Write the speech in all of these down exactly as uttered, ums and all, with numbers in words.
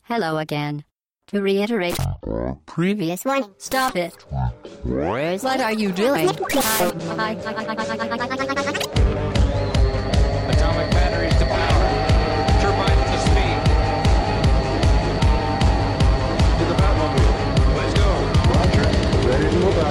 Hello again. To reiterate, previous one, stop it. What are you doing? Atomic batteries to power. Turbines to speed. To the Batmobile. Let's go. Roger. Ready to move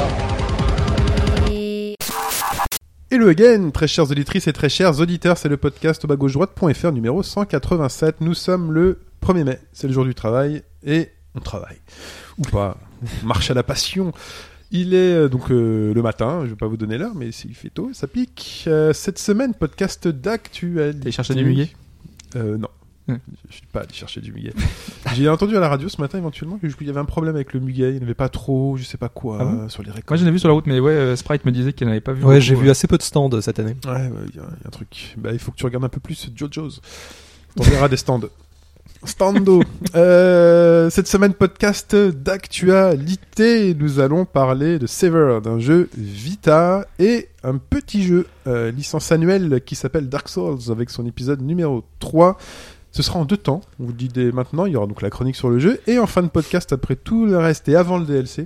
out. Hello again, très chères auditrices et très chers auditeurs, c'est le podcast au bas gauche droite.fr numéro cent quatre-vingt-sept. Nous sommes le premier mai, c'est le jour du travail et on travaille. Ou pas, on marche à la passion. Il est euh, donc euh, le matin, je ne vais pas vous donner l'heure, mais s'il fait tôt, ça pique. Euh, cette semaine, podcast d'actualité. T'as cherché du muguet euh, Non. Hum. Je suis pas allé chercher du muguet. J'ai entendu à la radio ce matin éventuellement qu'il y avait un problème avec le muguet, il n'y avait pas trop, je sais pas quoi, Ah bon euh, sur les récoltes. Moi j'en ai vu sur la route, mais ouais, euh, Sprite me disait qu'elle n'avait pas vu. Ouais, beaucoup, j'ai euh. vu assez peu de stands cette année. Ouais, il ouais, y, y a un truc. Bah, il faut que tu regardes un peu plus JoJo's. T'en verras des stands. Stando. Euh, cette semaine, podcast d'actualité. Nous allons parler de Sever, d'un jeu Vita et un petit jeu, euh, licence annuelle qui s'appelle Dark Souls avec son épisode numéro trois. Ce sera en deux temps. On vous le dit dès maintenant. Il y aura donc la chronique sur le jeu et en fin de podcast après tout le reste et avant le D L C.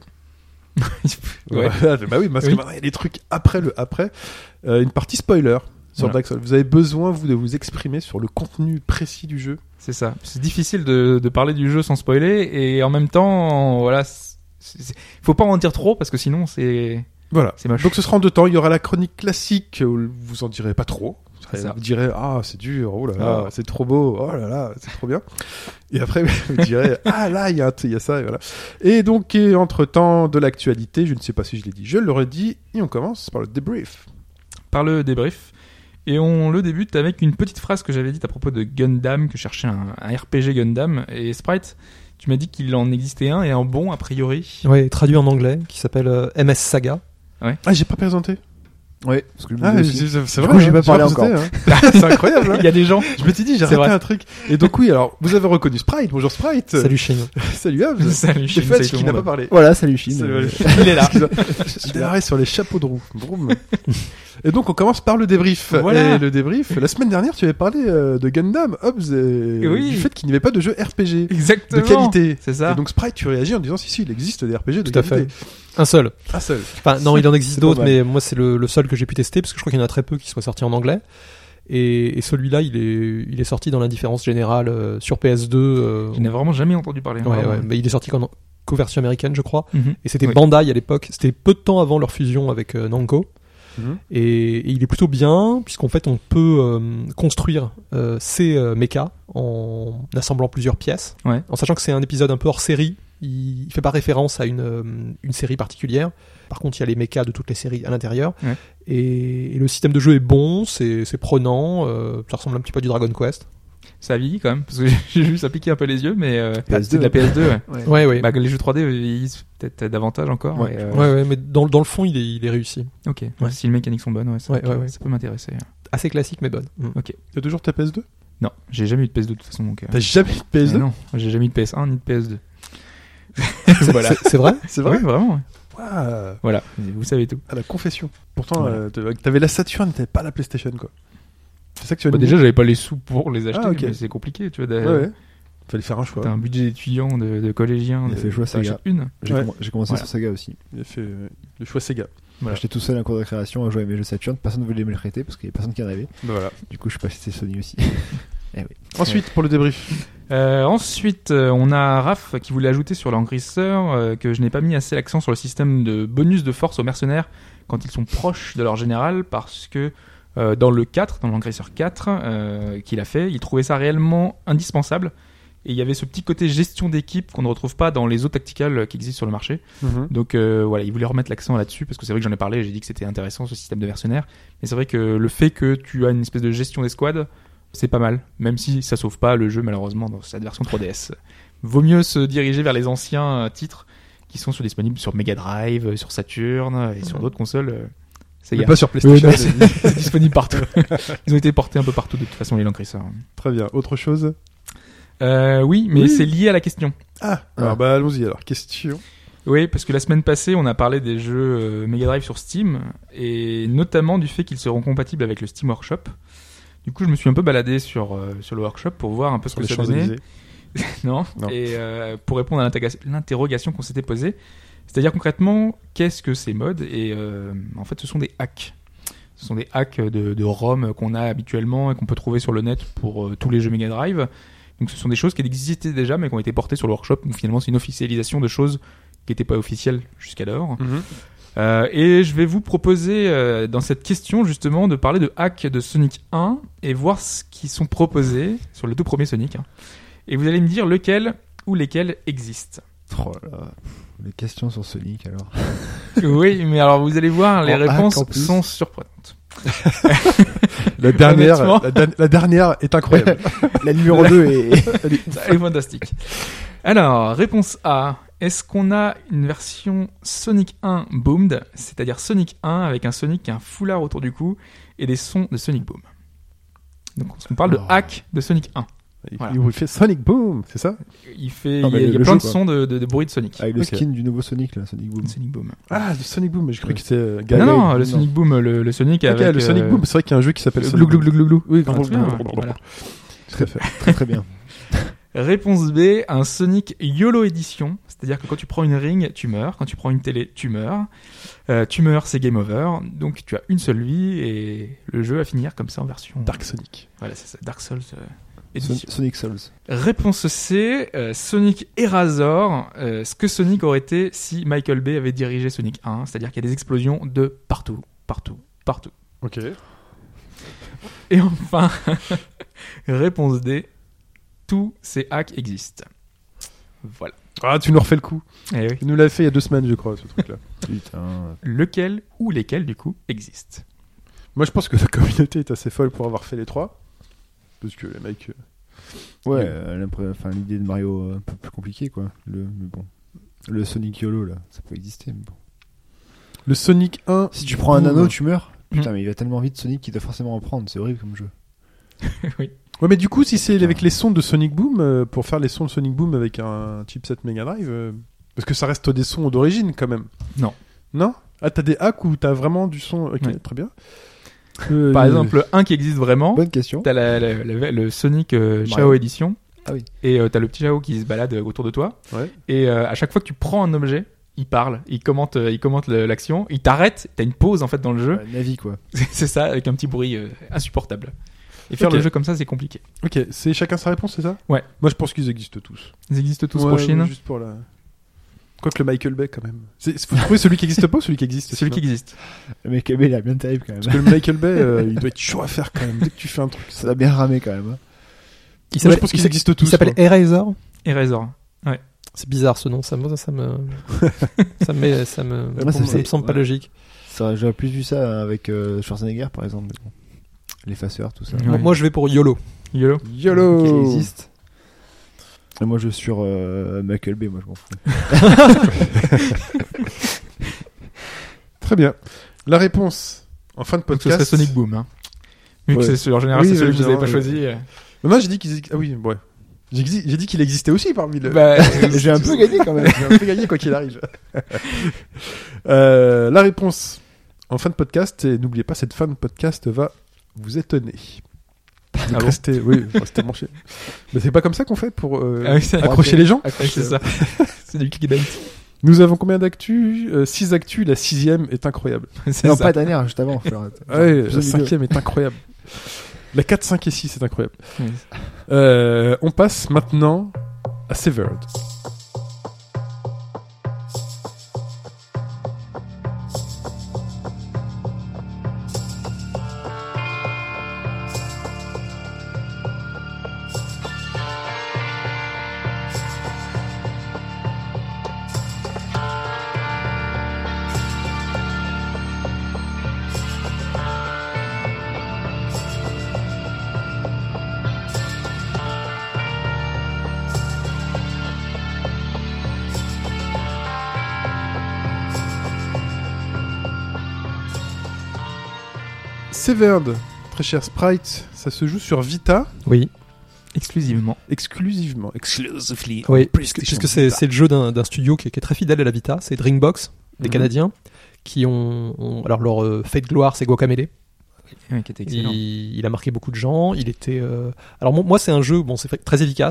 Ouais. Bah oui, parce Oui. que maintenant il y a des trucs après le après. Euh, une partie spoiler sur Voilà. Dark Souls. Vous avez besoin vous de vous exprimer sur le contenu précis du jeu. C'est ça. C'est difficile de, de parler du jeu sans spoiler et en même temps, voilà, c'est, c'est, faut pas en dire trop parce que sinon c'est Voilà. c'est moche. Donc ce sera en deux temps. Il y aura la chronique classique où vous en direz pas trop. C'est ça. Vous direz ah c'est dur, oh là là, Ah. c'est trop beau, oh là là, c'est trop bien. Et après vous direz ah là il y a un t- il y a ça et voilà. Et donc entre temps de l'actualité, je ne sais pas si je l'ai dit, je l'aurais dit et on commence par le débrief. Par le débrief. Et on le débute avec une petite phrase que j'avais dite à propos de Gundam, que je cherchais un, un R P G Gundam. Et Sprite, tu m'as dit qu'il en existait un et un bon a priori. Ouais, traduit en anglais, qui s'appelle euh, M S Saga. Ah j'ai pas présenté. Ouais, parce que je me Ah, disais aussi. c'est, c'est Du vrai. coup, j'ai hein, pas parlé présenté, encore. hein. C'est incroyable. Hein. Il y a des gens. Je m'étais dit j'ai C'est raté vrai. un truc. Et donc oui alors vous avez reconnu Sprite. Bonjour Sprite. Salut Chine. Salut Hobbs. Salut, J'ai Chine, fait salut ce tout qui le n'a pas monde. parlé. Voilà, salut Chine. Salut, Euh, Il est là. Je démarrais sur les chapeaux de roue. Vroom. Et donc on commence par le débrief. Voilà. Et le débrief. La semaine dernière, tu avais parlé euh, de Gundam, Hobbs, et Oui. du fait qu'il n'y avait pas de jeu R P G Exactement. de qualité. C'est ça. Et donc Sprite, tu réagis en disant si si, il existe des R P G de Tout à qualité. Un seul. Un seul. Enfin, non, il en existe C'est pas d'autres, mal. mais moi, c'est le, le seul que j'ai pu tester, parce que je crois qu'il y en a très peu qui soient sortis en anglais. Et, et celui-là, il est, il est sorti dans l'indifférence générale euh, sur P S deux. Euh, Je n'ai vraiment jamais entendu parler. ouais, Vraiment. ouais, mais il est sorti qu'en qu'aux version américaine, je crois. Mhm. Et c'était Oui. Bandai à l'époque. C'était peu de temps avant leur fusion avec euh, Namco. Mhm. Et, et il est plutôt bien, puisqu'en fait, on peut euh, construire euh, ces euh, mechas en assemblant plusieurs pièces. Ouais. En sachant que c'est un épisode un peu hors série. Il, il fait pas référence à une, euh, une série particulière. Par contre, il y a les mechas de toutes les séries à l'intérieur. Ouais. Et, et le système de jeu est bon, c'est, c'est prenant. Euh, ça ressemble un petit peu à du Dragon Quest. Ça vieillit quand même, parce que j'ai vu ça piquer un peu les yeux, mais euh, P S deux. c'est de la P S deux. Ouais. Ouais. Ouais, ouais. Bah, les jeux trois D vieillissent peut-être davantage encore. Ouais. et, euh, ouais, ouais, mais dans, dans le fond, il est, il est réussi. Ok. Ouais. Si les mécaniques sont bonnes, ouais, ça, Ouais, peut, ouais, ouais. ça peut m'intéresser. Assez classique, mais bonne. Mm. T'as toujours ta P S deux? Non, j'ai jamais eu de P S deux de toute façon. Donc, euh, T'as jamais eu de P S deux? euh, non, j'ai jamais eu de P S un ni de P S deux. Voilà. C'est, c'est vrai? C'est vrai? Oui, vraiment. Ouais. Waouh. Voilà, vous savez tout. À la confession. Pourtant, Voilà. euh, t'avais- t'avais la Saturn, t'avais pas la PlayStation quoi. C'est ça que tu as Bah, dit. déjà, j'avais pas les sous pour les acheter, Ah, ok. mais c'est compliqué, tu vois. Ouais, d'a- ouais. Fallait faire un choix. T'as un budget d'étudiant, de, de collégien. Il a de- fait le choix t'en Sega. achètes une. J'ai, Ouais. comm- j'ai commencé Voilà. sur Saga aussi. Il a fait euh, le choix Sega. Voilà. J'étais tout seul en cours de récréation à jouer à mes jeux Saturn. Personne ne voulait me les prêter parce qu'il y avait personne qui en avait. Ben voilà. Du coup, je suis passé chez Sony aussi. Eh oui. Ensuite, pour le débrief. Euh, ensuite, euh, on a Raph qui voulait ajouter sur l'engrisseur euh, que je n'ai pas mis assez l'accent sur le système de bonus de force aux mercenaires quand ils sont proches de leur général, parce que euh, dans le quatre, dans l'engrisseur quatre euh, qu'il a fait, il trouvait ça réellement indispensable. Et il y avait ce petit côté gestion d'équipe qu'on ne retrouve pas dans les autres tacticals qui existent sur le marché. Mhm. Donc euh, voilà, il voulait remettre l'accent là-dessus, parce que c'est vrai que j'en ai parlé, j'ai dit que c'était intéressant ce système de mercenaires. Mais c'est vrai que le fait que tu as une espèce de gestion des squads, c'est pas mal, même si ça sauve pas le jeu malheureusement dans cette version trois D S. Vaut mieux se diriger vers les anciens euh, titres qui sont sur- disponibles sur Mega Drive, euh, sur Saturn euh, et sur d'autres consoles. euh, Mais Sega. pas sur Oui, PlayStation. non, c'est c'est disponible partout. Ils ont été portés un peu partout de toute façon, les Lankrissers. Très bien. Autre chose? Euh, oui, mais Oui. c'est lié à la question. Ah, alors bah allons-y alors. Question. Oui, parce que la semaine passée, on a parlé des jeux euh, Mega Drive sur Steam, et notamment du fait qu'ils seront compatibles avec le Steam Workshop. Du coup, je me suis un peu baladé sur, euh, sur le workshop pour voir un peu ce Sur que les ça donnait. Champs-Élysées. non. Non. Et euh, pour répondre à l'interroga- l'interrogation qu'on s'était posée, c'est-à-dire concrètement, qu'est-ce que ces mods ? Et euh, en fait, ce sont des hacks. Ce sont des hacks de, de ROM qu'on a habituellement et qu'on peut trouver sur le net pour euh, tous les jeux Mega Drive. Donc ce sont des choses qui existaient déjà mais qui ont été portées sur le workshop. Donc finalement, c'est une officialisation de choses qui n'étaient pas officielles jusqu'alors. Mhm. Euh, et je vais vous proposer euh, dans cette question justement de parler de hacks de Sonic un et voir ce qui sont proposés sur le tout premier Sonic. Hein. Et vous allez me dire lequel ou lesquels existent. Oh là là. Les questions sur Sonic alors. Oui, mais alors vous allez voir, les En hack, réponses en plus. sont surprenantes. La dernière, Honnêtement. la, da- la dernière est incroyable. La numéro deux est. Ça est fantastique. Alors, réponse A. Est-ce qu'on a une version Sonic un Boomed, c'est-à-dire Sonic un avec un Sonic qui a un foulard autour du cou et des sons de Sonic Boom. Donc on parle de Oh. hack de Sonic un. Il, Voilà. il fait Sonic Boom, c'est ça? Il fait, Non, il y a, mais il y a le plein jeu, de quoi. sons de, de, de bruit de Sonic. Avec le Ok. skin du nouveau Sonic là, Sonic Boom. Sonic Boom. Ah, du Sonic Boom, mais je croyais Ouais. que c'était euh, Non, Gaga. non, le non. Sonic Boom, le, le Sonic Ok, avec le Sonic euh, Boom, c'est vrai qu'il y a un jeu qui s'appelle glou Sonic glou Boom. glou glou glou. Oui, Ah, très bien, voilà. Tout à fait. Très très bien. Réponse B, un Sonic YOLO Edition, c'est-à-dire que quand tu prends une ring, tu meurs, quand tu prends une télé, tu meurs. Euh, tu meurs, c'est game over, donc tu as une seule vie et le jeu va finir comme ça en version Dark Sonic. Voilà, c'est ça, Dark Souls euh, Son- Edition. Sonic Souls. Réponse C, euh, Sonic Erasor, euh, ce que Sonic aurait été si Michael Bay avait dirigé Sonic un, c'est-à-dire qu'il y a des explosions de partout, partout, partout. Ok. Et enfin, réponse D, tous ces hacks existent. Voilà. Ah, tu nous refais le coup. Eh oui. Tu nous l'avais fait il y a deux semaines, je crois, ce truc-là. Putain. Lequel ou lesquels, du coup, existent. Moi, je pense que la communauté est assez folle pour avoir fait les trois. Parce que les mecs. euh, Ouais, Oui. euh, l'impré- enfin, l'idée de Mario euh, un peu plus compliquée quoi. Le, mais bon. Le Sonic YOLO là, ça peut exister. Mais bon. Le Sonic un. Si tu prends un Boom. anneau, tu meurs. Putain, Mm. mais il va tellement vite Sonic qu'il doit forcément en prendre. C'est horrible comme jeu. Oui. Ouais, mais du coup, si c'est avec les sons de Sonic Boom, euh, pour faire les sons de Sonic Boom avec un chipset Mega Drive, euh, parce que ça reste des sons d'origine quand même. Non. Non? Ah, t'as des hacks où t'as vraiment du son. Ok, Ouais. très bien. Euh, Par exemple, un qui existe vraiment, Bonne question. t'as la- la- la- le Sonic euh, Mario. Chao Edition. Ah oui. Et euh, t'as le petit Chao qui se balade euh, autour de toi. Ouais. Et euh, à chaque fois que tu prends un objet, il parle, il commente, euh, il commente le- l'action, il t'arrête, t'as une pause en fait dans le jeu. Ouais, Navi quoi. C'est ça, avec un petit bruit euh, insupportable. Et faire Ok. le jeu comme ça, c'est compliqué. Ok, c'est chacun sa réponse, c'est ça? Ouais. Moi, je pense qu'ils existent tous. Ils existent tous Ouais, pour Chine. ouais, juste pour la. Quoique le Michael Bay, quand même. C'est, faut trouver celui qui existe pas ou celui qui existe? C'est celui qui sinon existe. Le mec il a bien terrible quand même. Parce que le Michael Bay, euh, il doit être chaud à faire quand même. Dès que tu fais un truc. Ça a bien ramé quand même. hein. Il Moi, je pense qu'ils existent tous. Il s'appelle moi. Eraser. Erasor. C'est bizarre ce nom, ça me, ça me, ça me, met- ça me, Moi, ça, c'est- me semble pas ouais. logique. Ça, j'aurais plus vu ça avec euh, Schwarzenegger par exemple. mais bon. L'effaceur, tout ça. Ouais. Moi, moi, je vais pour YOLO. YOLO. YOLO! Qui existe. Et moi je suis sur euh, Michael Bay, moi je m'en fous. Très bien. La réponse en fin de Donc ce podcast. serait Sonic Boom. Hein. Vu Ouais. que c'est en général Oui, c'est celui oui, que vous n'avez pas oui. choisi. euh. Mais moi, j'ai dit qu'ils existent. Ah oui, ouais. J'ai, exi- j'ai dit qu'il existait aussi parmi le. Bah, J'ai un peu gagné quand même. J'ai un peu gagné quoi qu'il arrive. Euh, la réponse en fin de podcast, et n'oubliez pas, cette fin de podcast va vous étonner. Donc Ah bon restez, oui, restez branchés. Mais c'est pas comme ça qu'on fait pour euh, Ah oui, c'est- accrocher les gens. Ah, c'est ça. C'est du clickbait. Nous avons combien d'actu euh, six actus, la sixième est incroyable. C'est Non, ça. pas dernière, juste avant. faut arrêter. Ah ouais, Plus la au milieu. cinquième est incroyable. La quatre, cinq et six est incroyable. Oui. Euh, on passe maintenant à Severed. Severed, très cher Sprite, ça se joue sur Vita Oui. Exclusivement. exclusivement. Exclusively. Oui, puisque, puisque c'est, c'est le jeu d'un, d'un studio qui est, qui est très fidèle à la Vita, c'est Dreambox, des Mhm. Canadiens, qui ont, ont- alors leur euh, fait de gloire, c'est Guacamelee. Oui, qui était excellent. Il, il a marqué beaucoup de gens. Il était. euh, Alors moi, moi, c'est un jeu, bon, c'est fait- très efficace,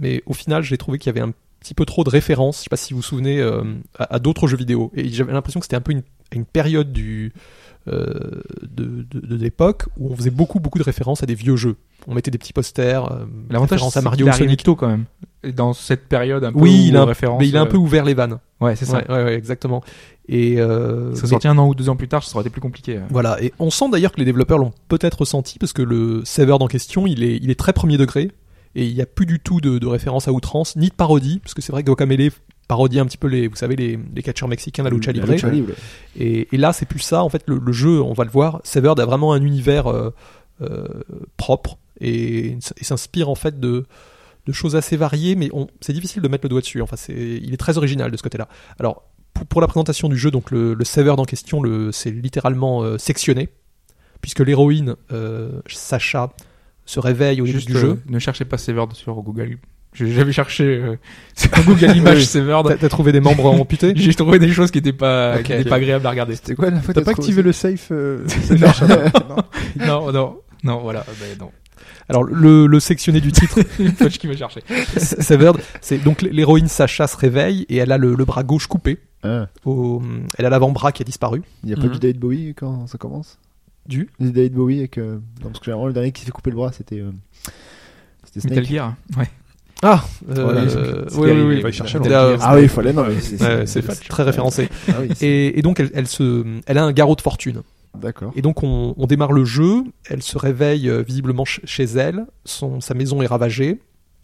mais au final, j'ai trouvé qu'il y avait un petit peu trop de références. Je sais pas si vous vous souvenez euh, à, à d'autres jeux vidéo. Et j'avais l'impression que c'était un peu une, une période du euh, de, de, de l'époque où on faisait beaucoup beaucoup de références à des vieux jeux. On mettait des petits posters, euh, L'avantage, références c'est à Mario, qu'il arrive Sonic. tôt quand même. Et dans cette période un peu Oui, il où a, un, référence, mais il a un euh, peu ouvert les vannes. Ouais, c'est ça. Ouais, ouais, ouais, exactement. Et euh, Ça mais- sorti un an ou deux ans plus tard, ça aurait été plus compliqué. euh. Voilà, et on sent d'ailleurs que les développeurs l'ont peut-être ressenti parce que le Severed en question, il est, il est très premier degré et il n'y a plus du tout de, de référence à outrance, ni de parodie, parce que c'est vrai que Guacamelee parodie un petit peu les, vous savez, les, les catcheurs mexicains, la lucha libre. La lucha libre. Et, et là, c'est plus ça. En fait, le, le jeu, on va le voir, Severed a vraiment un univers euh, euh, propre et, et s'inspire en fait de, de choses assez variées, mais on, c'est difficile de mettre le doigt dessus. Enfin, c'est, il est très original de ce côté-là. Alors, pour, pour la présentation du jeu, donc le, le Severed en question, le, c'est littéralement euh, sectionné, puisque l'héroïne euh, Sacha se réveille au début Juste, du euh, jeu. ne cherchez pas Severed sur Google. J'ai- J'avais cherché euh, sur Google Images Oui. Severed. T'as, t'as trouvé des membres amputés. J'ai trouvé des choses qui étaient pas, Ok, qui étaient ok. pas agréables à regarder. C'était quoi la fois T'as pas activé le safe euh, c'est là, non. Non, non, non, voilà. Ben non. Alors le, le sectionné du titre, Fudge qui va chercher. Severed, c'est donc l'héroïne Sacha se réveille et elle a le, le bras gauche coupé. Ah, Au, elle a l'avant-bras qui a disparu. il n'y a pas Mhm. du David Bowie quand ça commence Du Du David Bowie avec. euh, Non, parce que généralement, le dernier qui s'est fait couper le bras, c'était. euh, C'était Metal Snake. Gear. Ouais. Ah, Voilà, euh, c'est- oui, c'est- oui, oui. il va y chercher C'était longtemps. là, Ah oui, il fallait. Non, mais c'est. ouais, c'est très référencé. Ah oui, c'est- Et, et donc elle, elle se, elle a un garrot de fortune. D'accord. Et donc on, on démarre le jeu. Elle se réveille euh, visiblement ch- chez elle. Son, sa maison est ravagée.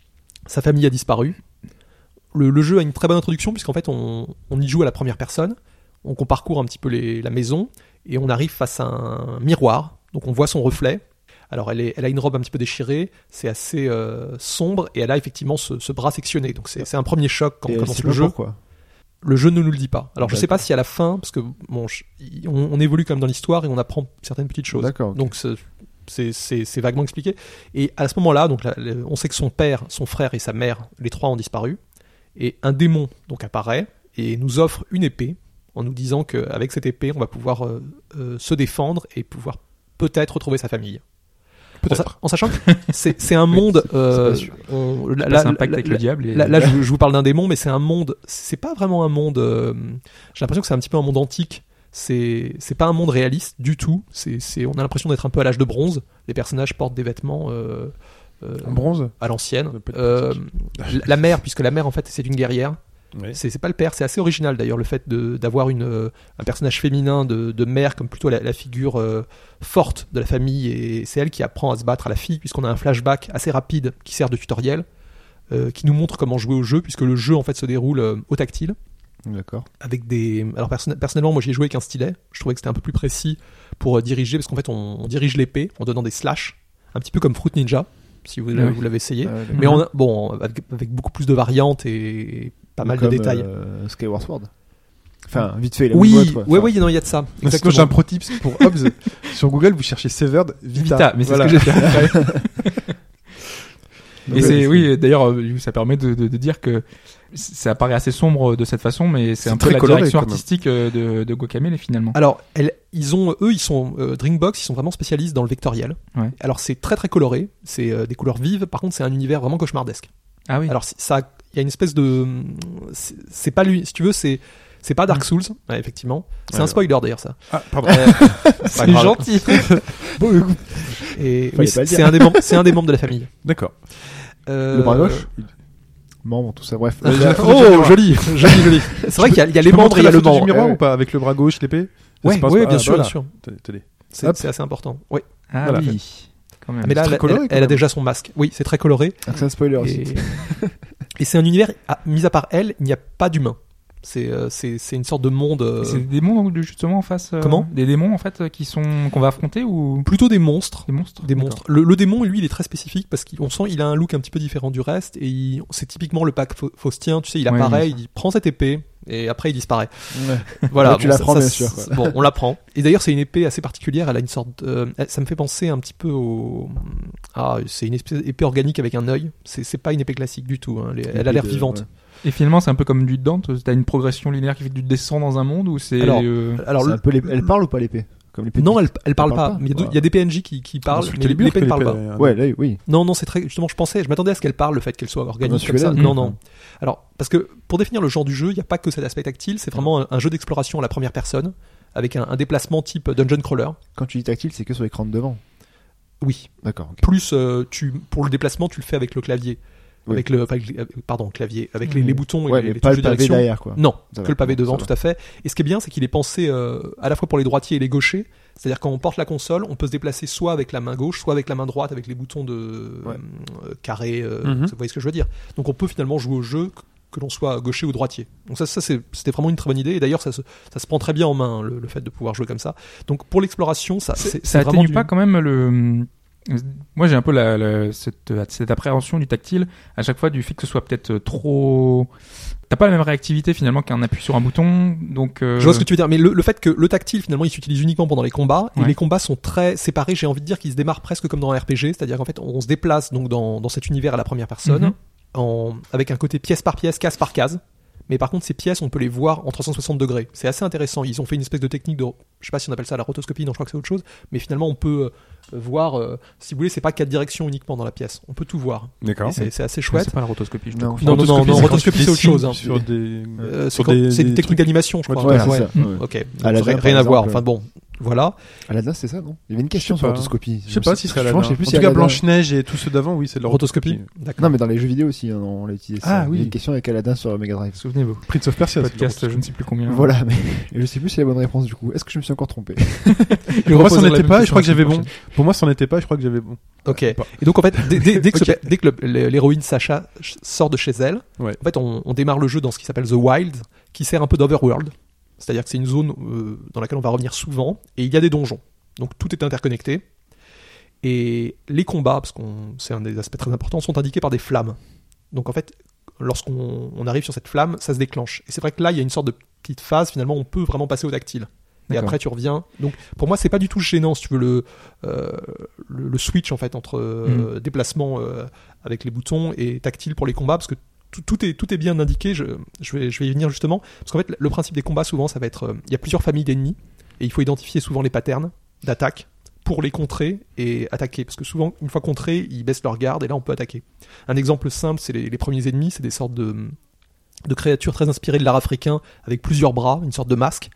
Sa famille a disparu. Le, le jeu a une très bonne introduction puisqu'en fait on, on y joue à la première personne. Donc on parcourt un petit peu les, la maison et on arrive face à un miroir. Donc on voit son reflet. Alors elle, est, elle a une robe un petit peu déchirée, c'est assez euh, sombre et elle a effectivement ce, ce bras sectionné. Donc c'est, c'est un premier choc quand Et on elle commence sait le pas jeu. pourquoi. Le jeu ne nous le dit pas. Alors je sais D'accord. pas si à la fin, parce que bon, je- on, on évolue quand même dans l'histoire et on apprend certaines petites choses. D'accord. ok. Donc c'est, c'est, c'est, c'est vaguement expliqué. Et à ce moment-là, donc là, le- on sait que son père, son frère et sa mère, les trois ont disparu. Et un démon donc apparaît et nous offre une épée en nous disant qu'avec cette épée, on va pouvoir euh, euh, se défendre et pouvoir peut-être retrouver sa famille. En, sa- en sachant que c'est, c'est un monde. euh, pas sûr. on- Là, là- c'est un pacte là- avec là- le diable. Et... Là, là, je, vous- je vous parle d'un démon, mais c'est un monde. C'est pas vraiment un monde. euh, j'ai l'impression que c'est un petit peu un monde antique. C'est c'est pas un monde réaliste du tout. C'est c'est on a l'impression d'être un peu à l'âge de bronze. Les personnages portent des vêtements euh, euh, En bronze. à l'ancienne. Ça peut être Euh, pratique. la mère, puisque la mère en fait c'est une guerrière. Ouais. C'est c'est pas le père. C'est assez original d'ailleurs le fait de d'avoir une euh, un personnage féminin de, de mère comme plutôt la, la figure euh, forte de la famille et c'est elle qui apprend à se battre à la fille puisqu'on a un flashback assez rapide qui sert de tutoriel euh, qui nous montre comment jouer au jeu puisque le jeu en fait se déroule euh, au tactile D'accord. avec des alors perso- personnellement moi j'y ai joué avec un stylet. Je trouvais que c'était un peu plus précis pour euh, diriger parce qu'en fait on, on dirige l'épée en donnant des slash un petit peu comme Fruit Ninja si vous, Ah oui. vous l'avez essayé. Ah ouais, Mais on a- bon avec, avec beaucoup plus de variantes et pas mal Comme, de détails. euh, Skyward Sword. Enfin, vite fait, la Oui, boîte, quoi. ouais, Enfin, oui, non, il y a de ça. Non, sinon, Exactement. j'ai un pro tips pour Hobbs. Sur Google, vous cherchez Severed Vita. Vita, mais c'est Voilà. ce que j'ai fait. Donc, Et ouais, c'est, oui, d'ailleurs, euh, ça permet de, de, de dire que ça paraît assez sombre de cette façon, mais c'est C'est un peu très la coloré, direction quand même. artistique euh, de, de Guacamelee finalement. Alors, elle, ils ont, eux, ils sont euh, Drinkbox, ils sont vraiment spécialistes dans le vectoriel. Ouais. Alors, c'est très très coloré, c'est euh, des couleurs vives. Par contre, c'est un univers vraiment cauchemardesque. Ah oui. Alors, c'est- ça, il y a une espèce de, c'est, c'est pas lui, si tu veux, c'est, c'est pas Dark Souls, ouais, effectivement. C'est Ouais, un spoiler d'ailleurs ça. Ah, pardon. Euh, c'est grave. gentil. Bon, écoute. et Fallait oui, pas le c'est, dire. c'est un des membres, c'est un des membres de la famille. D'accord. Euh, Le bras gauche Membre, tout ça, bref. Euh, j'ai la photo du Oh, miroir. joli, joli, joli. C'est vrai qu'il y a, il y a Je les peux membres montrer et il y a la le photo du membre. miroir Ouais. ou pas avec le bras gauche, l'épée Ça Ouais, se passe ouais, pas. bien Ah, sûr, voilà. bien sûr. Tenez, tenez. C'est, Hop. c'est assez important. Oui. Ah Voilà. oui. Quand même. Mais là, très elle, coloré, elle- quand elle a même. déjà son masque. Oui, c'est très coloré. Donc c'est un spoiler Et, aussi. et c'est un univers, ah, mis à part elle, il n'y a pas d'humains. C'est, euh, c'est, c'est une sorte de monde. euh, Et c'est des démons donc, justement en face. euh, Comment Des démons en fait qui sont qu'on va affronter ou plutôt des monstres. des monstres. Des D'accord. monstres. Le, le démon, lui, il est très spécifique parce qu'on sent il a un look un petit peu différent du reste et il- c'est typiquement le pack Fa- Faustien. Tu sais, il Ouais, apparaît, bien il prend cette épée et après il disparaît. Ouais. Voilà. Ouais, tu bon, l'apprends, ça- bien ça- sûr, c'est- Bon, on l'apprend. Et d'ailleurs, c'est une épée assez particulière. Elle a une sorte. de- elle- ça me fait penser un petit peu au. Ah, c'est une espèce épée organique avec un œil. C'est, c'est pas une épée classique du tout. hein. Elle, est- elle a l'air de- vivante. ouais. Et finalement, c'est un peu comme du Dante. T'as une progression linéaire qui fait que tu descends dans un monde ou c'est. Alors, euh, Alors, C'est le- un peu l'ép- Elle parle ou pas l'épée Comme les P N J. Non, elle, elle parle Elle pas. parle pas. Mais il y a deux- Ouais. il y a des P N J qui, qui parlent, Dans Soul mais les, Calibur, les P N que parlent les pas. P- Ouais, là, oui. Non, non, c'est très. Justement, je pensais, je m'attendais à ce qu'elle parle, le fait qu'elle soit organique Dans comme ça. celui-là, Non, non. non. Alors, parce que pour définir le genre du jeu, il n'y a pas que cet aspect tactile. C'est vraiment un, un jeu d'exploration à la première personne, avec un, un déplacement type dungeon crawler. Quand tu dis tactile, c'est que sur l'écran de devant. Oui. D'accord. ok. Plus, euh, tu, pour le déplacement, tu le fais avec le clavier. Oui. Avec le, avec les- euh, pardon, clavier, avec les, Mhm. les boutons et Ouais, les, mais les pas touches le de pavé direction. derrière, quoi. Non, Ça que va. le pavé Ça devant, va. tout à fait. Et ce qui est bien, c'est qu'il est pensé euh, à la fois pour les droitiers et les gauchers. C'est-à-dire quand on porte la console, on peut se déplacer soit avec la main gauche, soit avec la main droite, avec les boutons de Ouais. euh, carré. euh, Mhm. Vous voyez ce que je veux dire. Donc on peut finalement jouer au jeu que- que l'on soit gaucher ou droitier. Donc ça, ça c'est- c'était vraiment une très bonne idée. Et d'ailleurs, ça se, ça se prend très bien en main, le, le fait de pouvoir jouer comme ça. Donc pour l'exploration, ça, c'est, Ça c'est vraiment atténue du- pas quand même le. Moi, j'ai un peu la, la- cette, cette appréhension du tactile à chaque fois du fait que ce soit peut-être trop. T'as pas la même réactivité finalement qu'un appui sur un bouton, donc. euh, Je vois ce que tu veux dire, mais le, le fait que le tactile finalement il s'utilise uniquement pendant les combats et Ouais. les combats sont très séparés, j'ai envie de dire qu'ils se démarrent presque comme dans un R P G, c'est-à-dire qu'en fait on se déplace donc dans, dans cet univers à la première personne Mhm. en, avec un côté pièce par pièce, case par case. Mais par contre, ces pièces, on peut les voir en trois cent soixante degrés. C'est assez intéressant. Ils ont fait une espèce de technique de, je sais pas si on appelle ça la rotoscopie, non, je crois que c'est autre chose. Mais finalement, on peut euh, voir, euh, si vous voulez, c'est pas quatre directions uniquement dans la pièce. On peut tout voir. D'accord. Et c'est, c'est assez Je chouette. sais pas la rotoscopie. Je te Non. confie. Non, non, non, non, c'est quand rotoscopie, tu c'est autre dessines chose, hein. Sur des... Euh, c'est sur quand- des- c'est une des technique trucs- d'animation, je Ouais, crois. Ouais, Ouais. c'est ça. ouais. Ok. Aladdin, rien par rien à exemple, voir. euh. Enfin bon, voilà. Aladdin, c'est ça, non Il y avait une question Je sais sur pas. l'autoscopie. Je sais pas si c'est Franchement, Aladdin. je sais plus En si tout cas, Aladdin- Blanche-Neige et tous ceux d'avant, oui, c'est de la Rotoscopie. D'accord. Non, mais dans les jeux vidéo aussi, hein, on l'a utilisé. ça. Ah, Il y oui. a une question avec Aladdin sur Mega Drive. Souvenez-vous. Prince of Persia. c'est de la Podcast, rotoscopie. je ne sais plus combien. Voilà, mais je sais plus si c'est la bonne réponse du coup. Est-ce que je me suis encore trompé Pour moi, c'en reposer la était même pas, et je question crois que la j'avais semaine bon. Pour moi, c'en était pas, et je crois que j'avais bon. Ok. Pas. Et donc en fait, dès, dès- dès que, ce- Ok. dès que le- l'héroïne Sacha ch- sort de chez elle, Ouais. en fait, on, on démarre le jeu dans ce qui s'appelle The Wild, qui sert un peu d'Overworld. C'est-à-dire que c'est une zone euh, dans laquelle on va revenir souvent, et il y a des donjons. Donc tout est interconnecté. Et les combats, parce que c'est un des aspects très importants, sont indiqués par des flammes. Donc en fait, lorsqu'on on arrive sur cette flamme, ça se déclenche. Et c'est vrai que là, il y a une sorte de petite phase, finalement, on peut vraiment passer au tactile. Et D'accord. après, tu reviens. Donc, pour moi, c'est pas du tout gênant, si tu veux, le, euh, le, le switch, en fait, entre euh, déplacement euh, avec les boutons et tactile pour les combats, parce que tout, tout, est, tout est bien indiqué. Je, je, vais, je vais y venir justement. Parce qu'en fait, le principe des combats, souvent, ça va être. euh, Il y a plusieurs familles d'ennemis, et il faut identifier souvent les patterns d'attaque pour les contrer et attaquer. Parce que souvent, une fois contrés, ils baissent leur garde, et là, on peut attaquer. Un exemple simple, c'est les, les premiers ennemis, c'est des sortes de. de créatures très inspirées de l'art africain avec plusieurs bras, une sorte de masque.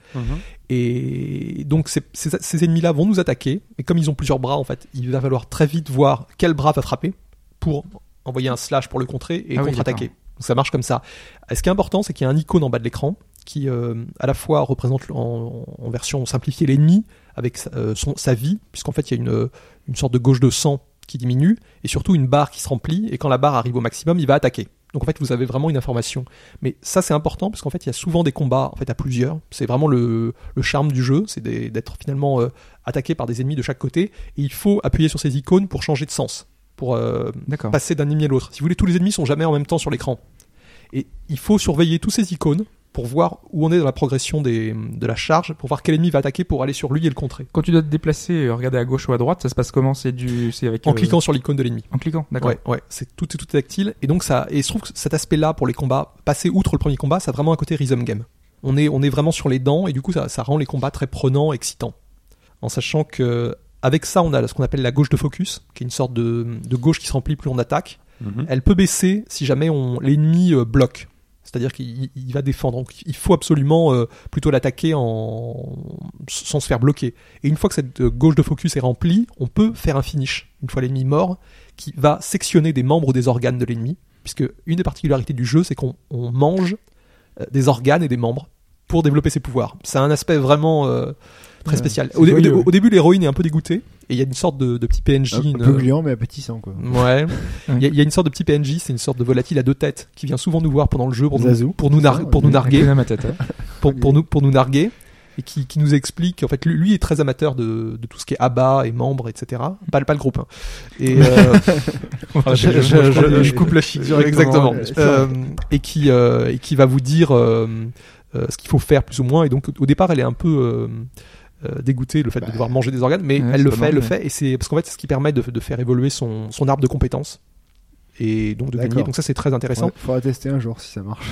Et donc ces, ces, ces ennemis-là vont nous attaquer. Et comme ils ont plusieurs bras, en fait, il va falloir très vite voir quel bras va frapper pour envoyer un slash pour le contrer et Ah oui, contre-attaquer. d'accord. Donc ça marche comme ça. Et ce qui est important, c'est qu'il y a un icône en bas de l'écran qui euh, à la fois représente en, en version simplifiée l'ennemi avec sa, euh, son, sa vie, puisqu'en fait il y a une, une sorte de gauge de sang qui diminue, et surtout une barre qui se remplit, et quand la barre arrive au maximum, il va attaquer. Donc en fait, vous avez vraiment une information. Mais ça, c'est important, parce qu'en fait, il y a souvent des combats en fait, à plusieurs. C'est vraiment le, le charme du jeu, c'est des- d'être finalement euh, attaqué par des ennemis de chaque côté, et il faut appuyer sur ces icônes pour changer de sens, pour euh, D'accord. passer d'un ennemi à l'autre. Si vous voulez, tous les ennemis sont jamais en même temps sur l'écran. Et il faut surveiller tous ces icônes pour voir où on est dans la progression des, de la charge, pour voir quel ennemi va attaquer pour aller sur lui et le contrer. Quand tu dois te déplacer, euh, regarder à gauche ou à droite, ça se passe comment? C'est du, c'est avec En euh, cliquant sur l'icône de l'ennemi. En cliquant, d'accord. Ouais, ouais, c'est tout, tout est tactile. Et donc ça, et je trouve que cet aspect-là pour les combats, passer outre le premier combat, ça a vraiment un côté rhythm game. On est, on est vraiment sur les dents, et du coup ça, ça rend les combats très prenants, excitants. En sachant que avec ça, on a ce qu'on appelle la gauche de focus, qui est une sorte de, de gauche qui se remplit plus on attaque. Mhm. Elle peut baisser si jamais on, l'ennemi euh, bloque. C'est-à-dire qu'il il va défendre. Donc il faut absolument euh, plutôt l'attaquer en... sans se faire bloquer. Et une fois que cette euh, gauche de focus est remplie, on peut faire un finish, une fois l'ennemi mort, qui va sectionner des membres ou des organes de l'ennemi. Puisque une des particularités du jeu, c'est qu'on on mange euh, des organes et des membres pour développer ses pouvoirs. C'est un aspect vraiment euh, très Ouais, spécial. c'est Au, dé- au dé- joyeux. au début, l'héroïne est un peu dégoûtée, et il y a une sorte de, de petit P N J. Un, un une- peu gluant, mais appétissant, quoi. Ouais. Il y, a- il y a une sorte de petit P N J, c'est une sorte de volatile à deux têtes qui vient souvent nous voir pendant le jeu pour Zazu. nous, pour nous, nar- Ça, pour nous oui. narguer, Dans ma tête. hein. pour, pour nous, pour nous narguer, et qui, qui nous explique. En fait, lui, lui est très amateur de, de tout ce qui est abat et membres, et cetera. Pas, pas le groupe. Hein. Et euh, Voilà, je- je- je- je- je- je coupe la chic directement. exactement. Ouais. Euh, et qui euh, et qui va vous dire euh, euh, ce qu'il faut faire plus ou moins. Et donc, au départ, elle est un peu euh, euh, dégoûtée le fait de Bah. devoir manger des organes, mais Ouais, elle c'est le pas fait, elle le normal. fait, et c'est parce qu'en fait, c'est ce qui permet de, de faire évoluer son, son arbre de compétences. et donc de D'accord. gagner. Donc ça c'est très intéressant. Ouais, faudra tester un jour si ça marche.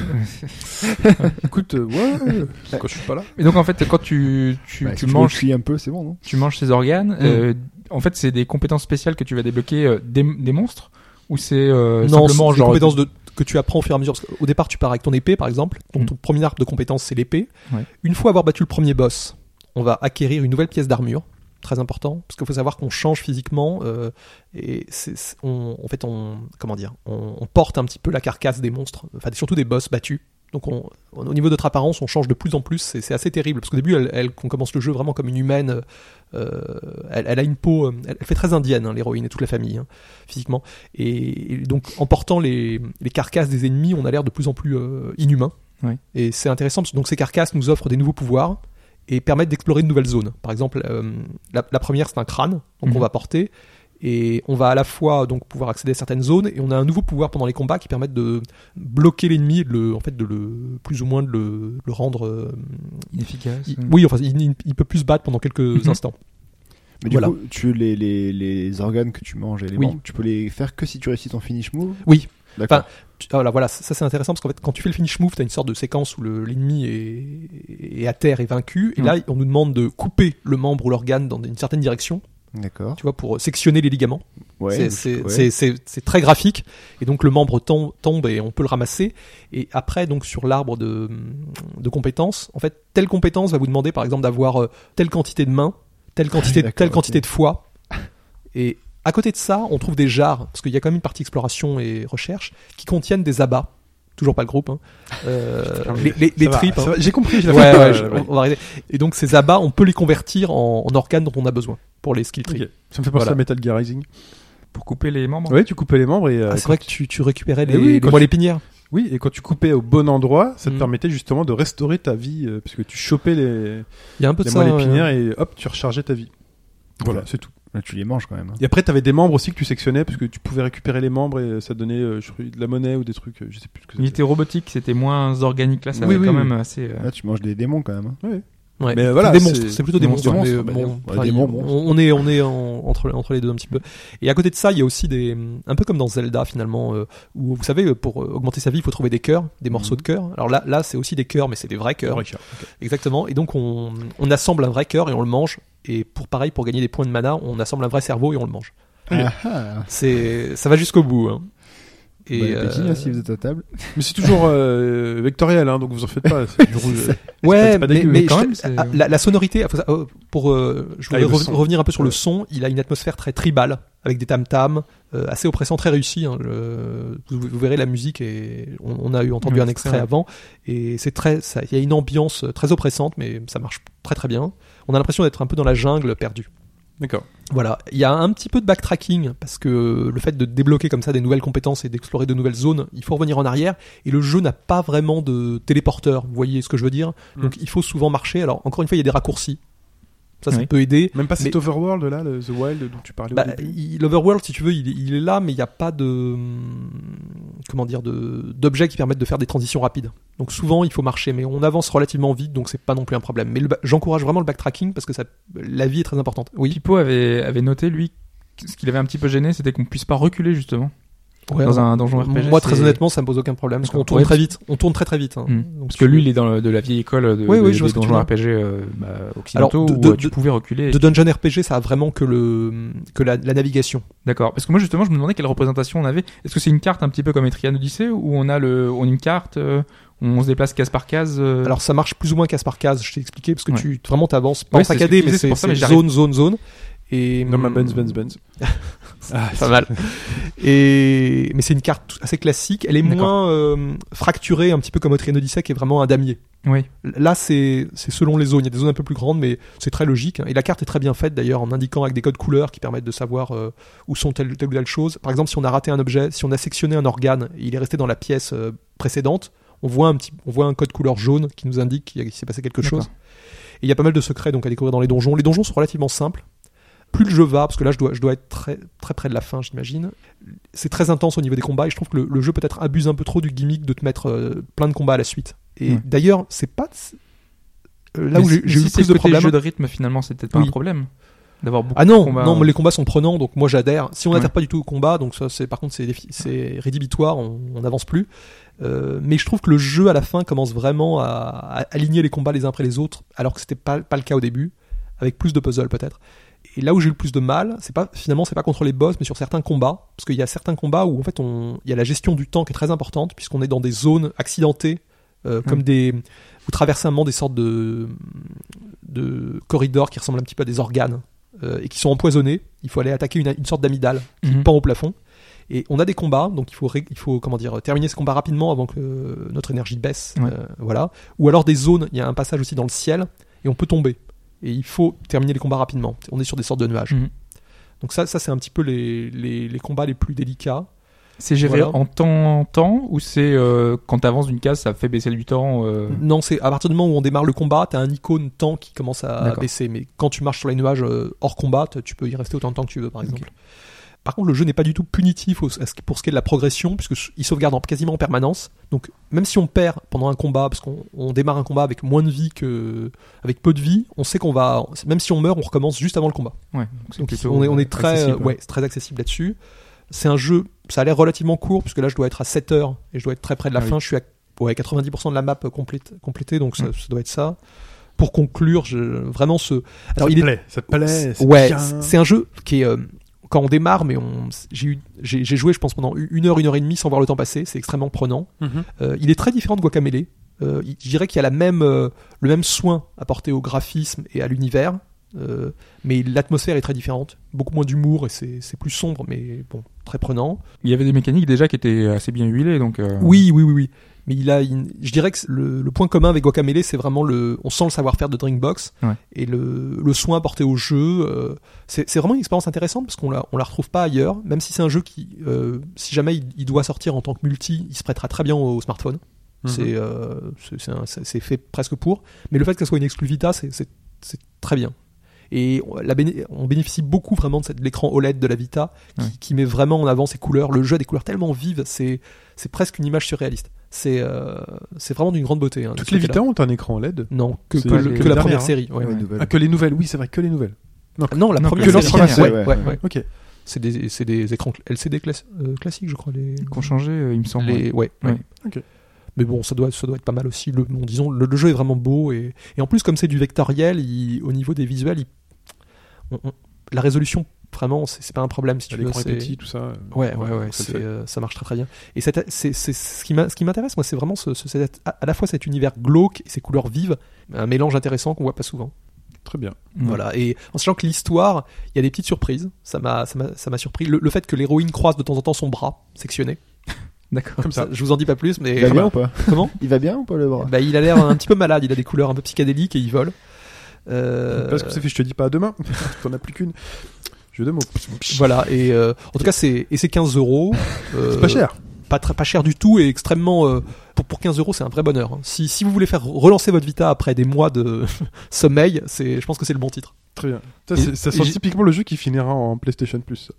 Écoute, euh, ouais, quand je suis pas là. Et donc en fait, quand tu tu, Bah, tu si tu manges manges un peu, c'est bon, non? tu manges ces organes, euh, en fait, c'est des compétences spéciales que tu vas débloquer euh, des, des monstres ou c'est euh, non, simplement c'est des genre compétences de, que tu apprends au fur et à mesure. Parce qu'au départ, tu pars avec ton épée, par exemple. Donc Mm. ton premier arbre de compétences, c'est l'épée. Ouais. Une fois avoir battu le premier boss, on va acquérir une nouvelle pièce d'armure. Très important, parce qu'il faut savoir qu'on change physiquement euh, et c'est, c'est- on, en fait, on comment dire, on, on porte un petit peu la carcasse des monstres, enfin surtout des boss battus. Donc on, on- au niveau de notre apparence, on change de plus en plus. C'est, c'est assez terrible parce qu'au début, elle, elle- on commence le jeu vraiment comme une humaine. euh, elle, elle a une peau, euh, elle, elle fait très indienne, hein, l'héroïne et toute la famille, hein, physiquement. Et, et donc en portant les, les carcasses des ennemis, on a l'air de plus en plus euh, inhumain. Ouais. Et c'est intéressant parce que donc ces carcasses nous offrent des nouveaux pouvoirs et permettent d'explorer de nouvelles zones. Par exemple, euh, la, la première c'est un crâne, donc Mhm. on va porter et on va à la fois donc pouvoir accéder à certaines zones et on a un nouveau pouvoir pendant les combats qui permettent de bloquer l'ennemi, et de le, en fait de le plus ou moins de le, le rendre. euh, inefficace. il- oui, enfin il, il- il peut plus se battre pendant quelques Mhm. instants. Mais du Voilà. coup, tu, les, les, les organes que tu manges et les Oui. membres, tu peux les faire que si tu réussis ton finish move? Oui. D'accord. Enfin, tu- ah, voilà, voilà, ça c'est intéressant parce qu'en fait, quand tu fais le finish move, tu as une sorte de séquence où le- l'ennemi est, est à terre et vaincu. Et Mm. là, on nous demande de couper le membre ou l'organe dans une certaine direction, D'accord. tu vois, pour sectionner les ligaments. Ouais. c'est, donc, c'est, ouais. c'est, c'est, c'est très graphique. Et donc, le membre tom- tombe et on peut le ramasser. Et après, donc, sur l'arbre de, de compétences, en fait, telle compétence va vous demander, par exemple, d'avoir euh, telle quantité de mains, telle quantité, D'accord, telle ok. quantité de foie. Et à côté de ça, on trouve des jarres, parce qu'il y a quand même une partie exploration et recherche, qui contiennent des abats. Toujours pas le groupe, hein. Euh, les, les, les Ça va, tripes. ça hein. va, j'ai compris, je l'ai Ouais, fait pas, ouais, je- euh, ouais. on va arrêter. Et donc ces abats, on peut les convertir en, en organes dont on a besoin pour les skill trees. Ok. Ça me fait penser Voilà. à Metal Gear Rising. Pour couper les membres. Ouais, tu coupais les membres et. euh, Ah, c'est quand vrai que tu- tu, tu récupérais les, Eh oui, les quand moelles tu- épinières. Oui, et quand tu coupais au bon endroit, ça te Mm. permettait justement de restaurer ta vie, euh, parce que tu chopais les, Il y a un peu de les ça. moelles ouais. épinières et hop, tu rechargeais ta vie. Voilà, Ouais. c'est tout. Là, tu les manges quand même. hein. Et après, t'avais des membres aussi que tu sectionnais, parce que tu pouvais récupérer les membres et ça donnait euh, je crois, de la monnaie ou des trucs, euh, je sais plus ce que Il c'était. était robotique, c'était moins organique là, ça Oui, avait oui, quand oui. même assez. euh, Là, tu manges des démons quand même. hein. Ouais. Ouais. Mais voilà, des c'est- monstres, c'est plutôt des des monstres. monstres, mais, monstres, bon, bah, ouais, enfin, des il- monstres. on, on est, on est en- entre, entre les deux un petit peu. Et à côté de ça, il y a aussi des, un peu comme dans Zelda finalement, euh, où vous savez, pour euh, augmenter sa vie, il faut trouver des cœurs, des morceaux de cœur. Alors là, là, c'est aussi des cœurs, mais c'est des vrais cœurs. Ouais, ok. Exactement. Et donc on, on assemble un vrai cœur et on le mange. Et pour pareil, pour gagner des points de mana, on assemble un vrai cerveau et on le mange. Ah, ah. C'est, ça va jusqu'au bout. Hein. Et Bon appétit, euh, hein, si vous êtes à table. Mais c'est toujours euh, vectoriel, hein, donc vous en faites pas. C'est du rouge. ouais, c'est pas mais, dégueu, mais quand je- même, c'est- ah, la, la sonorité, faut ça- euh, pour, euh, je voulais Ah, le rev- son. revenir un peu sur le Ouais. son. Il a une atmosphère très tribale avec des tam tams, assez oppressant, très réussi. Hein, le- vous, vous verrez la musique et on, on a eu entendu Oui, un c'est extrait vrai. avant et c'est très, ça- il y a une ambiance très oppressante, mais ça marche très très bien. On a l'impression d'être un peu dans la jungle perdue. D'accord. Voilà, il y a un petit peu de backtracking parce que le fait de débloquer comme ça des nouvelles compétences et d'explorer de nouvelles zones, il faut revenir en arrière et le jeu n'a pas vraiment de téléporteur, vous voyez ce que je veux dire. Mm. Donc il faut souvent marcher. Alors encore une fois, il y a des raccourcis. Ça, ça Oui. peut aider. Même pas Mais- cet overworld là, le The Wild dont tu parlais Bah, au début. il- l'overworld, si tu veux, il, il est là, mais il n'y a pas de comment dire de d'objets qui permettent de faire des transitions rapides. Donc souvent, il faut marcher, mais on avance relativement vite, donc c'est pas non plus un problème. Mais le ba- j'encourage vraiment le backtracking parce que ça, la vie est très importante. Oui. Pipo avait, avait noté, lui, que ce qu'il avait un petit peu gêné, c'était qu'on puisse pas reculer, justement. Ouais, Dans ouais. un donjon R P G, Moi, très c'est- honnêtement, ça me pose aucun problème parce D'accord. qu'on tourne Ouais, très parce- vite. On tourne très très vite. hein. Hmm. Donc, Parce que lui, il est dans le- de la vieille école de, Oui, de- oui, je vois des ce que tu donjons veux R P G euh, bah, occidentaux Alors, de- où de- euh, tu de- pouvais reculer. de Dungeon R P G, ça a vraiment que le que la, la navigation. D'accord. Parce que moi, justement, je me demandais quelle représentation on avait. Est-ce que c'est une carte un petit peu comme Etrian Odyssey où on a le, on a une carte, euh, où on se déplace case par case euh, Alors ça marche plus ou moins case par case. Je t'ai expliqué parce que Ouais. tu vraiment t'avances pas Ouais, en c'est ce que saccadé, tu mais disais, c'est c'est pour ça, mais c'est j'arrive- zone zone zone. Et Dans ma Benz, Benz, Benz. Ah, pas mal. Et mais c'est une carte assez classique. Elle est D'accord. moins euh, fracturée, un petit peu comme Etrian Odyssey, qui est vraiment un damier. Oui. Là, c'est c'est selon les zones. Il y a des zones un peu plus grandes, mais c'est très logique. hein. Et la carte est très bien faite d'ailleurs, en indiquant avec des codes couleurs qui permettent de savoir euh, où sont telle, telle ou telle chose. Par exemple, si on a raté un objet, si on a sectionné un organe, et il est resté dans la pièce euh, précédente, on voit un petit, on voit un code couleur jaune qui nous indique qu'il y a- qu'il s'est passé quelque D'accord. chose. Et il y a pas mal de secrets donc à découvrir dans les donjons. Les donjons sont relativement simples. Plus le jeu va, parce que là je dois, je dois être très, très près de la fin, j'imagine. C'est très intense au niveau des combats et je trouve que le, le jeu peut-être abuse un peu trop du gimmick de te mettre euh, plein de combats à la suite. Et Ouais. d'ailleurs, c'est pas euh, là Mais où j'ai si- j'ai si eu c'est plus le de côté problèmes. jeu de rythme, finalement, c'est peut-être pas Oui. un problème. D'avoir beaucoup Ah non, de combats. non, euh, mais les combats sont prenants, donc moi j'adhère. Si on Ouais. n'adhère pas du tout au combat, donc ça, c'est par contre c'est, défi- c'est rédhibitoire, on on n'avance plus. Euh, mais je trouve que le jeu à la fin commence vraiment à, à aligner les combats les uns après les autres, alors que c'était pas pas le cas au début, avec plus de puzzles peut-être. Et là où j'ai eu le plus de mal, c'est pas finalement c'est pas contre les boss, mais sur certains combats, parce qu'il y a certains combats où en fait on, il y a la gestion du temps qui est très importante, puisqu'on est dans des zones accidentées, euh, comme Mm. des, vous traversez un moment des sortes de de corridors qui ressemblent un petit peu à des organes euh, et qui sont empoisonnés. Il faut aller attaquer une, une sorte d'amygdale qui Mhm. pend au plafond. Et on a des combats, donc il faut, ré- il faut comment dire, terminer ces combats rapidement avant que euh, notre énergie baisse. Ouais. Euh, voilà. Ou alors des zones, il y a un passage aussi dans le ciel et on peut tomber. Et il faut terminer les combats rapidement. On est sur des sortes de nuages. Mhm. Donc ça, ça c'est un petit peu les, les, les combats les plus délicats. C'est géré Voilà. en temps en temps ou c'est euh, quand t'avances d'une case, ça fait baisser du temps euh... Non, c'est à partir du moment où on démarre le combat, t'as un icône temps qui commence à D'accord. baisser. Mais quand tu marches sur les nuages euh, hors combat, t- tu peux y rester autant de temps que tu veux, par exemple. Par contre, le jeu n'est pas du tout punitif au- à ce qui- pour ce qui est de la progression, puisque il sauvegarde en- quasiment en permanence. Donc, même si on perd pendant un combat, parce qu'on on démarre un combat avec moins de vie que avec peu de vie, on sait qu'on va, même si on meurt, on recommence juste avant le combat. Ouais, donc c'est Donc, plutôt, on est, on est euh, très, accessible. euh, ouais, c'est très accessible là-dessus. C'est un jeu, ça a l'air relativement court, puisque là, je dois être à sept heures et je dois être très près de la Ah fin. oui. Je suis à ouais, quatre-vingt-dix pour cent de la map complète, complétée, donc ça, Mm. ça doit être ça. Pour conclure, je, vraiment ce. Ça Alors, te il est plaît, ça te plaît. c'est ouais, bien. c'est c'est un jeu qui est euh, quand on démarre, mais on, j'ai eu, j'ai, j'ai joué, je pense pendant une heure, une heure et demie sans voir le temps passer. C'est extrêmement prenant. Mhm. Euh, il est très différent de Guacamelee. Euh, il- je dirais qu'il y a la même, euh, le même soin apporté au graphisme et à l'univers, euh, mais l'atmosphère est très différente. Beaucoup moins d'humour et c'est, c'est plus sombre, mais bon, très prenant. Il y avait des mécaniques déjà qui étaient assez bien huilées, donc. euh, Oui, oui, oui, oui. Mais il a, une- je dirais que le, le point commun avec Guacamelee, c'est vraiment le, on sent le savoir-faire de Drinkbox Ouais. et le, le soin apporté au jeu. euh, c'est, c'est vraiment une expérience intéressante parce qu'on la, on la retrouve pas ailleurs. Même si c'est un jeu qui, euh, si jamais il, il doit sortir en tant que multi, il se prêtera très bien au smartphone. Mhm. C'est, euh, c'est, c'est, un- c'est- c'est fait presque pour. Mais le fait que ce soit une exclu Vita, c'est, c'est, c'est très bien. Et on, la béné- on bénéficie beaucoup vraiment de, cette, de l'écran O L E D de la Vita qui, Ouais. qui met vraiment en avant ses couleurs. Le jeu a des couleurs tellement vives, c'est, c'est presque une image surréaliste. C'est, euh, c'est vraiment d'une grande beauté. Hein, de Toutes ce les côté-là. Vita ont un écron L E D. Non, que, C'est que, les- le- que que les la dernières, première hein. série. Ouais, Ouais, ouais. nouvelle. Ah, que les nouvelles, oui, c'est vrai, que les nouvelles. Non, la Non, première que série. l'ancienne Ouais, série, ouais, ouais. ouais, ouais. Ok. C'est des, c'est des écrans L C D classi- euh, classiques, je crois. Les, Qu'on changeait, euh, il me semble. les, ouais, ouais. Ouais. Ok. Mais bon, ça doit, ça doit être pas mal aussi. Le, bon, disons, le, le jeu est vraiment beau et, et en plus, comme c'est du vectoriel, il- au niveau des visuels, il- on- on- la résolution, vraiment, c'est, c'est pas un problème si tu veux. L'écran est c'est- petit, tout ça. Ouais, ouais, ouais, ça le c'est, fait. euh, ça marche très très bien. Et cette- c'est, c'est, ce, qui m'a- ce qui m'intéresse, moi, c'est vraiment ce, ce- cet- à, à la fois cet univers glauque et ces couleurs vives, un mélange intéressant qu'on voit pas souvent. Très bien. Ouais. Voilà. Et en sachant que l'histoire, il y a des petites surprises. Ça m'a, ça m'a, ça m'a surpris. Le, le fait que l'héroïne croise de temps en temps son bras sectionné. D'accord. Comme ça. Je vous en dis pas plus, mais Il va bien ou pas comment Il va bien ou pas le bras Bah, il a l'air un petit peu malade. Il a des couleurs un peu psychédéliques et il vole. Euh, Parce que c'est fait, je te dis pas à demain. T'en as plus qu'une. Jeu de mots. Voilà. Et euh, en tout cas, c'est et c'est quinze euros. Euh, C'est pas cher. Pas très, pas cher du tout et extrêmement euh, pour pour quinze euros, c'est un vrai bonheur. hein. Si si vous voulez faire relancer votre Vita après des mois de sommeil, c'est je pense que c'est le bon titre. Très bien. Ça, Et- c'est- ça et sent j'ai- typiquement le jeu qui finira en PlayStation Plus.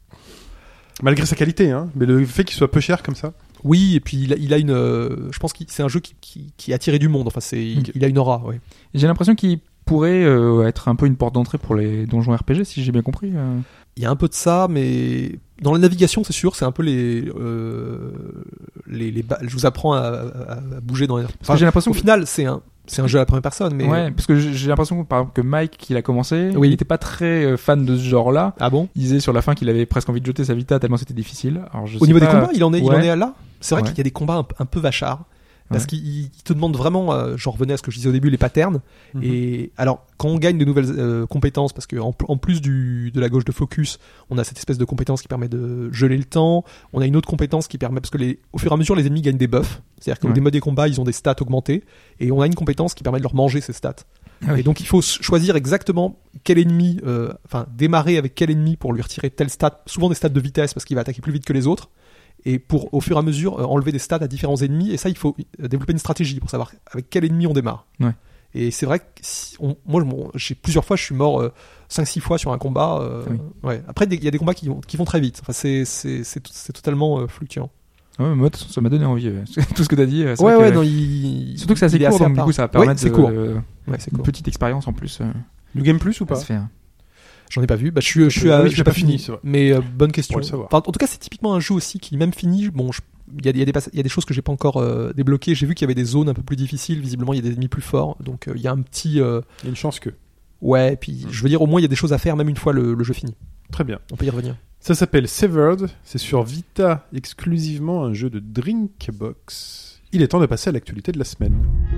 Malgré sa qualité, hein. Mais le fait qu'il soit peu cher comme ça. Oui, et puis il a, il a une. euh, je pense que c'est un jeu qui, qui, qui a attiré du monde. Enfin, c'est, il, Ok. il a une aura. Ouais. J'ai l'impression qu'il pourrait euh, être un peu une porte d'entrée pour les donjons R P G, si j'ai bien compris. euh. Il y a un peu de ça, mais dans la navigation, c'est sûr, c'est un peu les. Euh, les, les ba- je vous apprends à, à- à bouger dans les. Parce Enfin, que j'ai l'impression au que final, c'est un, c'est un jeu à la première personne, mais. Ouais, parce que j'ai j'ai l'impression que, par exemple, que Mike, qui l'a commencé, Oui. il était pas très euh, fan de ce genre-là. Ah bon. Il disait sur la fin qu'il avait presque envie de jeter sa Vita tellement c'était difficile. Alors, je Au sais niveau des pas- combats, il en est, il en Ouais. est là. C'est vrai Ouais. qu'il y a des combats un, un peu vachards. Parce Ouais. qu'il il te demande vraiment, euh, j'en revenais à ce que je disais au début, les patterns. Mhm. Et alors, quand on gagne de nouvelles euh, compétences, parce que en, en plus du, de la gauche de focus, on a cette espèce de compétence qui permet de geler le temps. On a une autre compétence qui permet, parce que les, au fur et à mesure, les ennemis gagnent des buffs. C'est-à-dire qu'au Ouais. démode des combats, ils ont des stats augmentées. Et on a une compétence qui permet de leur manger ces stats. Ah oui. Et donc, il faut s- choisir exactement quel ennemi, euh, enfin, démarrer avec quel ennemi pour lui retirer tel stat. Souvent des stats de vitesse, parce qu'il va attaquer plus vite que les autres. Et pour, au fur et à mesure, euh, enlever des stats à différents ennemis. Et ça, il faut euh, développer une stratégie pour savoir avec quel ennemi on démarre. Ouais. Et c'est vrai que si on- moi, je m'en- j'ai plusieurs fois, je suis mort euh, cinq six fois sur un combat. euh, Oui. ouais. Après, il y a des combats qui vont, qui vont très vite. Enfin, c'est, c'est, c'est, tout- c'est totalement euh, fluctuant. Ouais, moi, de toute façon, ça m'a donné envie. euh, Tout ce que t'as dit. euh, c'est Ouais, vrai ouais, que- non, il... Surtout que c'est assez il est court, donc à du part. coup, ça va Ouais, permettre c'est de- court. euh, Ouais, c'est une court. petite expérience en plus euh, New Game Plus ou à pas se faire. J'en ai pas vu. Bah, je suis, je suis, Ah à- oui, j'ai j'ai pas pas fini. fini, c'est vrai. Mais euh, bonne question. Pour le savoir. Enfin, en tout cas, c'est typiquement un jeu aussi qui, même fini, bon, je- il y a, il y a des, pass- il y a des choses que j'ai pas encore euh, débloquées. J'ai vu qu'il y avait des zones un peu plus difficiles. Visiblement, il y a des ennemis plus forts. Donc, euh, il y a un petit, euh, Il y a une chance que. ouais. Puis, je veux dire, au moins, il y a des choses à faire, même une fois le, le jeu fini. Très bien. On peut y revenir. Ça s'appelle Severed, c'est sur Vita exclusivement, un jeu de Drinkbox. Il est temps de passer à l'actualité de la semaine.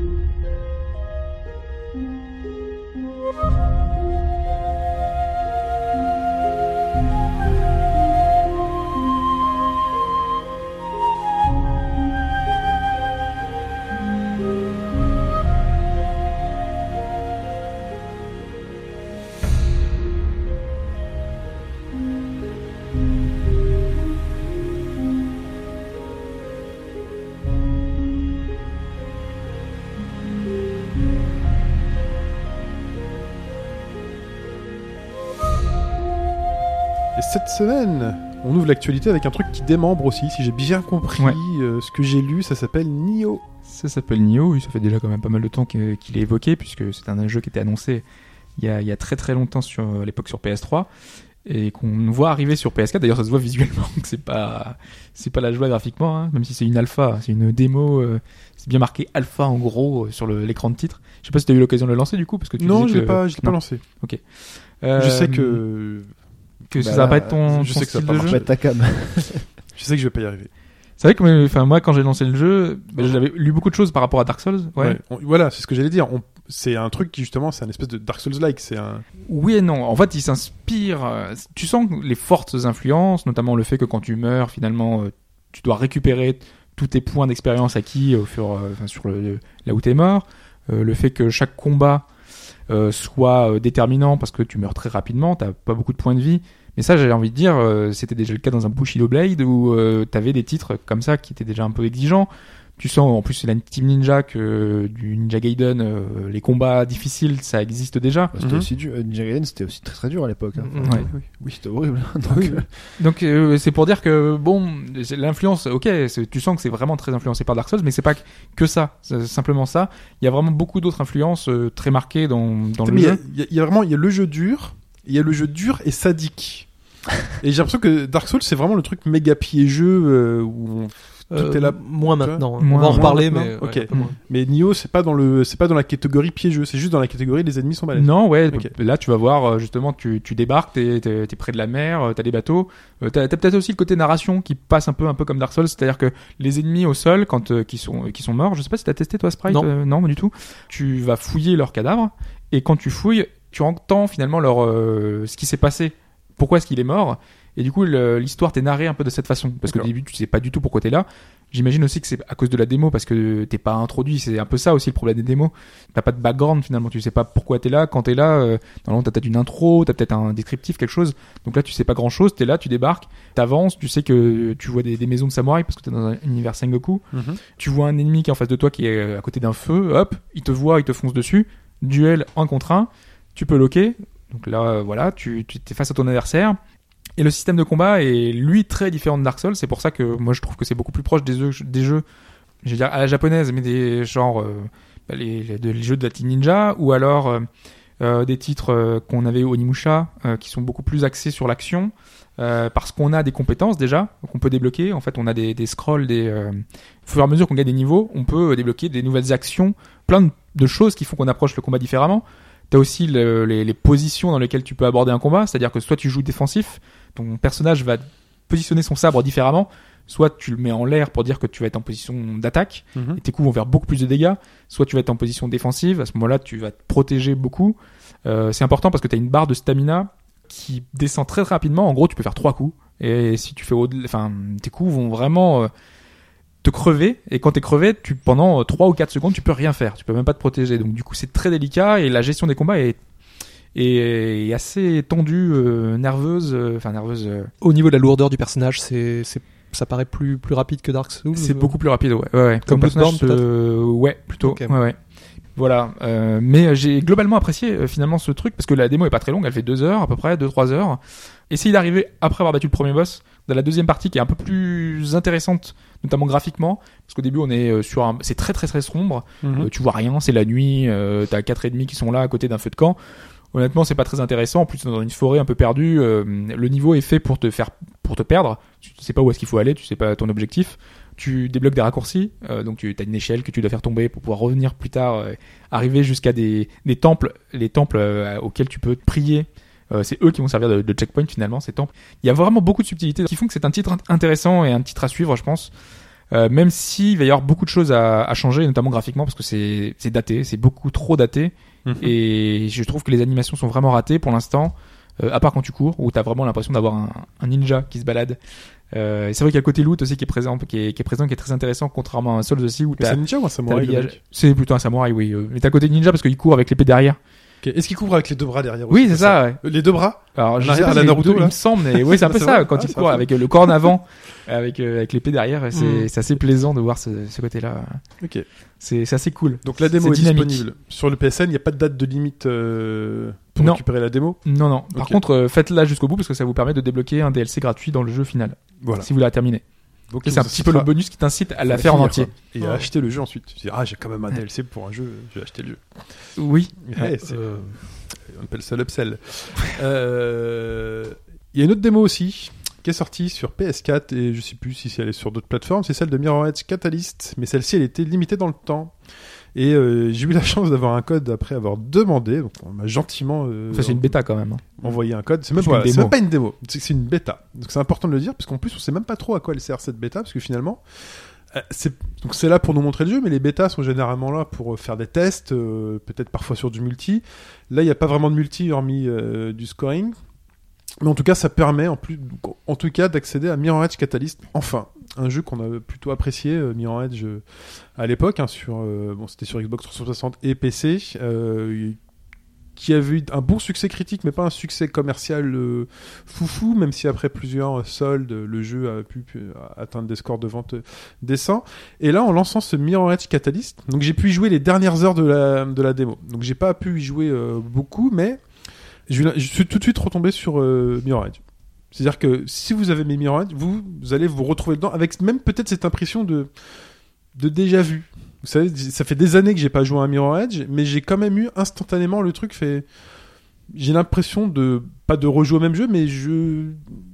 Et cette semaine, on ouvre l'actualité avec un truc qui démembre aussi, si j'ai bien compris Ouais. euh, ce que j'ai lu, ça s'appelle Nioh. Ça s'appelle Nioh, oui, ça fait déjà quand même pas mal de temps que- qu'il est évoqué, puisque c'est un jeu qui était annoncé il y a, il y a très très longtemps sur à l'époque sur P S trois, et qu'on voit arriver sur P S quatre. D'ailleurs, ça se voit visuellement que c'est pas c'est pas la joie graphiquement, hein, même si c'est une alpha, c'est une démo, euh, c'est bien marqué alpha en gros euh, sur le- l'écran de titre. Je sais pas si t'as eu l'occasion de le lancer du coup, parce que tu Non, disais je l'ai que- pas, je l'ai pas non. lancé. Euh, Je sais que que Bah ça va là, pas être ton, je ton sais que ça va style pas de marcher. jeu. Pas ta cam. je sais que je vais pas y arriver. C'est vrai que mais, enfin moi quand j'ai lancé le jeu, bah, j'avais lu beaucoup de choses par rapport à Dark Souls. Ouais. Ouais, on- voilà, c'est ce que j'allais dire. On- c'est un truc qui justement, c'est un espèce de Dark Souls-like. C'est un. Oui et non. En fait, il s'inspire. euh, Tu sens les fortes influences, notamment le fait que quand tu meurs, finalement, euh, tu dois récupérer tous tes points d'expérience acquis au fur, euh, enfin, sur le, là où t'es mort. Euh, le fait que chaque combat euh, soit euh, déterminant parce que tu meurs très rapidement, t'as pas beaucoup de points de vie. Mais ça, j'avais envie de dire, euh, c'était déjà le cas dans un Bushido Blade où euh, t'avais des titres comme ça qui étaient déjà un peu exigeants. Tu sens, en plus, c'est la Team Ninja que du Ninja Gaiden, euh, les combats difficiles, ça existe déjà. Bah, c'était Mhm. aussi dur. Ninja Gaiden, c'était aussi très très dur à l'époque. hein. Mhm. Ouais. Oui, Oui, c'était horrible. Donc, Oui, euh, oui. Donc euh, c'est pour dire que bon, c'est l'influence, ok, c'est- tu sens que c'est vraiment très influencé par Dark Souls, mais c'est pas que ça, c'est simplement ça. Il y a vraiment beaucoup d'autres influences euh, très marquées dans, dans le Mais il y, a- jeu. il y a- il y a vraiment, il y a le jeu dur, et il y a le jeu dur et sadique. Et j'ai l'impression que Dark Souls, c'est vraiment le truc méga piégeux euh, où on- tout Euh, est là. Moins maintenant. hein. Moins- On va en moins reparler, maintenant. mais. Ok. ouais, un peu moins. Mais Nioh, c'est pas dans le, c'est pas dans la catégorie piégeux, c'est juste dans la catégorie les ennemis sont balèzes. Non, ouais, Ok. là tu vas voir euh, justement, tu, tu débarques, t'es, t'es, t'es près de la mer, euh, t'as des bateaux, euh, t'as, t'as peut-être aussi le côté narration qui passe un peu, un peu comme Dark Souls, c'est-à-dire que les ennemis au sol, quand euh, qui sont, qui sont morts, je sais pas si t'as testé toi Sprite, Non. euh, non, pas du tout. Tu vas fouiller leurs cadavres et quand tu fouilles, tu entends finalement leur, euh, ce qui s'est passé, pourquoi est-ce qu'il est mort. Et du coup, le- l'histoire t'est narrée un peu de cette façon. Parce qu'au D'accord. début, tu sais pas du tout pourquoi t'es là. J'imagine aussi que c'est à cause de la démo, parce que t'es pas introduit. C'est un peu ça aussi le problème des démos. T'as pas de background finalement. Tu sais pas pourquoi t'es là. Quand t'es là, euh, normalement t'as peut-être une intro, t'as peut-être un descriptif, quelque chose. Donc là, tu sais pas grand chose. T'es là, tu débarques, t'avances, tu sais que tu vois des, des maisons de samouraïs parce que t'es dans un univers Sengoku. Mhm. Tu vois un ennemi qui est en face de toi qui est à côté d'un feu. Hop, il te voit, il te fonce dessus. Duel un contre un. Tu peux loquer. Donc là, euh, voilà, tu, tu t'es face à ton adversaire. Et le système de combat est, lui, très différent de Dark Souls. C'est pour ça que moi, je trouve que c'est beaucoup plus proche des jeux, des jeux, je vais dire à la japonaise, mais des genres, euh, bah, les, les, les jeux de la Team Ninja, ou alors euh, euh, des titres euh, qu'on avait au Onimusha, euh, qui sont beaucoup plus axés sur l'action, euh, parce qu'on a des compétences déjà qu'on peut débloquer. En fait, on a des, des scrolls, des, euh, au fur et à mesure qu'on gagne des niveaux, on peut débloquer des nouvelles actions, plein de, de choses qui font qu'on approche le combat différemment. T'as aussi le, les, les positions dans lesquelles tu peux aborder un combat, c'est-à-dire que soit tu joues défensif, ton personnage va positionner son sabre différemment, soit tu le mets en l'air pour dire que tu vas être en position d'attaque, Mhm. et tes coups vont faire beaucoup plus de dégâts, soit tu vas être en position défensive, à ce moment-là tu vas te protéger beaucoup. Euh, c'est important parce que tu as une barre de stamina qui descend très rapidement, en gros tu peux faire trois coups, et si tu fais au- enfin, tes coups vont vraiment euh, te crever, et quand t'es crevé, tu, pendant trois ou quatre secondes, tu peux rien faire, tu peux même pas te protéger, donc du coup c'est très délicat, et la gestion des combats est, est, est assez tendue, euh, nerveuse, euh, enfin nerveuse, euh, Au niveau de la lourdeur du personnage, c'est, c'est, ça paraît plus, plus rapide que Dark Souls. c'est ou- beaucoup plus rapide, ouais, ouais, ouais. Comme Ton personnage, Bloodborne, peut-être euh, ouais, plutôt, Ok. ouais, ouais. Voilà, euh, mais euh, j'ai globalement apprécié euh, finalement ce truc parce que la démo est pas très longue, elle fait deux heures à peu près, deux trois heures. Essayer d'arriver après avoir battu le premier boss dans la deuxième partie qui est un peu plus intéressante, notamment graphiquement, parce qu'au début on est euh, sur un, c'est très très très sombre, Mhm. euh, tu vois rien, c'est la nuit, euh, t'as quatre ennemis qui sont là à côté d'un feu de camp. honnêtement, c'est pas très intéressant. En plus, dans une forêt un peu perdue, euh, le niveau est fait pour te faire, pour te perdre. Tu sais pas où est-ce qu'il faut aller, tu sais pas ton objectif. Tu débloques des raccourcis, euh, donc tu as une échelle que tu dois faire tomber pour pouvoir revenir plus tard, euh, arriver jusqu'à des, des temples, les temples euh, auxquels tu peux prier. Euh, c'est eux qui vont servir de, de checkpoint finalement, ces temples. Il y a vraiment beaucoup de subtilités qui font que c'est un titre intéressant et un titre à suivre, je pense. Euh, même s'il va y avoir beaucoup de choses à, à changer, notamment graphiquement, parce que c'est, c'est daté, c'est beaucoup trop daté. Mmh. Et je trouve que les animations sont vraiment ratées pour l'instant, euh, à part quand tu cours, où t'as vraiment l'impression d'avoir un, un ninja qui se balade. Euh, et c'est vrai qu'il y a le côté loot aussi qui est présent, qui est, qui est présent, qui est très intéressant, contrairement à un Souls aussi où t'as. C'est un ninja ou un samouraï? C'est plutôt un samouraï, oui. Mais t'as le côté ninja parce qu'il court avec l'épée derrière. Okay. Est-ce qu'il couvre avec les deux bras derrière aussi? Oui, c'est ça. Ouais. Les deux bras. Alors, je sais pas, la Naruto, deux, il me semble, mais oui, c'est un peu ça. Quand ah, il court avec le corps en avant, avec euh, avec l'épée derrière, c'est mm. c'est assez plaisant de voir ce, ce côté-là. Ok. C'est c'est assez cool. Donc la démo est, est disponible sur le P S N. Il n'y a pas de date de limite euh, pour non. récupérer la démo. Non, non. Par okay. contre, euh, faites-la jusqu'au bout parce que ça vous permet de débloquer un D L C gratuit dans le jeu final. Voilà. Si vous la terminez. Donc, c'est un petit peu le bonus qui t'incite à la faire en entier. Et ouais. à acheter le jeu ensuite. Tu dis, ah, j'ai quand même un D L C pour un jeu, je vais acheter le jeu. Oui. Ouais, c'est, euh... on appelle ça l'upsell. euh... Il y a une autre démo aussi qui est sortie sur P S quatre et je sais plus si elle est sur d'autres plateformes. C'est celle de Mirror's Edge Catalyst, mais celle-ci, elle était limitée dans le temps. Et euh, j'ai eu la chance d'avoir un code après avoir demandé. Donc on m'a gentiment euh, enfin, c'est une bêta quand même. Envoyé un code. C'est même, pas, c'est même pas une démo. C'est, c'est une bêta. Donc c'est important de le dire parce qu'en plus on sait même pas trop à quoi elle sert cette bêta parce que finalement euh, c'est donc c'est là pour nous montrer le jeu, mais les bêtas sont généralement là pour faire des tests, euh, peut-être parfois sur du multi. Là il y a pas vraiment de multi hormis euh, du scoring. Mais en tout cas, ça permet en plus, en tout cas, d'accéder à Mirror's Edge Catalyst. Enfin, un jeu qu'on a plutôt apprécié, euh, Mirror's Edge euh, à l'époque, hein, sur, euh, bon, c'était sur Xbox trois cent soixante et P C, euh, qui avait eu un bon succès critique, mais pas un succès commercial euh, foufou, même si après plusieurs soldes, le jeu a pu, pu atteindre des scores de vente décents. Et là, en lançant ce Mirror's Edge Catalyst, donc j'ai pu y jouer les dernières heures de la de la démo. Donc j'ai pas pu y jouer euh, beaucoup, mais Je, je suis tout de suite retombé sur euh, Mirror's Edge. C'est-à-dire que si vous avez mis Mirror's Edge, vous, vous allez vous retrouver dedans avec même peut-être cette impression de, de déjà vu. Vous savez, ça fait des années que j'ai pas joué à Mirror's Edge, mais j'ai quand même eu instantanément le truc fait. J'ai l'impression de pas de rejouer au même jeu, mais je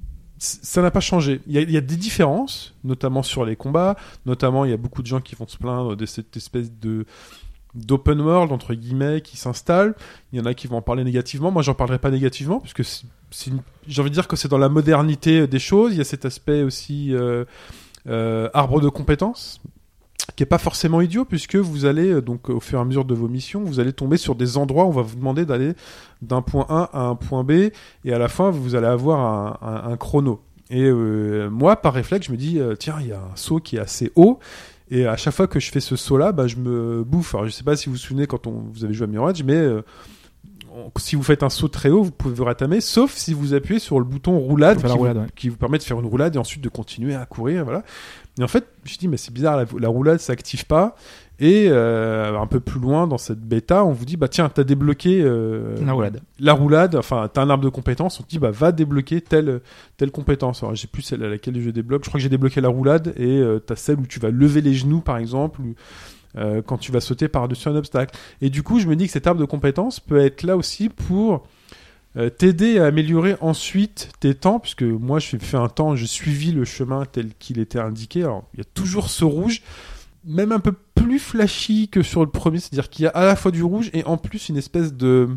ça n'a pas changé. Il y a, il y a des différences, notamment sur les combats. Notamment, il y a beaucoup de gens qui vont se plaindre de cette espèce de d'open world entre guillemets qui s'installe. Il y en a qui vont en parler négativement. Moi, j'en parlerai pas négativement puisque c'est, c'est une... j'ai envie de dire que c'est dans la modernité des choses. Il y a cet aspect aussi euh, euh, arbre de compétences qui est pas forcément idiot puisque vous allez donc au fur et à mesure de vos missions, vous allez tomber sur des endroits où on va vous demander d'aller d'un point A à un point B et à la fin vous allez avoir un, un, un chrono. Et euh, moi, par réflexe, je me dis euh, tiens, il y a un saut qui est assez haut. Et à chaque fois que je fais ce saut-là, bah, je me bouffe. Alors, je sais pas si vous vous souvenez quand on, vous avez joué à Mirror's Edge, mais euh, on, si vous faites un saut très haut, vous pouvez vous ratamer, sauf si vous appuyez sur le bouton roulade, qui, roulade vous, ouais. qui vous permet de faire une roulade et ensuite de continuer à courir. Voilà. Et en fait, je me dis, mais c'est bizarre, la, la roulade s'active pas. Et euh, un peu plus loin dans cette bêta, on vous dit, bah tiens, t'as débloqué euh, la roulade. La roulade, enfin, t'as un arbre de compétences, on te dit, bah va débloquer telle, telle compétence. Alors, j'ai plus celle à laquelle je débloque. Je crois que j'ai débloqué la roulade et euh, t'as celle où tu vas lever les genoux, par exemple, ou euh, quand tu vas sauter par-dessus un obstacle. Et du coup, je me dis que cet arbre de compétences peut être là aussi pour euh, t'aider à améliorer ensuite tes temps, puisque moi, j'ai fait un temps, j'ai suivi le chemin tel qu'il était indiqué. Alors, il y a toujours ce rouge, même un peu plus flashy que sur le premier, c'est-à-dire qu'il y a à la fois du rouge et en plus une espèce de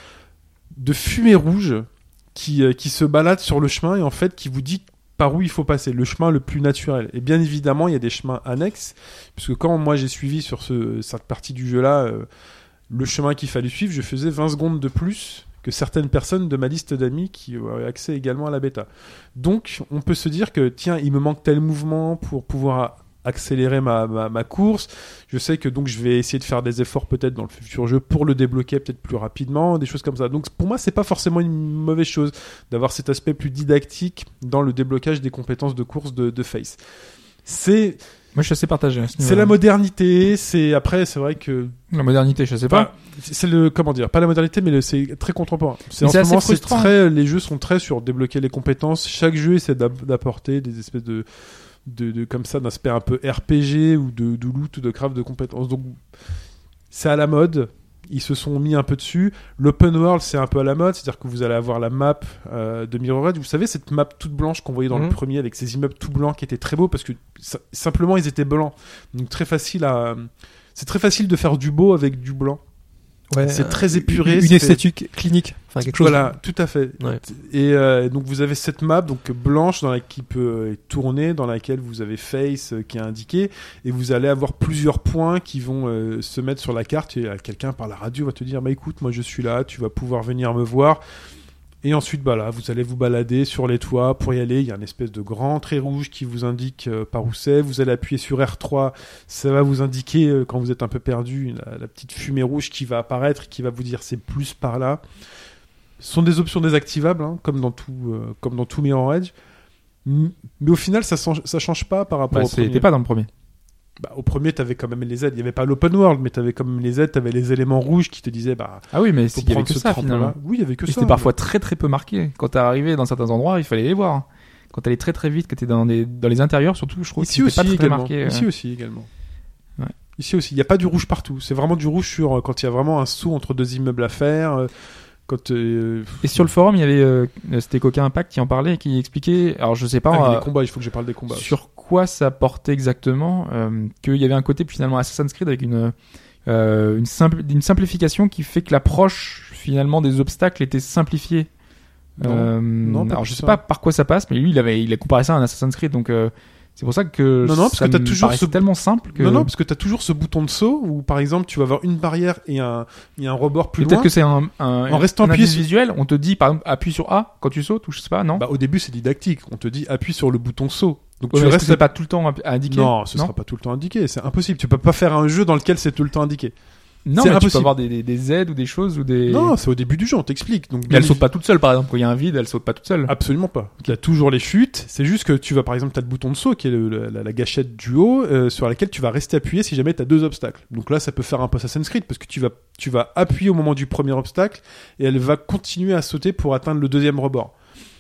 de fumée rouge qui euh, qui se balade sur le chemin et en fait qui vous dit par où il faut passer, le chemin le plus naturel. Et bien évidemment, il y a des chemins annexes, puisque quand moi j'ai suivi sur ce, cette partie du jeu-là euh, le chemin qu'il fallait suivre, je faisais vingt secondes de plus que certaines personnes de ma liste d'amis qui auraient accès également à la bêta. Donc, on peut se dire que tiens, il me manque tel mouvement pour pouvoir accélérer ma, ma, ma course. Je sais que donc je vais essayer de faire des efforts peut-être dans le futur jeu pour le débloquer peut-être plus rapidement, des choses comme ça. Donc pour moi, c'est pas forcément une mauvaise chose d'avoir cet aspect plus didactique dans le déblocage des compétences de course de, de Face. C'est Moi, je suis assez partagé. C'est la modernité. C'est après, c'est vrai que la modernité, je sais pas. Enfin, c'est le comment dire, pas la modernité, mais le, c'est très contemporain. C'est mais en c'est ce moment, c'est frustrant. très, les jeux sont très sur débloquer les compétences. Chaque jeu essaie d'apporter des espèces de De, de comme ça d'aspect un peu R P G ou de, de loot ou de craft de compétences, donc c'est à la mode ils se sont mis un peu dessus. L'open world, c'est un peu à la mode, c'est-à-dire que vous allez avoir la map euh, de Mirror's Edge. Vous savez, cette map toute blanche qu'on voyait dans Mhm. le premier avec ces immeubles tout blancs qui étaient très beaux parce que ça- simplement ils étaient blancs. Donc très facile à, c'est très facile de faire du beau avec du blanc. Ouais, C'est euh, très épuré, Une, c'est- une esthétique clinique. Enfin, quelque chose. Voilà, tout à fait. Ouais. Et euh, donc vous avez cette map donc blanche dans laquelle qui peut être tournée, dans laquelle vous avez face euh, qui est indiqué, et vous allez avoir plusieurs points qui vont euh, se mettre sur la carte. Et euh, quelqu'un par la radio va te dire bah écoute, moi je suis là, tu vas pouvoir venir me voir. Et ensuite, bah là, vous allez vous balader sur les toits pour y aller. Il y a une espèce de grand trait rouge qui vous indique euh, par où c'est. Vous allez appuyer sur R trois. Ça va vous indiquer, euh, quand vous êtes un peu perdu, la, la petite fumée rouge qui va apparaître et qui va vous dire c'est plus par là. Ce sont des options désactivables, hein, comme dans tout, euh, comme dans tout Mirror's Edge. M- Mais au final, ça, change- ça change pas par rapport Bah, au premier. c'était pas dans le premier. Bah, au premier, t'avais quand même les aides. Il y avait pas l'open world, mais t'avais quand même les aides. T'avais les éléments rouges qui te disaient bah. Ah oui, mais Faut il y avait prendre que ce ça tremplin-là. finalement. Oui, il y avait que Et ça. c'était parfois très très peu marqué. Quand t'es arrivé dans certains endroits, il fallait les voir. Quand t'allais très très vite, que t'es dans, des, dans les intérieurs, surtout, je trouve Ici que aussi c'était pas très également. marqué. euh. Ici aussi également. Ouais. Ici aussi. Il n'y a pas du rouge partout. C'est vraiment du rouge sur euh, quand il y a vraiment un saut entre deux immeubles à faire. euh, Quand euh, Et sur le forum, il y avait euh, c'était Coca Impact qui en parlait et qui expliquait. Alors je sais pas ah, il y a euh, les combats. Il faut que je parle des combats. sur quoi ça portait exactement, euh, qu'il y avait un côté finalement Assassin's Creed avec une euh, une, simple, une simplification qui fait que l'approche finalement des obstacles était simplifiée. Non. Euh, Non, pas alors plus je sais ça. pas par quoi ça passe, mais lui il avait il a comparé ça à un Assassin's Creed, donc euh, c'est pour ça que Non, non, parce ça que t'as me toujours paraissait ce- tellement simple que Non, non, parce que t'as toujours ce bouton de saut où, par exemple, tu vas avoir une barrière et un, et un rebord plus peut-être loin. que c'est un, un, En restant un appuyé indice sur- visuel. On te dit par exemple appuie sur A quand tu sautes ou je sais pas, non. Bah, au début, c'est didactique. On te dit appuie sur le bouton saut. Donc Ouais, tu mais est-ce restes que c'est pas tout le temps à indiquer. Non, ce sera pas tout le temps indiqué. C'est impossible. Tu peux pas faire un jeu dans lequel c'est tout le temps indiqué. Non, c'est mais tu peux impossible. avoir des, des, des aides ou des choses ou des. Non, c'est au début du jeu. On t'explique. Donc Mais bien elle saute évi- pas toute seule, par exemple. Quand il y a un vide, elle saute pas toute seule. Absolument pas. Il y a toujours les chutes. C'est juste que tu vas, par exemple, t'as le bouton de saut qui est le- le- la, la gâchette du haut euh, sur laquelle tu vas rester appuyé si jamais t'as deux obstacles. Donc là, ça peut faire un peu Assassin's Creed parce que tu vas, tu vas appuyer au moment du premier obstacle et elle va continuer à sauter pour atteindre le deuxième rebord.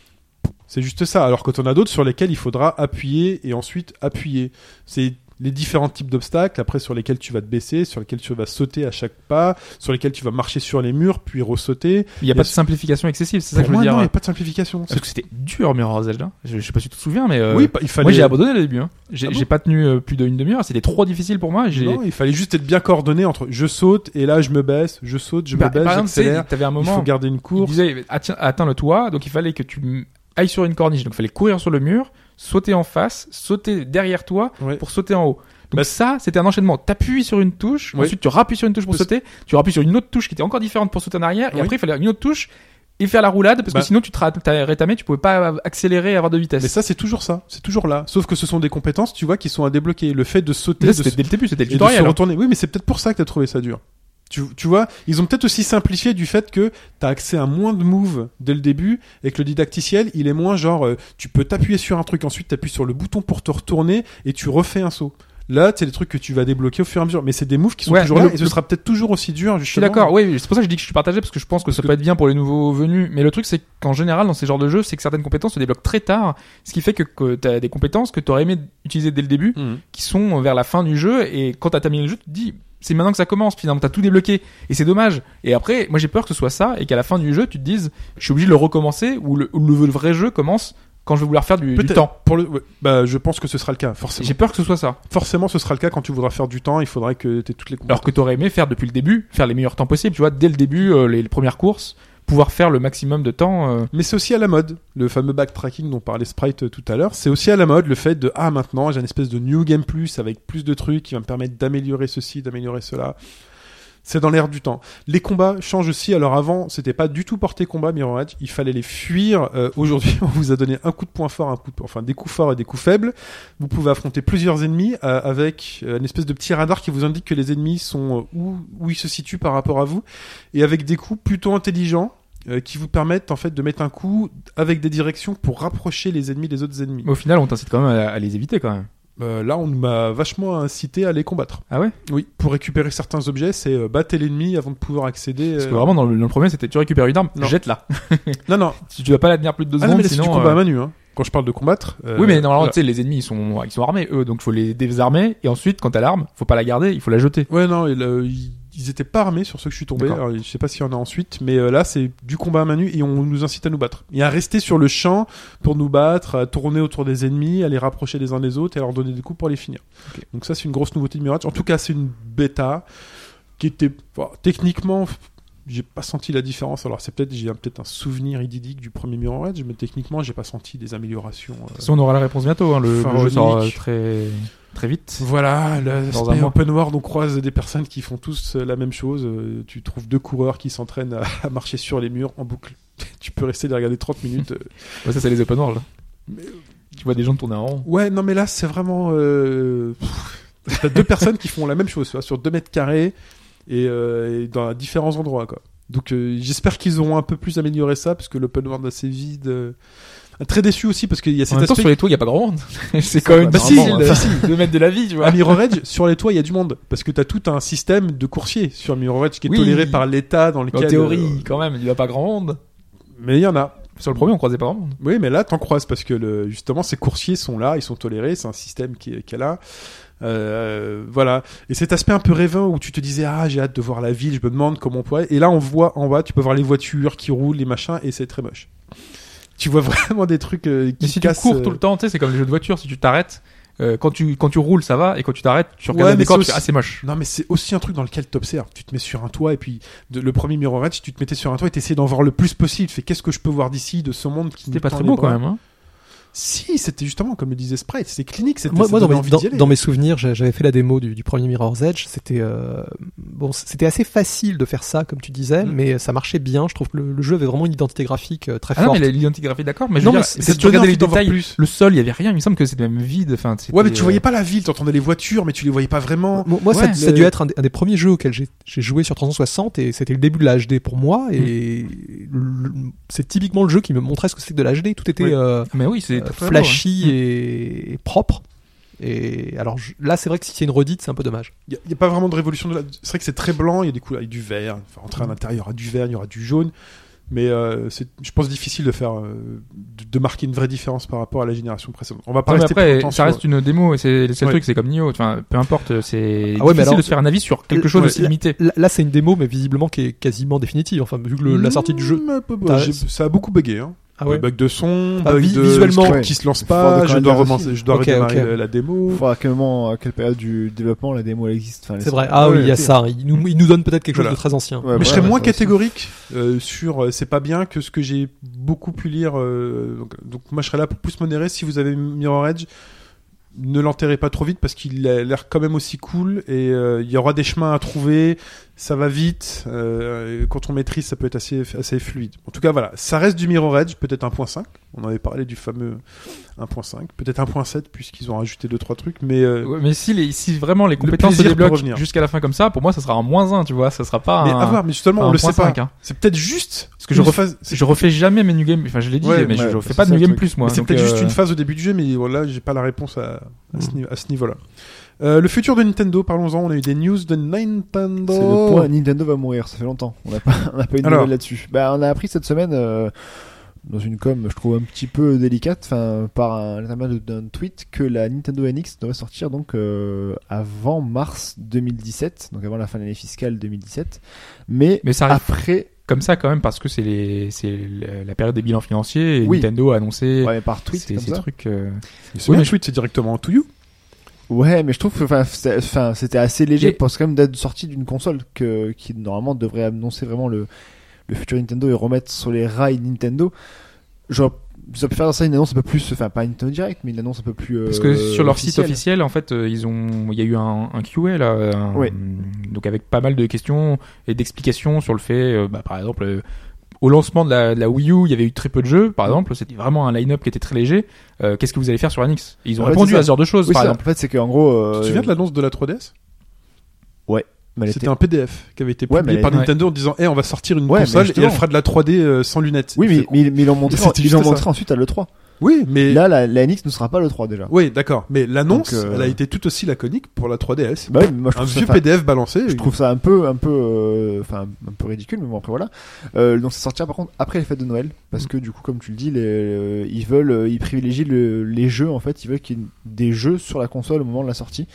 C'est juste ça. Alors que t'en as d'autres sur lesquels il faudra appuyer et ensuite appuyer. C'est les différents types d'obstacles, après sur lesquels tu vas te baisser, sur lesquels tu vas sauter à chaque pas, sur lesquels tu vas marcher sur les murs, puis ressauter. Il y a Il y pas a- de simplification excessive, c'est ça Pour que je veux moi, dire. non, il n'y a pas de simplification. Parce que c'était dur, Mirror's Edge, là. Je, je sais pas si tu te souviens, mais. euh, Oui, bah, il fallait. Moi, j'ai abandonné au début. Hein. J'ai Ah bon j'ai pas tenu euh, plus d'une demi-heure. C'était trop difficile pour moi. J'ai. Non, il fallait juste être bien coordonné entre je saute et là je me baisse, je saute, je Bah, me baisse, par exemple, tu sais, j'accélère. t'avais un Il moment. faut garder une Il course. disait atteins, atteins le toit, donc il fallait que tu m- ailles sur une corniche. Donc il fallait courir sur le mur, sauter en face, sauter derrière toi Ouais. pour sauter en haut. Donc Bah, ça, c'était un enchaînement. T'appuies sur une touche, Ouais. ensuite tu rappuies sur une touche pour Parce- sauter, tu rappuies sur une autre touche qui était encore différente pour sauter en arrière, et Oui. après il fallait une autre touche et faire la roulade parce Bah. que sinon tu te ra- t'as rétamé, tu pouvais pas accélérer et avoir de vitesse. Mais ça, c'est toujours ça. C'est toujours là. Sauf que ce sont des compétences, tu vois, qui sont à débloquer. Le fait de sauter, Mais de ça, c'était se- dès le début, c'était le et de tutoriel. se hein. retourner. Oui, mais c'est peut-être pour ça que t'as trouvé ça dur. Tu, tu vois, ils ont peut-être aussi simplifié du fait que t'as accès à moins de moves dès le début et que le didacticiel, il est moins genre, euh, tu peux t'appuyer sur un truc, ensuite t'appuies sur le bouton pour te retourner et tu refais un saut. Là, c'est des trucs que tu vas débloquer au fur et à mesure, mais c'est des moves qui sont Ouais, toujours mais là le- et ce le- sera peut-être toujours aussi dur. Je suis d'accord, oui, c'est pour ça que je dis que je suis partagé parce que je pense que ça que- peut être bien pour les nouveaux venus. Mais le truc, c'est qu'en général, dans ces genres de jeux, c'est que certaines compétences se débloquent très tard, ce qui fait que, que t'as des compétences que t'aurais aimé utiliser dès le début, qui sont vers la fin du jeu, et quand t'as terminé le jeu, tu te dis, c'est maintenant que ça commence, finalement, t'as tout débloqué, et c'est dommage. Et après, moi j'ai peur que ce soit ça, et qu'à la fin du jeu, tu te dises, je suis obligé de le recommencer, ou le, ou le vrai jeu commence quand je vais vouloir faire du, du Peut-être. temps. Pour le, ouais. Bah, je pense que ce sera le cas, forcément. J'ai peur que ce soit ça. Forcément, ce sera le cas quand tu voudras faire du temps. Il faudra que t'aies toutes les compétences. Alors que t'aurais aimé faire depuis le début, faire les meilleurs temps possibles, tu vois, dès le début, euh, les, les premières courses, pouvoir faire le maximum de temps. euh, Mais c'est aussi à la mode. Le fameux backtracking dont parlait Sprite euh, tout à l'heure, c'est aussi à la mode le fait de ah maintenant j'ai une espèce de new game plus avec plus de trucs qui va me permettre d'améliorer ceci, d'améliorer cela. C'est dans l'air du temps. Les combats changent aussi. Alors avant, c'était pas du tout porté combat Mirror's Edge. Il fallait les fuir. Euh, aujourd'hui, on vous a donné un coup de poing fort, un coup de... enfin des coups forts et des coups faibles. Vous pouvez affronter plusieurs ennemis euh, avec euh, une espèce de petit radar qui vous indique que les ennemis sont euh, où où ils se situent par rapport à vous, et avec des coups plutôt intelligents euh, qui vous permettent en fait de mettre un coup avec des directions pour rapprocher les ennemis des autres ennemis. Mais au final, on t'incite quand même à, à les éviter quand même. Euh, là, on m'a vachement incité à les combattre. Ah ouais? Oui, pour récupérer certains objets, c'est euh, battre l'ennemi avant de pouvoir accéder. Parce que euh, vraiment, dans le, dans le premier, c'était tu récupères une arme, Non. jette-la. Non, non. Si tu vas pas la tenir plus de deux Ah non, secondes, mais là, c'est sinon. du combat euh, à main nue. Hein. Quand je parle de combattre. euh, Oui, mais normalement, voilà. tu sais, les ennemis, ils sont, ils sont armés, eux, donc faut les désarmer, et ensuite, quand t'as l'arme, faut pas la garder, il faut la jeter. Ouais, non, il, euh, il- ils étaient pas armés sur ceux que je suis tombé. D'accord. Alors, je sais pas s'il y en a ensuite, mais euh, là c'est du combat à main nue et on nous incite à nous battre. Et à rester sur le champ pour nous battre, à tourner autour des ennemis, à les rapprocher les uns des autres et à leur donner des coups pour les finir. Ok. Donc ça c'est une grosse nouveauté de Mirage. En tout cas c'est une bêta qui était bon, techniquement, j'ai pas senti la différence. Alors c'est peut-être j'ai un, peut-être un souvenir idyllique du premier Mirror Edge, mais techniquement j'ai pas senti des améliorations. Euh... De toute façon, on aura la réponse bientôt. Hein. Le, le jeu Pharaonique. sort euh, très très vite. Voilà, Dans l'aspect un mois. open world, on croise des personnes qui font tous euh, la même chose. Euh, tu trouves deux coureurs qui s'entraînent à, à marcher sur les murs en boucle. Tu peux rester les regarder trente minutes. euh. Ouais, ça c'est les open world. Mais, euh, Tu vois des gens tourner en rond. Ouais, non mais là c'est vraiment... Euh... pff, T'as deux personnes qui font la même chose, tu vois, sur deux mètres carrés et, euh, et dans différents endroits, quoi. Donc euh, j'espère qu'ils auront un peu plus amélioré ça, parce que l'open world est assez vide. euh. Très déçu aussi, parce qu'il y a En cet même temps, aspect... sur les toits, il y a pas grand monde. C'est quand même Bah, si, difficile bah, si. de, de mettre de la vie, tu vois. À Mirror Edge, sur les toits, il y a du monde. Parce que t'as tout un système de coursiers sur Mirror Edge qui est Oui. toléré par l'État dans lequel... En théorie, euh, quand même, il y a pas grand monde. Mais il y en a. Sur le premier, on croisait pas grand monde. Oui, mais là, t'en croises parce que le, justement, ces coursiers sont là, ils sont tolérés, c'est un système qui est, qui est là. Euh, voilà. Et cet aspect un peu rêveur où tu te disais, ah, j'ai hâte de voir la ville, je me demande comment on pourrait. Et là, on voit en bas, tu peux voir les voitures qui roulent, les machins, et c'est très moche. Tu vois vraiment des trucs euh, qui Mais si cassent. tu cours euh, tout le temps, tu sais, c'est comme les jeux de voiture, si tu t'arrêtes, euh, quand tu quand tu roules, ça va, et quand tu t'arrêtes, tu regardes Ouais, le mais décor, c'est tu fais, aussi- ah, c'est moche. Non, mais c'est aussi un truc dans lequel t'observes. Tu te mets sur un toit, et puis de- le premier Mirror Edge, tu te mettais sur un toit et t'essayais d'en voir le plus possible. Tu fais, qu'est-ce que je peux voir d'ici, de ce monde qui C'était me pas tend très les beau bras. quand même, hein. Si, c'était justement, comme le disait Sprite, c'était clinique, c'était Moi, ça moi dans, donnait mes, envie dans, d'y aller. dans mes souvenirs, j'a- j'avais fait la démo du, du premier Mirror's Edge. C'était euh, bon, c'était assez facile de faire ça, comme tu disais, Mm. mais ça marchait bien. Je trouve que le, le jeu avait vraiment une identité graphique euh, très Ah non, forte. mais l'identité graphique, d'accord, mais je Non, veux mais dire, c'est- si ça tu te donnait regardais les envie d'en voir détails, plus. le sol, il y avait rien, il me semble que c'était même vide, enfin, c'était, Ouais, mais tu euh, voyais pas la ville, t'entendais les voitures, mais tu les voyais pas vraiment. Moi, moi, ça, Ouais, ça le- a dû être un, des- un des premiers jeux auxquels j'ai j'ai joué sur trois cent soixante et c'était le début de la H D pour moi. Et le- c'est typiquement le jeu qui me montrait ce que c'était que de la H D. Tout était Oui. euh, Mais oui, c'est euh, très beau, flashy hein. et, et propre. Et alors je- là, c'est vrai que si c'est une redite, c'est un peu dommage. Il y, a pas vraiment de révolution de la... C'est vrai que c'est très blanc, il y a des couleurs, il y a du vert. Enfin, rentrer à l'intérieur, il y aura du vert, il y aura du jaune. Mais euh, c'est, je pense, difficile de faire, euh, de, de marquer une vraie différence par rapport à la génération précédente. On va pas Non, mais rester plus après, longtemps ça sur- reste une démo, et c'est, c'est le Ouais. truc, c'est comme Nioh, enfin, peu importe, c'est Ah ouais, mais difficile alors- de se faire un avis sur quelque Euh, chose ouais, d'aussi limité. Là, là, c'est une démo, mais visiblement qui est quasiment définitive. Enfin, vu que le- la sortie du jeu. Mmh, bah, bah, T'as- j'ai- ça a beaucoup bugué. Hein. Ah ouais. Bug de son, Ah, bug vi- de visuellement, script ouais. qui se lance Fort pas, de je dois, calendrier remonter, aussi. je dois Ok, redémarrer ok. la, la démo. Il faudra à quel moment, à quelle période du développement la démo elle existe. Enfin, les- C'est vrai. Ah Ouais, oui, il y a ok. ça. Il nous, il nous donne peut-être quelque Voilà. chose de très ancien. Ouais, Mais je voilà, serais moins ça aussi. catégorique euh, sur euh, c'est pas bien que ce que j'ai beaucoup pu lire. euh, donc, donc moi je serais là pour plus modérer. Si vous avez Mirror Edge, ne l'enterrez pas trop vite parce qu'il a l'air quand même aussi cool et euh, il y aura des chemins à trouver. Ça va vite. Euh, et quand on maîtrise, ça peut être assez, assez fluide. En tout cas, voilà. Ça reste du Mirror Edge, peut-être un point cinq. On avait parlé du fameux un point cinq. Peut-être un point sept, puisqu'ils ont rajouté deux trois trucs. Mais euh, Ouais, mais si, les, si vraiment les compétences se plaisir peut débloquent revenir. jusqu'à la fin comme ça, pour moi, ça sera un moins un, tu vois, ça sera pas mais un. à voir. Mais justement, pas on un le sait point pas. cinq, hein. C'est peut-être juste. Parce que je une refais, phase- c'est- je refais jamais mes new games, enfin, je l'ai dit, Ouais, mais je, ouais, je bah, fais c'est pas de ça, new le game truc. plus, moi. Mais c'est donc, peut-être euh, juste une phase au début du jeu, mais voilà, j'ai pas la réponse à, à, ce, ni- à ce niveau-là. Euh, le futur de Nintendo, parlons-en. On a eu des news de Nintendo. C'est le point, Nintendo va mourir, ça fait longtemps. On n'a pas, on n'a pas eu de Alors. nouvelles là-dessus. Bah, on a appris cette semaine, euh, dans une com, je trouve un petit peu délicate, enfin, par un, l'intermédiaire d'un tweet, que la Nintendo N X devrait sortir donc euh, avant mars deux mille dix-sept, donc avant la fin de l'année fiscale deux mille dix-sept. Mais, Mais ça arrive après, comme ça quand même parce que c'est les, c'est la la période des bilans financiers et Oui. Nintendo a annoncé ouais, mais par tweet ces, comme ces ça. trucs. euh, C'est Oui, bien mais- tweet, c'est directement en to you. Ouais, mais je trouve que enfin, c'est- enfin, c'était assez léger Et- parce que quand même d'être sorti d'une console que, qui normalement devrait annoncer vraiment le, le futur Nintendo et remettre sur les rails Nintendo. Genre, ça peut faire ça une annonce un peu plus, enfin pas une Nintendo Direct, mais une annonce un peu plus. Parce que euh, sur leur site officielle. officiel, en fait, euh, ils ont, il y a eu un, un Q A là, un- Oui. donc avec pas mal de questions et d'explications sur le fait, euh, bah, par exemple, euh, au lancement de la, de la Wii U, il y avait eu très peu de jeux, par exemple, c'était vraiment un line-up qui était très léger. Euh, qu'est-ce que vous allez faire sur N X? Et ils ont En fait, répondu c'est ça. à ce genre de choses, Oui, par ça, exemple. en fait, c'est qu'en gros. Euh, Tu te souviens de l'annonce de la trois D S? mais elle C'était était- un P D F qui avait été Ouais, publié mais par elle- Nintendo en disant Eh, on va sortir une Ouais, mais console et justement. elle fera de la trois D euh, sans lunettes. Oui, Il mais, fait- mais, mais ils l'ont montré, C'était ils juste l'ont ça. montré ensuite à l'E trois. Oui, mais. Là, la, la N X ne sera pas l'E trois déjà. Oui, d'accord. Mais l'annonce, Donc, euh, elle a été tout aussi laconique pour la trois D S. Bah oui, mais moi je Un trouve ça, vieux enfin, P D F balancé. je trouve ça un peu, un peu, euh, enfin, un peu ridicule, mais bon après voilà. Euh, donc ça sortira par contre après les fêtes de Noël, parce que du coup, comme tu le dis, les, euh, ils veulent, euh, ils privilégient le- les jeux en fait, ils veulent qu'il y ait des jeux sur la console au moment de la sortie.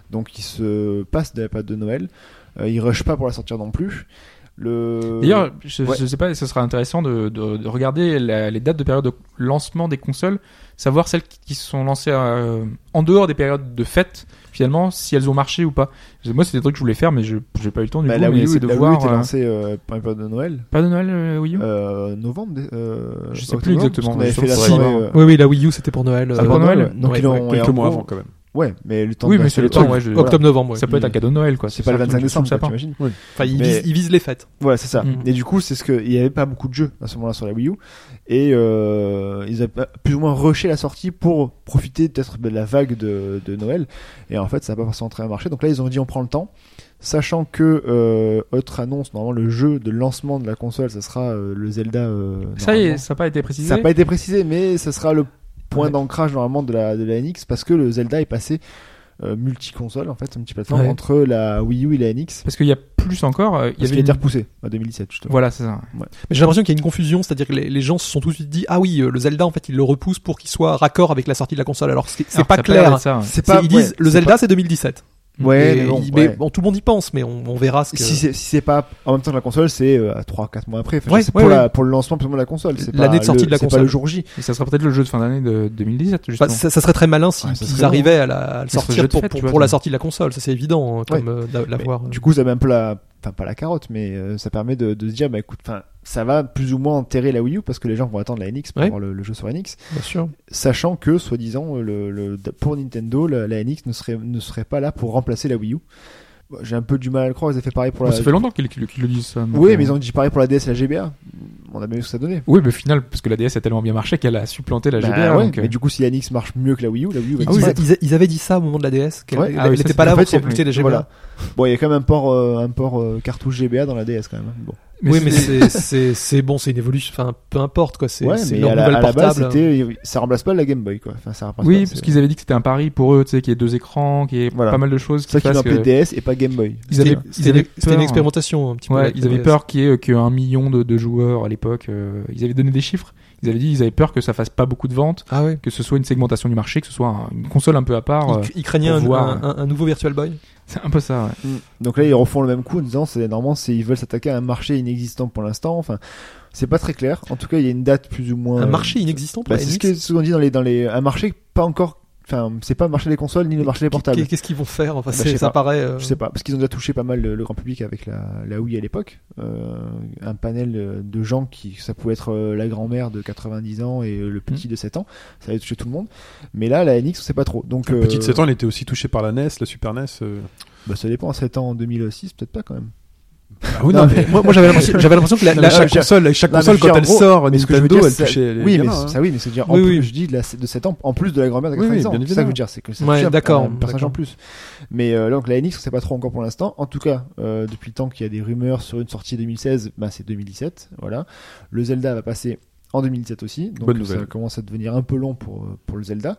Donc ils se passent de la période de Noël. Euh, ils rushent pas pour la sortir non plus. Le... D'ailleurs, je, Ouais. je sais pas, ce sera intéressant de, de, de regarder la- les dates de période de lancement des consoles, savoir celles qui, qui se sont lancées euh, en dehors des périodes de fête, finalement, si elles ont marché ou pas. Moi, c'est des trucs que je voulais faire, mais je j'ai pas eu le temps du Bah, coup. la Mais Wii U, c'est de la Wii U voir. était euh, lancée euh, pour la période de Noël. Pas de Noël, euh, Wii U. Euh, novembre, dé- euh, Je sais octobre, plus exactement, parce qu'on avait mais fait la je soirée. pense- euh, Oui, oui, la Wii U c'était pour Noël. Ça euh, pour Noël, ouais. Donc ouais, ils l'ont ouais. et Quelques en mois gros- avant quand même. Ouais, mais le temps. Oui, de mais passer c'est le truc, temps, ouais, je- voilà. Octobre-novembre. Ouais. Ça peut être un cadeau de Noël, quoi. C'est pas le ça, vingt-cinq je trouve décembre, ça quoi, sympa. t'imagines. Enfin, ils, Mais- visent, ils visent les fêtes. Voilà, c'est ça. Mm. Et du coup, c'est ce que il y avait pas beaucoup de jeux à ce moment-là sur la Wii U, et euh, ils avaient plus ou moins rushé la sortie pour profiter peut-être de la vague de, de Noël. Et en fait, ça n'a pas forcément très bien marché. Donc là, ils ont dit on prend le temps, sachant que euh, autre annonce, normalement le jeu de lancement de la console, ça sera euh, le Zelda. euh, Ça y est, normalement. ça n'a pas été précisé. Ça n'a pas été précisé, mais ça sera le point Ouais. d'ancrage normalement de la de la N X, parce que le Zelda est passé euh, multi-console en fait, multi-plateforme Ouais. entre la Wii U et la N X. Parce qu'il y a plus encore. euh, Il y Parce avait qu'il a été une- repoussé en deux mille dix-sept justement. Voilà, c'est ça. Mais j'ai l'impression qu'il y a une confusion, c'est-à-dire que les, les gens se sont tout de suite dit ah oui, euh, le Zelda en fait ils le repoussent pour qu'il soit raccord avec la sortie de la console. Alors c'est c'est Alors, pas ça a pas l'air clair. d'être ça, ouais. C'est C'est- pas ils disent ouais, le c'est Zelda pas- c'est deux mille dix-sept. Ouais, Et mais bon, il- mais ouais. bon, tout le monde y pense, mais on, on verra ce que. Si c'est si c'est pas en même temps que la console, c'est euh, à trois quatre mois après. Enfin, Ouais, c'est ouais, pour ouais. la pour le lancement plus ou moins de la console. C'est pas L'année de sortie le- de la c'est console. pas le jour J. Et ça sera peut-être le jeu de fin d'année de deux mille dix-sept, Bah, justement. ça, ça serait très malin s'ils Ouais, ça s'ils serait arrivaient à, la, à le Ça serait sortir jeu de pour, fête, pour, tu vois, pour la ça. sortie de la console. Ça c'est évident, hein, comme euh, d'a- l'avoir. Du coup, ça met un peu la enfin pas la carotte, mais euh, ça permet de, de se dire bah écoute, enfin ça va plus ou moins enterrer la Wii U parce que les gens vont attendre la N X pour Ouais. avoir le, le jeu sur N X, Bien sûr. sachant que soi-disant le, le pour Nintendo la, la N X ne serait ne serait pas là pour remplacer la Wii U. Bon, j'ai un peu du mal à le croire, ils ont fait pareil pour Bon, la. ça fait longtemps qu'ils qu'ils- qu'ils le disent, ça. donc, Oui, euh, mais ils ont dit pareil pour la D S et la G B A. On a bien vu ce que ça donnait. Oui, mais au final, parce que la D S a tellement bien marché qu'elle a supplanté la Bah G B A. ouais, donc, euh, mais du coup, si la N X marche mieux que la Wii U, la Wii U va Ils, disparaître. ils- ils avaient dit ça au moment de la D S, qu'elle Ouais. elle- Ah oui, elle ça, était c'est- pas là En pour fait, il y a- compléter les G B A. voilà. Bon, il y a quand même un port, euh, un port euh, cartouche G B A dans la D S quand même. Bon. mais oui, c'est- mais c'est c'est c'est bon, c'est une évolution. Enfin, peu importe quoi. C'est Ouais, c'est mais leur à la, nouvelle à la base, portable. c'était, ça remplace pas la Game Boy quoi. Enfin, ça remplace Oui, pas, parce c'est- qu'ils avaient dit que c'était un pari pour eux, tu sais, qu'il y ait deux écrans, qu'il y ait Voilà. pas mal de choses c'est ça qui qu'ils ont fassent appelé que... D S et pas Game Boy. Ils C'était avaient, ils c'était avaient une- c'était une peur, expérimentation un petit peu. Ouais, avec ils la avaient D S. peur qu'il y ait qu'un million de, de joueurs à l'époque. euh, ils avaient donné des chiffres. Ils avaient dit ils avaient peur que ça fasse pas beaucoup de ventes, Ah ouais. que ce soit une segmentation du marché, que ce soit un- une console un peu à part. euh, Ils, ils craignaient pour un, voir, un- un- un nouveau Virtual Boy. c'est un peu ça, ouais. Donc là, ils refont le même coup en disant, c'est normalement, c'est ils veulent s'attaquer à un marché inexistant pour l'instant. Enfin, c'est pas très clair. En tout cas, il y a une date plus ou moins. Un marché inexistant pour Bah, la c'est N ce X. que- ce qu'on dit dans les dans les un marché pas encore. Enfin, c'est pas le marché des consoles ni le marché des portables. Qu'est-ce qu'ils vont faire Enfin, Bah, c'est- je sais ça pas. paraît. euh, Je sais pas, parce qu'ils ont déjà touché pas mal le, le grand public avec la, la Wii à l'époque. Euh, un panel euh, de gens qui, ça pouvait être euh, la grand-mère de quatre-vingt-dix ans et euh, le petit de sept ans. Ça avait touché tout le monde. Mais là, la N X, on sait pas trop. Donc, Le euh, petit de sept ans, il était aussi touché par la N E S, la Super N E S. euh. bah, ça dépend. sept ans en deux mille six, peut-être pas quand même. Ah oui, Non, non, mais- mais, Moi, moi, j'avais l'impression j'avais l'impression que la, non, la- mais chaque je- console, chaque Non, mais console je quand veux dire, elle en gros, sort, mais ce que je veux Nintendo, dire, elle c'est- touchait les Oui, mais gamins, c'est- hein. ça, oui, mais c'est dire en Oui, plus, oui. je dis de, la, de sept ans, en plus de la grand-mère de Oui, oui, quatre-vingt-dix ans. bien C'est ça que je veux évidemment. dire, c'est que ça Ouais, touche un- d'accord, un personnage d'accord. en plus. Mais euh, donc la N X, on sait pas trop encore pour l'instant. En tout cas, euh, depuis le temps qu'il y a des rumeurs sur une sortie deux mille seize, bah c'est deux mille dix-sept. Voilà. Le Zelda va passer en deux mille dix-sept aussi. Donc Bonne ça nouvelle. commence à devenir un peu long pour euh, pour le Zelda.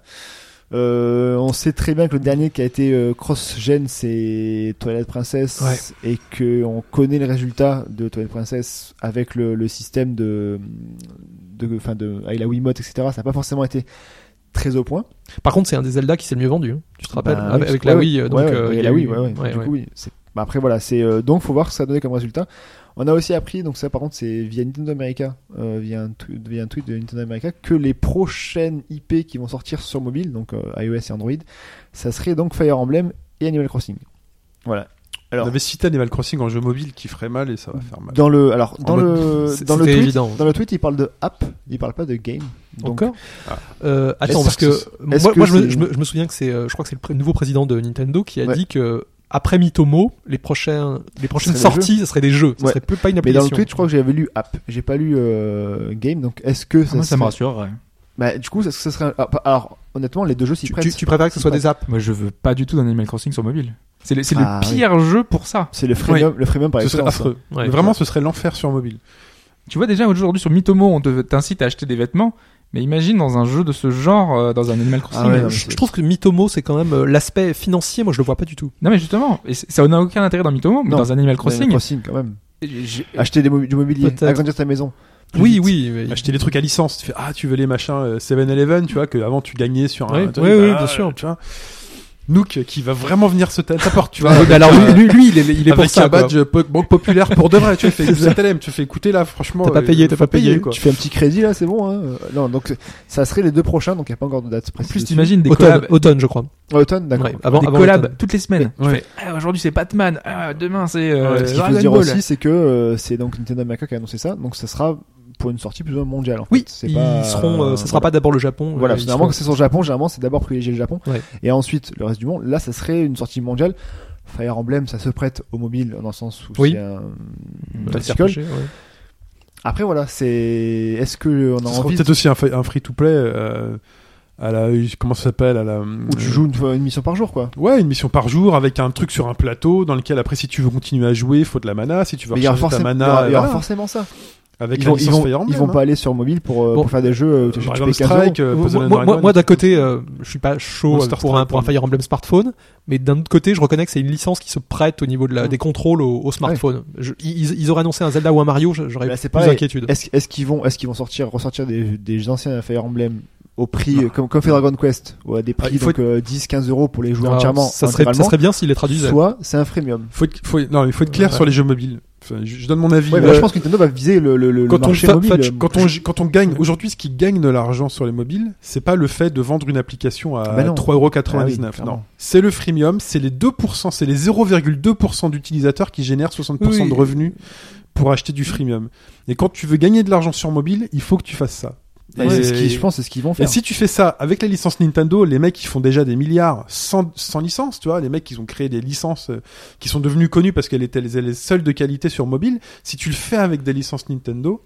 Euh, on sait très bien que le dernier qui a été euh, cross-gen, c'est Twilight Princess, Ouais. et que on connaît le résultat de Twilight Princess avec le, le système de, de, enfin de, avec la Wiimote, et cetera. Ça n'a pas forcément été très au point. Par contre, c'est un des Zelda qui s'est le mieux vendu. hein. Tu te rappelles Bah, avec, oui, avec ouais, la ouais. Wii. euh, Donc, ouais, ouais, euh, il y il a y la a Wii, eu- ouais, ouais. ouais, Du ouais. coup, oui. C'est... Bah, après, voilà, c'est euh, donc faut voir ce que ça a donné comme résultat. On a aussi appris, donc ça par contre c'est via Nintendo America, euh, via, un tw- via un tweet de Nintendo America, que les prochaines I P qui vont sortir sur mobile, donc euh, iOS et Android, ça serait donc Fire Emblem et Animal Crossing. Voilà. Alors, On avait cité Animal Crossing en jeu mobile qui ferait mal et ça va faire mal. dans le, alors dans En mode- le, C'est- dans le c'était tweet, évident. dans le tweet, il parle de app, il parle pas de game. Donc, Encore Ah. euh, Attends, Est-ce parce que que, c'est- moi, est-ce que moi, je, me, c'est- je, me, je me souviens que c'est, euh, je crois que c'est le pr- nouveau président de Nintendo qui a Ouais. dit que après Mitomo, les prochains, les prochaines serait des sorties, ce serait des jeux, ce Ouais. serait plus pas une mais application. dans le tweet, je crois que j'avais lu app, j'ai pas lu euh, game. Donc est-ce que ça, Moi, ça me serait- rassure. Bah, du coup, est-ce que ça serait, ah, pas- alors honnêtement, les deux jeux s'y tu, prêtent. tu, tu préfères que ce S'y soit prêtent. des apps Moi, je veux pas du tout d'un Animal Crossing sur mobile. C'est le, c'est Ah, le pire jeu pour ça. C'est le freemium, le freemium par Ce serait excellence. affreux. Ouais, Mais Vraiment, ce serait l'enfer sur mobile. Tu vois, déjà, aujourd'hui, sur Mitomo, on te- t'incite à acheter des vêtements. Mais imagine dans un jeu de ce genre, euh, dans un Animal Crossing. Ah ouais, Mais non, je, mais je trouve que Mitomo, c'est quand même euh, l'aspect financier, moi je le vois pas du tout. Non, mais justement, et c'est- ça n'a aucun intérêt dans Mitomo, mais Non. dans Animal Animal Crossing. Crossing quand même. j'ai- Acheter des mobi- du mobilier, Peut-être. agrandir ta maison. Plus Oui, vite. oui. mais- Acheter des trucs à licence. Tu fais, ah, tu veux les machins euh, seven eleven, tu vois, que avant tu gagnais sur un. Ouais, truc, ouais, ouais, bah, bien sûr. Tu vois. Nook qui va vraiment venir se ta- t'apporte, tu vois. Ouais, mais alors Avec, lui, lui, lui, il est, il est pour avec ça. un quoi. badge po- banque populaire pour de vrai, tu vois, fait Z L M, tu fais écouter là, franchement. T'as pas euh, payé, t'as faut pas payé, quoi. Tu fais un petit crédit là, c'est bon. Hein. Non, donc ça serait les deux prochains, donc il n'y a pas encore de date En précise. plus, dessus. t'imagines des Automne, collabs, automne, je crois. Automne, d'accord. Ouais, avant, des avant collabs l'automne. toutes les semaines. Tu Ouais. fais, ah, aujourd'hui c'est Batman, ah, demain c'est euh, Ouais, Ce qu'il faut Dragon dire Ball. aussi, c'est que euh, c'est donc Nintendo America qui a annoncé ça, donc ça sera pour une sortie plus ou moins mondiale. En fait. Oui, c'est ils pas, seront. Euh, ça sera voilà. pas d'abord le Japon. Voilà, euh, ils généralement seront- quand c'est sur le Japon, généralement c'est d'abord privilégier le Japon, Ouais. et ensuite le reste du monde. Là, ça serait une sortie mondiale. Fire Emblem, ça se prête au mobile dans le sens où Oui. c'est un Bah, c'est tactical. R P G, ouais. Après voilà, c'est est-ce que on a Ça sera envie peut-être aussi un, fa- un free-to-play euh, à la, comment ça s'appelle, à la. où tu joues une, une mission par jour quoi. Ouais, une mission par jour avec un truc sur un plateau dans lequel après si tu veux continuer à jouer, il faut de la mana. Si tu veux Mais il y aura recharger ta forcément, il y mana, aura, il y aura voilà. forcément ça. avec Ils la vont, ils licence vont, Fire Emblem. ils vont hein. pas aller sur mobile pour, euh, Bon. pour faire des jeux. Euh, tu, tu Dragon payes quinze euros. Strike, euh, Puzzle moi, and moi, Dragon. moi, d'un côté, euh, je suis pas chaud Monster euh, pour, un, Strike, pour un pardon. Fire Emblem smartphone, mais d'un autre côté, je reconnais que c'est une licence qui se prête au niveau de la, Mm. des contrôles au, au smartphone. Je- ils, ils auraient annoncé un Zelda ou un Mario, j'aurais Là, c'est plus pareil. d'inquiétude. Est-ce, est-ce qu'ils vont, est-ce qu'ils vont sortir, ressortir des, des anciens Fire Emblem au prix, euh, comme, comme fait Dragon Quest, ou à des prix Ah, il faut donc euh, dix quinze euros pour les jouer Alors, entièrement, ça serait, ça intégralement, serait bien s'ils les traduisaient. soit c'est un freemium. Faut être, faut, non, il faut être clair Ouais. sur les jeux mobiles. Enfin, je, je donne mon avis. Ouais, mais Euh, là, je pense que Nintendo va viser le, le, le, le quand on marché fa- mobile. fa- quand on quand on gagne aujourd'hui, ce qui gagne de l'argent sur les mobiles, c'est pas le fait de vendre une application à Ah bah non. trois euros quatre-vingt-dix-neuf. Ah oui, clairement. non, c'est le freemium, c'est les deux pour cent, c'est les zéro virgule deux pour cent d'utilisateurs qui génèrent soixante pour cent Oui. de revenus pour acheter du freemium. Et quand tu veux gagner de l'argent sur mobile, il faut que tu fasses ça. Et c'est ce qui, je pense, c'est ce qu'ils vont Et faire. si tu fais ça avec la licence Nintendo, les mecs ils font déjà des milliards sans, sans licence, tu vois, les mecs ils ont créé des licences euh, qui sont devenues connues parce qu'elles étaient les, les seules de qualité sur mobile. Si tu le fais avec des licences Nintendo,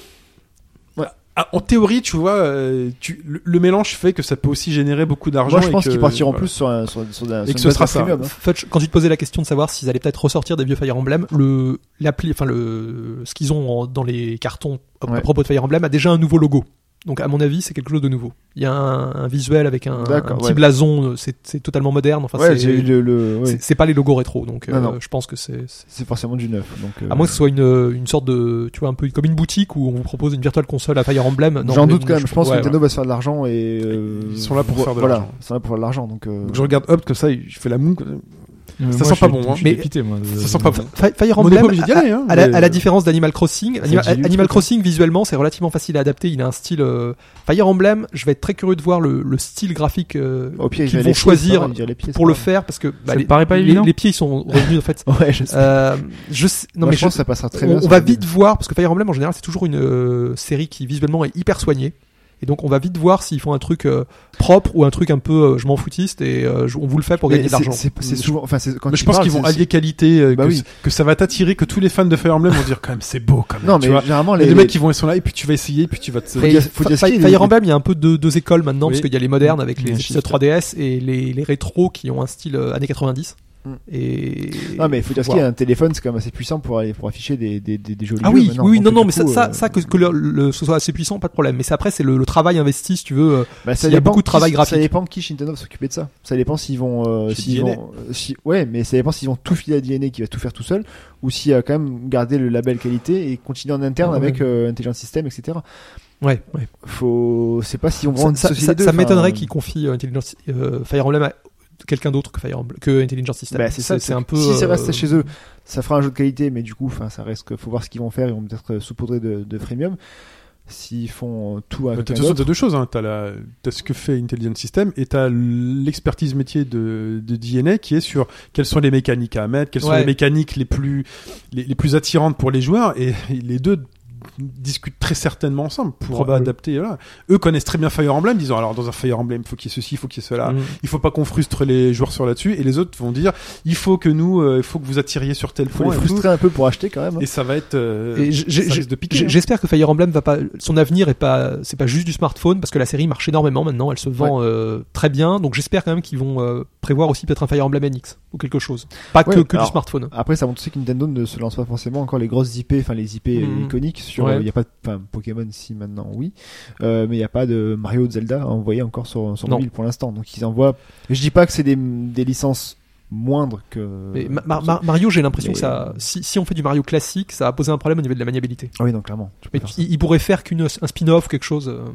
voilà. Ah, en théorie, tu vois, euh, tu, le, le mélange fait que ça peut aussi générer beaucoup d'argent. Moi, je et pense que- qu'ils partiront voilà. plus sur un, sur, sur, un- Et sur que une ce base sera de ça. freemium, hein. Fudge, quand tu te posais la question de savoir s'ils allaient peut-être ressortir des vieux Fire Emblem, le, l'appli, enfin le, ce qu'ils ont en- dans les cartons à Ouais. propos de Fire Emblem a déjà un nouveau logo. Donc à mon avis, c'est quelque chose de nouveau. Il y a un, un visuel avec un, un D'accord, petit ouais. blason, euh, c'est, c'est totalement moderne. Enfin, Ouais, c'est, j'ai eu le, le ouais. c'est, c'est pas les logos rétro, donc Non, euh, non. je pense que c'est, c'est- C'est forcément du neuf. Donc, euh, à moins que ce soit une, une sorte de, tu vois, un peu comme une boutique où on vous propose une virtual console à Fire Emblem. Non, j'en mais doute quand même. Je pense ouais, que Nintendo va se faire de l'argent et euh, Ils sont là pour vo- faire de voilà, l'argent. Ils sont là pour faire de l'argent. Donc, euh, Donc je regarde Hop comme ça, je fais la moue. Euh, Ça moi, sent je pas suis- bon, hein. je suis Mais- dépité, moi. Ça sent pas bon. Fi- Fire On n'est Emblem, pas obligé d'y à, aller, hein, à la, mais- à la différence d'Animal Crossing, Anima- dilue le Animal truc, Crossing visuellement c'est relativement facile à adapter. Il a un style. euh, Fire Emblem, je vais être très curieux de voir le, le style graphique euh, au pire, qu'ils ils vont choisir les pieds, pour le faire parce que bah, Ça me les, paraît pas les- évident. les pieds ils sont revenus en fait. Ouais, je sais. Euh, je sais, non Moi, mais je je- pense que ça passera très on, bien. on sur va mobile. vite voir parce que Fire Emblem en général c'est toujours une euh, série qui visuellement est hyper soignée. Et donc on va vite voir s'ils font un truc euh, propre ou un truc un peu euh, je m'en foutiste et euh, je- on vous le fait pour Mais gagner de c'est- l'argent. C'est c'est souvent. Enfin, c'est quand Mais tu je pense parles, qu'ils vont c'est- allier qualité, euh, Bah que, oui. c- que ça va t'attirer, que tous les fans de Fire Emblem vont dire quand même c'est beau quand même. Non, tu mais vois. généralement Il y a les des mecs qui vont ils sont là et puis tu vas essayer puis tu vas te. Faut Et dire- faut dire ce Fi- qu'il est, Fire les- Emblem, il y a un peu deux, deux écoles maintenant, Oui. parce qu'il y a les modernes avec les Un épisodes shift. trois D S et les, les rétros qui ont un style euh, années quatre-vingt-dix. Mm. Et... Non, mais il faut dire ce voir. qu'il y a un téléphone, c'est quand même assez puissant pour aller pour afficher des des des, des jolis Ah jeux oui, maintenant. oui, oui, Donc, non, non, du mais ça, coup, ça, euh, ça que, que le, le- ce soit assez puissant, pas de problème. Mais c'est après, c'est le, le travail investi, si tu veux. euh, bah, ça il y a dépend beaucoup de qui- travail graphique. Ça dépend qui chez Nintendo va s'occuper de ça. Ça dépend s'ils vont, euh, Chez s'ils D N A. vont, euh, si, ouais, mais ça dépend s'ils vont tout filer à D N A qui va tout faire tout seul, ou s'il a quand même gardé le label qualité et continuer en interne Ouais. avec euh, Intelligent System, et cetera. Ouais, ouais. Faut, c'est pas s'ils vont Ça, vraiment ça, dissocier ça- les deux. ça enfin, m'étonnerait qu'ils confient euh, Intelligence, euh, Fire Emblem à quelqu'un d'autre que Fire Emblem, que Intelligent System. Bah, c'est ça, c'est un peu. Si ça euh, reste chez eux, ça fera un jeu de qualité, mais du coup, enfin, ça reste que faut voir ce qu'ils vont faire. Ils vont peut-être saupoudrer de, de freemium. S'ils font euh, tout à Bah, quelqu'un T'as deux, d'autre. t'as deux choses, hein. T'as la, t'as ce que fait Intelligent System et t'as l'expertise métier de, de D N A qui est sur quelles sont les mécaniques à mettre, quelles sont Ouais. les mécaniques les plus, les, les plus attirantes pour les joueurs et les deux discutent très certainement ensemble pour Probable. adapter. Voilà. Eux connaissent très bien Fire Emblem, disant alors dans un Fire Emblem, il faut qu'il y ait ceci, il faut qu'il y ait cela. mm. Il faut pas qu'on frustre les joueurs sur là-dessus et les autres vont dire il faut que nous, euh, il faut que vous attiriez sur tel Faut point les et, tout. frustrer un peu pour acheter quand même. hein. Et ça va être. euh, Et j'ai- ça j'ai- risque de piquer. j'ai- hein. J'espère que Fire Emblem va pas, son avenir est pas, c'est pas juste du smartphone parce que la série marche énormément maintenant, elle se vend euh, très bien, donc j'espère quand même qu'ils vont euh, prévoir aussi peut-être un Fire Emblem N X ou quelque chose, pas Ouais, que, que alors, du smartphone. Après, ça montre aussi que Nintendo ne se lance pas forcément encore les grosses I P, enfin les I P euh, Mhm. iconiques. Sur, Ouais. il y a pas, de- enfin Pokémon si maintenant oui, euh, mais il y a pas de Mario, de Zelda à envoyer encore sur sur Non. mobile pour l'instant. Donc ils envoient. Je dis pas que c'est des des licences moindres que. Mais Ma- Ma- Ma- Mario, j'ai l'impression mais- que ça, si, si on fait du Mario classique, ça va poser un problème au niveau de la maniabilité. Ah oui, donc clairement. tu peux Mais faire ça. il, il pourrait faire qu'une un spin-off ou quelque chose. euh,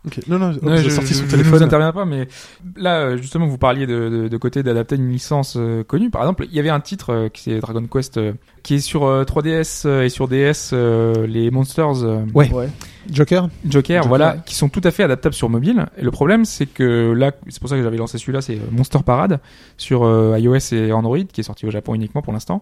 Ok. Non, non, Ouais, il je, a sorti je- son je téléphone. ne vous interviens pas, mais là, euh, justement, vous parliez de, de, de côté d'adapter une licence euh, connue. Par exemple, il y avait un titre euh, qui est Dragon Quest, euh, qui est sur euh, trois D S euh, et sur D S, euh, les Monsters euh, Ouais. Ouais. Joker. Joker, Joker, voilà, ouais. qui sont tout à fait adaptables sur mobile. Et le problème, c'est que là, c'est pour ça que j'avais lancé celui-là, c'est Monster Parade sur euh, iOS et Android, qui est sorti au Japon uniquement pour l'instant.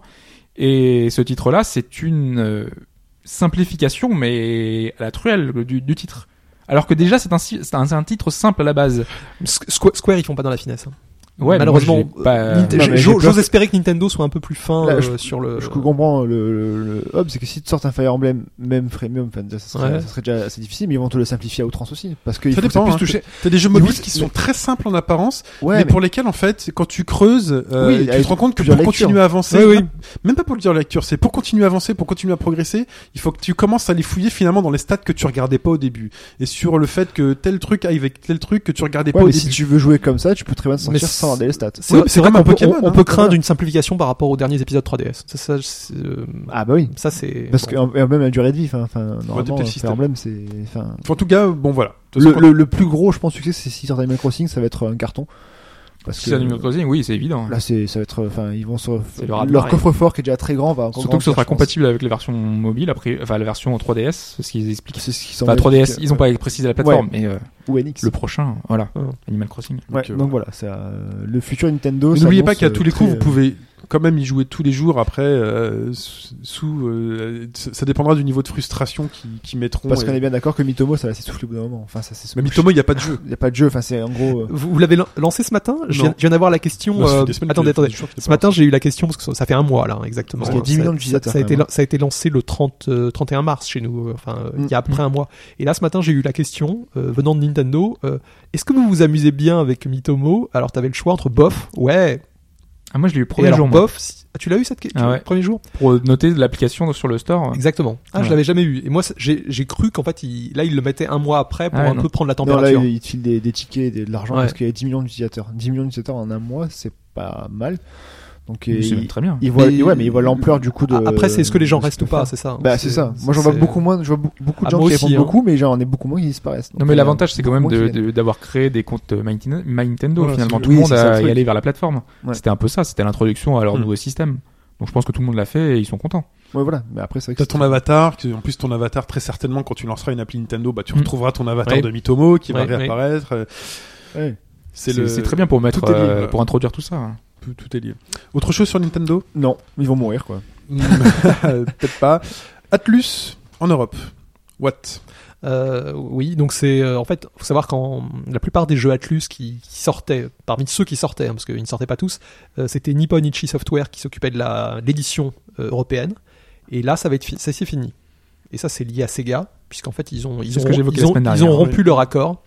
Et ce titre-là, c'est une euh, simplification, mais à la truelle du, du titre. Alors que déjà, c'est un, si- c'est un, c'est un titre simple à la base. Squ- Square, ils font pas dans la finesse. hein. Ouais, Malheureusement, mais moi, j'ai pas- euh, Ninte- Non, mais j'ai- j'ai j'ose peur que- espérer que Nintendo soit un peu plus fin Là, euh, je- sur le. Je comprends le, le, le hub, c'est que si tu sortes un Fire Emblem, même freemium, enfin, déjà, ça, serait, Ouais. ça serait déjà assez difficile, mais ils vont te le simplifier à outrance aussi. Parce que il Ça faut que ça dépend, puisse hein. toucher. T'as des jeux Ils mobiles vont- qui sont très simples en apparence, Ouais, mais, mais pour lesquels en fait, quand tu creuses, euh, Oui, tu avec te rends compte que plusieurs pour lectures. continuer à avancer, Oui, oui. même- même pas pour le dire lecture, c'est pour continuer à avancer, pour continuer à progresser, il faut que tu commences à les fouiller finalement dans les stats que tu regardais pas au début, et sur le fait que tel truc aille avec tel truc que tu regardais ouais, pas au mais début. si tu veux jouer comme ça, tu peux très bien te Mais sortir c'est- sans regarder les stats. C'est Oui, vrai, mais c'est c'est vrai comme un qu'on peut, Pokémon, on, on hein. peut craindre Voilà. une simplification par rapport aux derniers épisodes trois D S. Ça, ça, c'est, euh, Ah bah oui. ça c'est. Parce bon. que et même la durée de vie, enfin, enfin, normalement, adapter le Fire système. Emblem, c'est, enfin, En tout cas, bon voilà. De toute le, façon, le, le plus gros, je pense, succès, c'est si sortent Animal Crossing, ça va être un carton. Parce Si c'est Animal Crossing, oui, c'est évident. là, c'est, ça va être, enfin, ils vont se, C'est le rat de leur marée. coffre-fort qui est déjà très grand va encore Surtout que ce grandir, sera je pense. compatible avec les versions mobiles, après, enfin la version trois D S, ce qu'ils expliquent. C'est ce qui sont Enfin trois D S, ils ont pas précisé la plateforme, mais euh, ou N X. le prochain, voilà, Ouais. Animal Crossing. Ouais, Donc, euh, donc voilà, c'est euh, le futur Nintendo. mais n'oubliez pas s'annonce, qu'à tous les euh, coups, très, vous pouvez quand même y jouer tous les jours après, euh, sous, euh, ça dépendra du niveau de frustration qu'ils qui mettront. Parce et- qu'on est bien d'accord que Mitomo, ça va s'essouffler au bout d'un moment. Enfin, ça s'essouffle. Mais Mitomo, il n'y a pas de jeu. Il n'y a pas de jeu, enfin, c'est en gros. euh, Vous, vous l'avez lan- lancé ce matin Je viens, Non. je viens d'avoir la question. Bah, ça fait euh, des semaines attendez, qu'il y a attendez. des jours qu'il est Ce pas matin, j'ai eu la question parce que ça, ça fait un mois là, hein, exactement. Parce qu'il y a dix Ça- millions ça- d'utilisateurs, Ça a quand été, même. ça a été lancé le trente, euh, trente et un mars chez nous. euh, Enfin, euh, il y a à peu Mm. près un mois. Et là, ce matin, j'ai eu la question euh, venant de Nintendo. euh, Est-ce que vous vous amusez bien avec Mitomo? Alors, t'avais le choix entre bof, ouais. Ah moi je l'ai eu le Et premier alors jour, moi, bof. si- ah, tu l'as eu cette question Ah ouais. le premier jour? pour noter l'application sur le store. Exactement. Ah, je Ouais. l'avais jamais eu. Et moi, c'est- j'ai, j'ai cru qu'en fait, il, là, il le mettait un mois après pour Ah ouais, un non. peu prendre la Non, là, température. il il te file des, des tickets, des- de l'argent, Ouais. parce qu'il y a dix millions d'utilisateurs. dix millions d'utilisateurs en un mois, c'est pas mal. Donc, Mais et c'est il, même très bien. il voit, Mais- ouais, mais il voit l'ampleur du coup de. Après, c'est est-ce que les gens de ce restent ou que pas, fait. c'est ça. Bah, c'est ça. Moi, j'en vois c'est- beaucoup moins, je vois beaucoup, beaucoup de Ah, gens moi qui aussi, répondent hein. beaucoup, mais j'en ai beaucoup moins qui disparaissent. Non Donc, mais euh, l'avantage c'est quand beaucoup même moins de, qui viennent. de- d'avoir créé des comptes euh, My, Nintendo- My Nintendo Voilà, finalement c'est- tout oui, le monde c'est ça, le a y truc. aller vers la plateforme. Ouais. C'était un peu ça, c'était l'introduction à leur Hmm. nouveau système. Donc je pense que tout le monde l'a fait et ils sont contents. Ouais, voilà. Mais après, c'est vrai que T'as c'est- ton avatar, que- en plus ton avatar très certainement quand tu lanceras une appli Nintendo, bah tu Mm. retrouveras ton avatar Ouais. de Mitomo qui va Ouais, ouais. réapparaître. euh, Ouais. C'est C'est le, c'est très bien pour mettre tout est lié, euh, voilà. pour introduire tout ça. Tout, tout est lié. Autre chose sur Nintendo? Non, ils vont mourir, quoi. Peut-être pas. Atlus en Europe. What? Euh, oui, donc c'est euh, en fait, faut savoir qu'en la plupart des jeux Atlus qui, qui sortaient, parmi ceux qui sortaient, hein, parce qu'ils ne sortaient pas tous, euh, c'était Nippon Ichi Software qui s'occupait de la de l'édition euh, européenne. Et là, ça va être fi- ça c'est fini. Et ça, c'est lié à Sega, puisqu'en fait, ils ont ils C'est ont ce que j'évoquais ils la ont, semaine ils dernière, ont rompu oui. leur accord.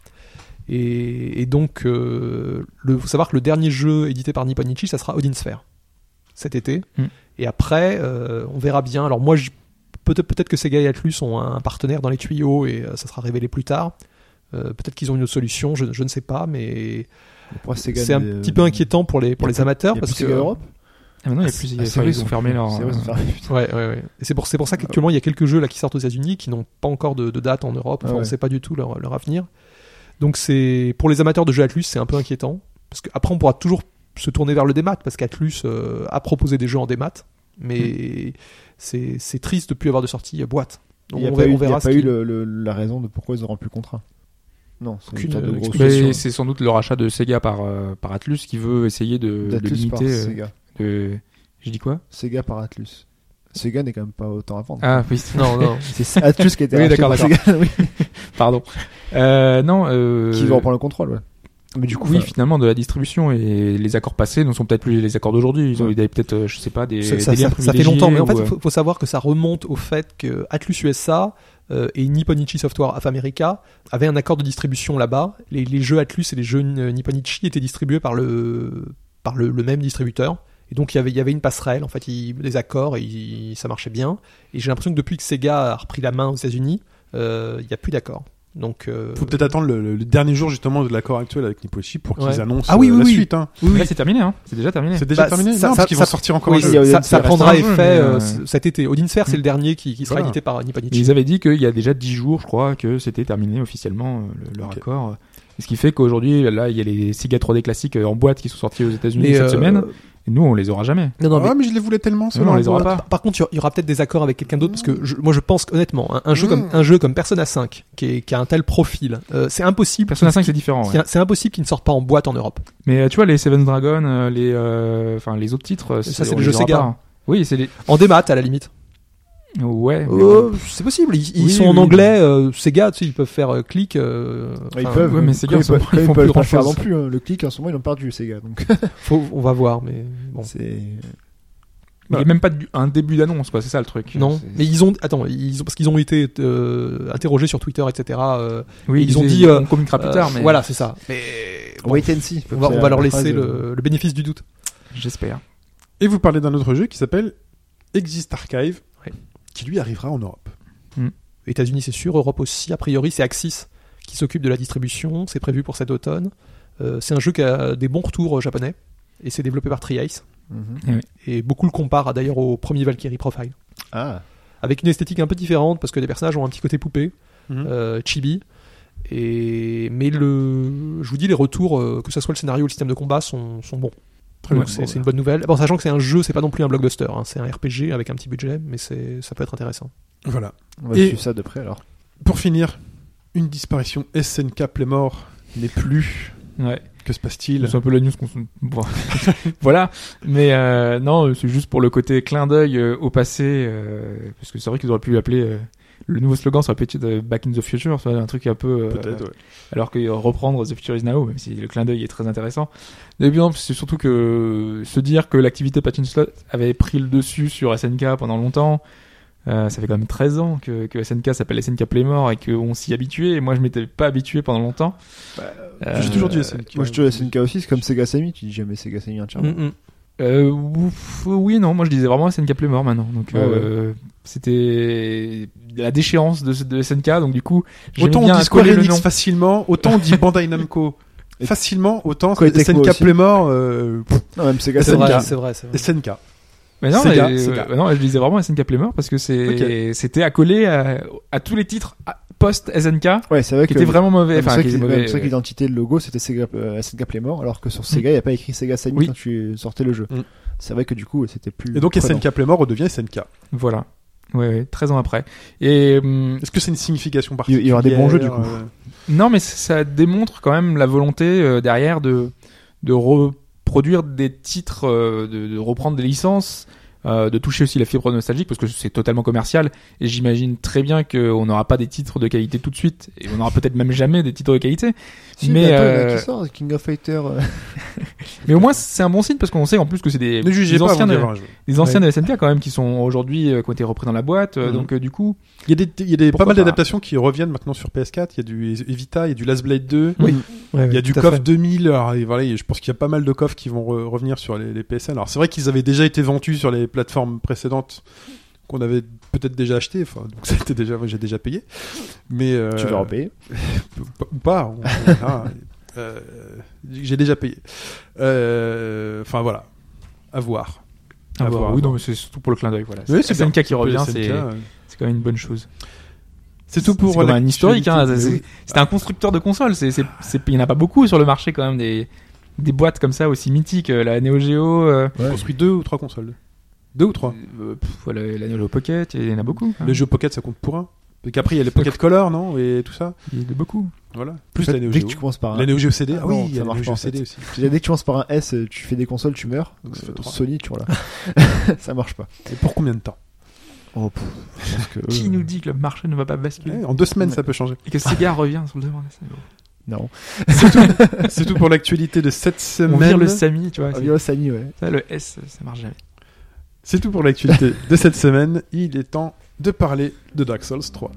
Et, et donc, euh, le faut savoir que le dernier jeu édité par Nippon Ichi, ça sera Odin Sphere cet été. Mm. Et après, euh, on verra bien. Alors moi, je- peut-être peut-être que Sega et Atlus ont un partenaire dans les tuyaux et euh, ça sera révélé plus tard. Euh, peut-être qu'ils ont une autre solution, je, je ne sais pas, mais Pour Sega, c'est un mais, petit euh, peu inquiétant pour les pour y a les plus- amateurs y a parce plus que Sega Europe. Ah, maintenant il y a Ah, plus, c'est- il ah, y a- c'est vrai, ils ont fermé leur. c'est vrai, ils ont euh, fermé, putain. ouais ouais ouais. Et c'est pour c'est pour ça qu'actuellement il y a quelques jeux là qui sortent aux États-Unis qui n'ont pas encore de, de date en Europe. Enfin, Ah ouais. on sait pas du tout leur leur avenir. Donc c'est pour les amateurs de jeux Atlus, c'est un peu inquiétant parce qu'après on pourra toujours se tourner vers le démat parce qu'Atlus euh, a proposé des jeux en démat, mais c'est c'est triste de plus avoir de sortie euh, boîte. Donc Il n'y a on pas verra, eu, on il y a verra pas ce eu qui- le, le- la raison de pourquoi ils auront plus le contrat. Non, c'est Aucune, une sorte de euh, grosse explication. Mais c'est sans doute le rachat de Sega par euh, par Atlus qui veut essayer de, de d'Atlus par limiter. euh, Sega. de- Je dis quoi? Sega par Atlus. Sega n'est quand même pas autant à vendre. Ah oui. Non non. C'est Atlus qui a été Oui, racheté d'accord, par Sega, oui. Pardon. Euh, non. Euh... Qui va reprendre le contrôle, ouais. Mais du coup, Oui, enfin, finalement, de la distribution et les accords passés ne sont peut-être plus les accords d'aujourd'hui. Ils ont Ouais. ils avaient peut-être, euh, je sais pas, des, Ça, des ça- liens ça- ça fait privilégiés longtemps, mais en fait, ou, il euh, faut, faut savoir que ça remonte au fait que Atlus U S A euh, et Nippon Ichi Software of America avaient un accord de distribution là-bas. Les, les jeux Atlus et les jeux euh, Nippon Ichi étaient distribués par le par le, le même distributeur. Et donc il y avait il y avait une passerelle, en fait, il, des accords, et il- ça marchait bien. Et j'ai l'impression que depuis que Sega a repris la main aux États-Unis, euh, il n'y a plus d'accord. Donc, euh, Faut peut-être attendre le, le- le dernier jour justement de l'accord actuel avec Nippochi pour qu'ils Ouais. annoncent Ah oui, euh, oui, la oui. suite. Hein. oui, Là, c'est terminé, hein. C'est déjà terminé. C'est déjà Bah, terminé. ça- non, ça- parce qu'ils vont ça- sortir encore oui, un il y jeu. a- ça, c'est- ça reste prendra un jeu, effet mais, euh, euh, c- cet été. Odin Sphere, c'est le dernier qui, qui sera Voilà. édité par Nipponichi. Ils avaient dit qu'il y a déjà dix jours, je crois, que c'était terminé officiellement euh, le, leur Ok. accord. Et ce qui fait qu'aujourd'hui, là, il y a les Sega trois D classiques euh, en boîte qui sont sortis aux États-Unis Mais, cette euh, semaine. Et nous, on les aura jamais. Non, non, mais Ah, mais je les voulais tellement. Non, ceux-là, on en les aura boîte. pas. par contre, il y aura peut-être des accords avec quelqu'un d'autre parce que je- moi, je pense honnêtement, un, un jeu Mm. comme un jeu comme Persona cinq, qui, est- qui a un tel profil, euh, c'est impossible. Persona cinq, c'est différent. ouais. C'est c'est impossible qu'il ne sorte pas en boîte en Europe. Mais euh, tu vois, les Seven Dragon, euh, les, euh, enfin, les autres titres, euh, Ça, c'est on le les jeu aura Sega. pas. Oui, c'est les. En démat, à la limite. Ouais. mais Euh, c'est possible. Ils, ils Oui, sont oui, en oui. anglais. Euh, Sega, tu sais, ils peuvent faire euh, clic. Euh, Ouais, ils enfin, peuvent. ouais, mais euh, Sega, quand en ils ce peuvent- moment, quand ils ils font peuvent plus pas le faire non grand-chose. plus. hein. Le clic, en ce moment, ils l'ont perdu, ces gars. Donc, faut, on va voir, mais bon. c'est. Il n'y a même pas de- un début d'annonce, quoi. C'est ça le truc. Non, c'est- mais ils ont, attends, ils ont, parce qu'ils ont été euh, interrogés sur Twitter, et cetera. euh, Oui, ils ont disaient, dit, euh, on communiquera plus tard, euh, mais voilà, c'est ça. Mais Wait and see. on va, C'est on va la leur phrase, laisser euh, le, le bénéfice du doute. j'espère. Et vous parlez d'un autre jeu qui s'appelle Exist Archive, Ouais. qui lui arrivera en Europe. États-Unis, c'est sûr. Europe aussi. A priori, c'est Axis qui s'occupe de la distribution. C'est prévu pour cet automne. Euh, c'est un jeu qui a des bons retours euh, japonais et c'est développé par Tri-Ace. Mhm. Et beaucoup le comparent d'ailleurs au premier Valkyrie Profile, Ah. avec une esthétique un peu différente parce que les personnages ont un petit côté poupée, Mhm. euh, chibi. Et mais le, je vous dis, les retours, euh, que ce soit le scénario ou le système de combat, sont, sont bons. Très Donc bien. c'est, c'est une bonne nouvelle. Bon, sachant que c'est un jeu, c'est pas non plus un blockbuster. Hein, c'est un R P G avec un petit budget, mais c'est, ça peut être intéressant. Voilà. On va Et- suivre ça de près alors. Pour finir, une disparition. S N K Playmore n'est plus. Ouais. Que se passe-t-il? C'est un peu la news qu'on se... bon. Voilà. Mais euh, non, c'est juste pour le côté clin d'œil euh, au passé, euh, parce que c'est vrai qu'ils auraient pu l'appeler. Euh, le nouveau slogan serait peut-être euh, Back in the Future, soit un truc un peu. euh, Peut-être, ouais. Alors que euh, reprendre The Future is Now, même si le clin d'œil est très intéressant. Et bien, c'est surtout que se dire que l'activité Patch and Slot avait pris le dessus sur S N K pendant longtemps. Euh, ça fait quand même treize ans que, que S N K s'appelle S N K Playmore et qu'on s'y habituait. Et moi, je m'étais pas habitué pendant longtemps. Euh, J'ai toujours dit S N K. Moi, je te laisse S N K aussi, c'est comme Sega Sammy. Tu dis jamais Sega Sammy entièrement. Mm, mm. Euh, ouf, oui, non, moi je disais vraiment S N K Playmore maintenant. Donc Ouais, euh, c'était la déchéance de, de S N K. Donc du coup, j'aimais Autant bien on dit Square coller le Enix nom. facilement, autant on dit Bandai Namco Et- facilement, autant Koei S N Tecmo K aussi. Playmore, euh, pff, Non, même Sega C'est S N K. vrai, c'est vrai, c'est vrai. S N K. Mais non, Sega, mais, Sega. euh, non, je disais vraiment S N K Playmore parce que c'est c'était accolé à, à tous les titres post S N K Ouais, c'est vrai qui que. étaient vraiment mauvais. Ouais, mais Enfin, c'est qui vrai étaient qu'il- mauvais. ouais, c'est vrai que l'identité, le logo, c'était Sega, euh, S N K Playmore, alors que sur Mm. Sega, il n'y a pas écrit Sega Sammy Oui. quand tu sortais le jeu. Mm. C'est vrai que du coup, c'était plus. Et donc S N prenant. K Playmore redevient S N K. Voilà. Ouais, ouais, treize ans après. Et hum, Est-ce que c'est une signification Il particulière? y aura des bons jeux, du coup. euh, non, mais ça démontre quand même la volonté euh, derrière de de reproduire des titres, euh, de, de reprendre des licences, euh, de toucher aussi la fibre nostalgique parce que c'est totalement commercial. Et j'imagine très bien qu'on n'aura pas des titres de qualité tout de suite et on n'aura peut-être même jamais des titres de qualité. Si, mais mais attends, il y en a euh, qui sort, King of Fighter. euh, mais au moins c'est un bon signe parce qu'on sait en plus que c'est des, Ne jugez des pas anciens avant d'y de, avoir un jeu. des anciens Ouais. de S N K quand même qui sont aujourd'hui euh, qui ont été repris dans la boîte. euh, Mhm. Donc euh, du coup, Il y a des, il y a des pas Pourquoi mal pas. d'adaptations qui reviennent maintenant sur P S quatre. Il y a du Evita, il y a du Last Blade deux. Oui. Ouais, Il y a ouais, du tout à C O F fait. deux mille. Alors, et voilà, et je pense qu'il y a pas mal de C O F qui vont re- revenir sur les, les P S N. Alors c'est vrai qu'ils avaient déjà été vendus sur les plateformes précédentes qu'on avait peut-être déjà acheté. Enfin, donc ça a été déjà, j'ai déjà payé. Mais euh, Tu vas en payer. ou pas. on- on verra. Euh, j'ai déjà payé. Euh, Enfin voilà, à voir. à À voir. voir, à oui, voir. non, mais c'est surtout pour le clin d'œil. Voilà. Oui, c'est S N K bien. qui revient, S N K, c'est euh, c'est quand même une bonne chose. C'est tout pour c'est comme un l'actualité. historique. Hein. C'est- Oui. C'était un constructeur de consoles. C'est, c'est, c'est, il n'y en a pas beaucoup sur le marché quand même des, des boîtes comme ça aussi mythiques. euh, La Neo Geo, euh, On construit deux ou trois consoles. Deux ou trois. euh, pff, voilà, la Neo Geo Pocket, il y en a beaucoup. hein. Les jeux Pocket, ça compte pour un. Parce qu'après, il y a les Pocket Color, non? Et tout ça. Il y en a beaucoup. Voilà. En Plus fait, la Neo dès Geo. que tu commences par un. La Neo Geo C D. Ah Ah oui, non, il y ça a la marche Neo pas, Geo en C D fait. aussi. Je veux dire, dès que tu commences par un S, euh, tu fais des consoles, tu meurs. Donc, Ça fait euh, trois. Sony, tu vois là. ça marche pas. Et pour combien de temps? Oh, pff, je pense que, Qui euh, nous dit que le marché ne va pas basculer Ouais, En deux semaines, Ouais. ça peut changer. et que Sega revient sur le devant de la scène? Non. C'est tout pour l'actualité de cette On vire semaine. le Samy, tu vois. Ah, c'est- Viro Samy, ouais. ça, le S, ça marche jamais. C'est tout pour l'actualité de cette semaine. Il est temps de parler de Dark Souls trois.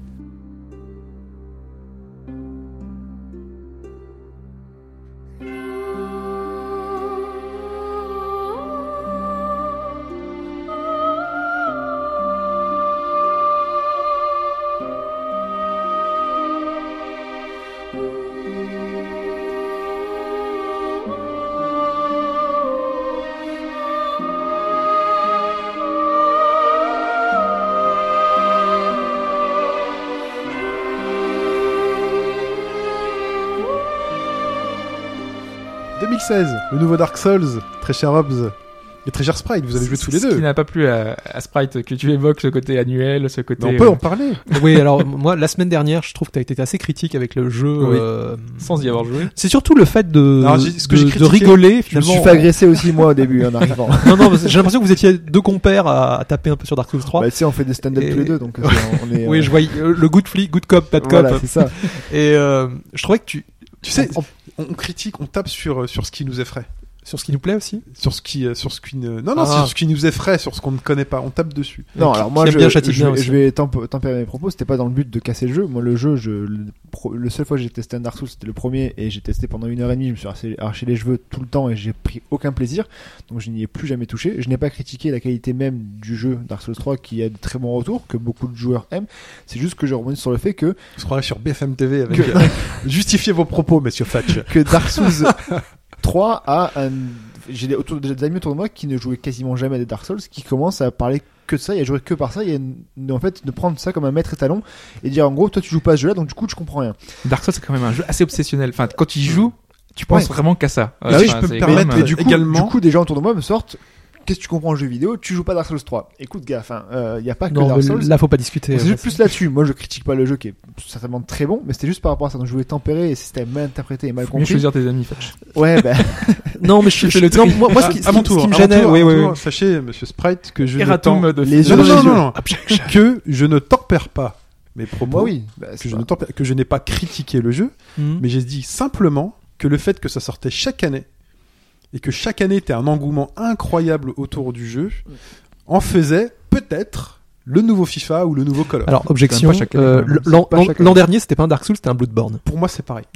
mille seize, le nouveau Dark Souls, très cher Hobbs et très cher Sprite, vous avez joué tous les Ce deux. qui n'a pas plu à, à Sprite, que tu évoques ce côté annuel, ce côté... Mais on peut euh, en parler. Oui, alors moi la semaine dernière, je trouve que t'as été assez critique avec le jeu. Oui. euh, sans y avoir joué. C'est surtout le fait de, Alors, j'ai- ce que de, j'ai de critiqué, rigoler Je me finalement. suis fait agresser aussi moi au début en arrivant. Non, non, j'ai l'impression que vous étiez deux compères à, à taper un peu sur Dark Souls trois. Bah, tu sais, on fait des stand-up Et- tous les deux, donc euh, c'est- on est. Oui, euh, je voyais euh, le good flic, good cop, bad cop. Voilà, c'est ça. Et euh, je trouvais que tu, Tu sais, en- on, on critique, on tape sur, sur ce qui nous effraie. sur ce qui nous plaît aussi. Sur ce qui, euh, sur ce qui ne... Non, non, Ah. sur ce qui nous effraie, sur ce qu'on ne connaît pas. On tape dessus. Non, Qui- alors moi qui aime je, bien châtie je, bien vais- aussi. je vais temp- tempérer mes propos. C'était pas dans le but de casser le jeu. Moi, le jeu, je, le, pro- le seul fois que j'ai testé un Dark Souls, c'était le premier et j'ai testé pendant une heure et demie. Je me suis arraché, arraché les cheveux tout le temps et j'ai pris aucun plaisir. Donc je n'y ai plus jamais touché. Je n'ai pas critiqué la qualité même du jeu Dark Souls trois qui a de très bons retours, que beaucoup de joueurs aiment. C'est juste que je rebondis sur le fait que On se croirait sur B F M T V avec... Que- euh, Justifiez vos propos, monsieur Fatch. que Dark Souls trois a un. J'ai des, autour, des amis autour de moi qui ne jouaient quasiment jamais à des Dark Souls, qui commencent à parler que de ça et à jouer que par ça, et à n- en fait de prendre ça comme un maître étalon et dire en gros toi tu joues pas à ce jeu-là donc du coup tu comprends rien. Dark Souls, c'est quand même un jeu assez obsessionnel. Enfin, quand tu y joues, tu penses Ouais. vraiment qu'à ça. Bah oui, je Enfin, peux me c'est permettre, quand mais même, du euh, coup, également- Du coup des gens autour de moi me sortent qu'est-ce que tu comprends en jeu vidéo, tu joues pas à Dark Souls trois. Écoute gars, enfin il y a pas que Non, Dark mais Souls. là faut pas discuter. C'est euh, juste plus là-dessus. Moi, je critique pas le jeu qui est certainement très bon, mais c'était juste par rapport à ça. Donc, je voulais tempérer et si c'était mal interprété et mal faut mieux compris. choisir tes amis, Fatch. Ouais, bah, Non, mais je, fais je- le non, tri. moi, moi, ce qui, À- à mon ce qui- tour, ce qui me à mon gênait, tour, oui, à mon oui, tour, oui. Sachez, monsieur Sprite, que je ne, Erratum tem- de les non, yeux non, dans les non, yeux. non, que je ne tempère pas mes propos, moi oui. Bah, que c'est je, pas- ne tempère- que je n'ai pas critiqué le jeu, Mhm. mais j'ai dit simplement que le fait que ça sortait chaque année et que chaque année était un engouement incroyable autour du jeu en faisait peut-être le nouveau FIFA ou le nouveau Call of. Alors, objection. pas chaque année, euh, quand même. l'an, C'est pas l'an- chaque l'an année. dernier, c'était pas un Dark Souls, c'était un Bloodborne. Pour moi, c'est pareil.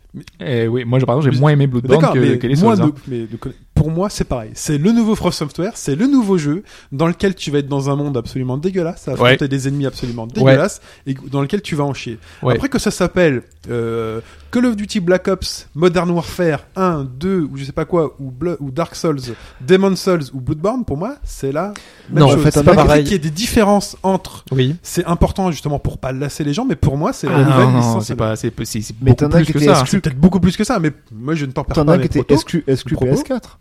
Eh oui, moi, par exemple, j'ai Mais- moins aimé Bloodborne D'accord, que, mais, que les moi, Souls. hein. de- mais de- pour moi, c'est pareil. C'est le nouveau From Software, c'est le nouveau jeu dans lequel tu vas être dans un monde absolument dégueulasse, à affronter Ouais. des ennemis absolument dégueulasses, et dans lequel tu vas en chier. Ouais. Après que ça s'appelle euh, Call of Duty Black Ops, Modern Warfare un, deux, ou je sais pas quoi, ou, Blo- ou Dark Souls, Demon's Souls ou Bloodborne, pour moi, c'est là. Non, en fait, c'est un pas mec pareil. Qu'il y ait des différences entre, Oui. c'est important justement pour pas lasser les gens, mais pour moi, c'est la Ah, nouvelle non, non, licence. c'est pas, c'est, c'est, c'est Mais beaucoup t'en as plus qui que étaient ça. exclus. C'est peut-être beaucoup plus que ça, mais moi je ne tempère T'en pas as un mes qui était propos. exclu, exclu propos. P S quatre.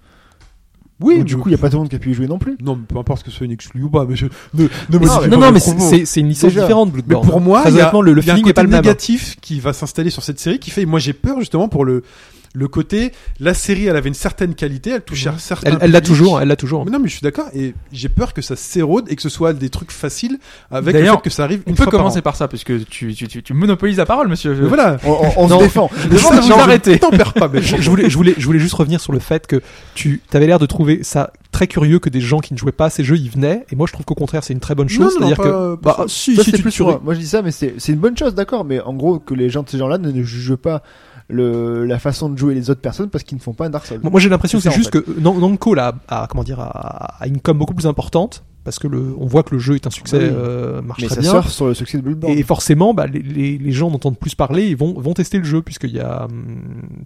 Oui, Du mais- coup, il y a pas tout le monde qui a pu y jouer non plus. Non, mais peu importe que ce soit une exclue ou pas, mais je, ne, ne Non, modifiez non, pas mes mais propos. c'est, c'est une licence Déjà. différente, Mais Bloodborne. pour moi, Très il y a, honnêtement, le, le il y a un feeling est pas côté le même. négatif qui va s'installer sur cette série qui fait, moi j'ai peur justement pour le, le côté, la série elle avait une certaine qualité, elle touchait à certains Elle, elle l'a publics. toujours, elle l'a toujours. Mais non, mais je suis d'accord et j'ai peur que ça s'érode et que ce soit des trucs faciles avec le D'ailleurs, fait que ça arrive On une peut fois par commencer an. par ça, puisque tu, tu, tu, tu monopolises la parole, monsieur. Mais voilà. On, on- on Non. se défend. Je demande de vous arrêter. Ne tempère pas, mais je, je voulais, je voulais, je voulais juste revenir sur le fait que tu avais l'air de trouver ça très curieux que des gens qui ne jouaient pas à ces jeux y venaient. Et moi, je trouve qu'au contraire, c'est une très bonne chose. Non, non, C'est-à-dire pas- que, pas bah, ça. si, Ça, si c'est tu plus tu sur ré- moi. Moi, je dis ça, mais c'est c'est une bonne chose, d'accord. Mais en gros, que les gens de ces gens-là ne jugent pas le la façon de jouer les autres personnes parce qu'ils ne font pas un Dark Souls. Moi, j'ai l'impression que C'est c'est ça, juste que Nan- Namco là, a, comment dire, a, a une com beaucoup plus importante parce que le, on voit que le jeu est un succès, Oui. euh, marche Mais très ça bien. surfe sur le succès de Bloodborne. Et forcément, bah, les, les, les gens en entendent plus parler et vont, vont tester le jeu puisqu'il y a hum,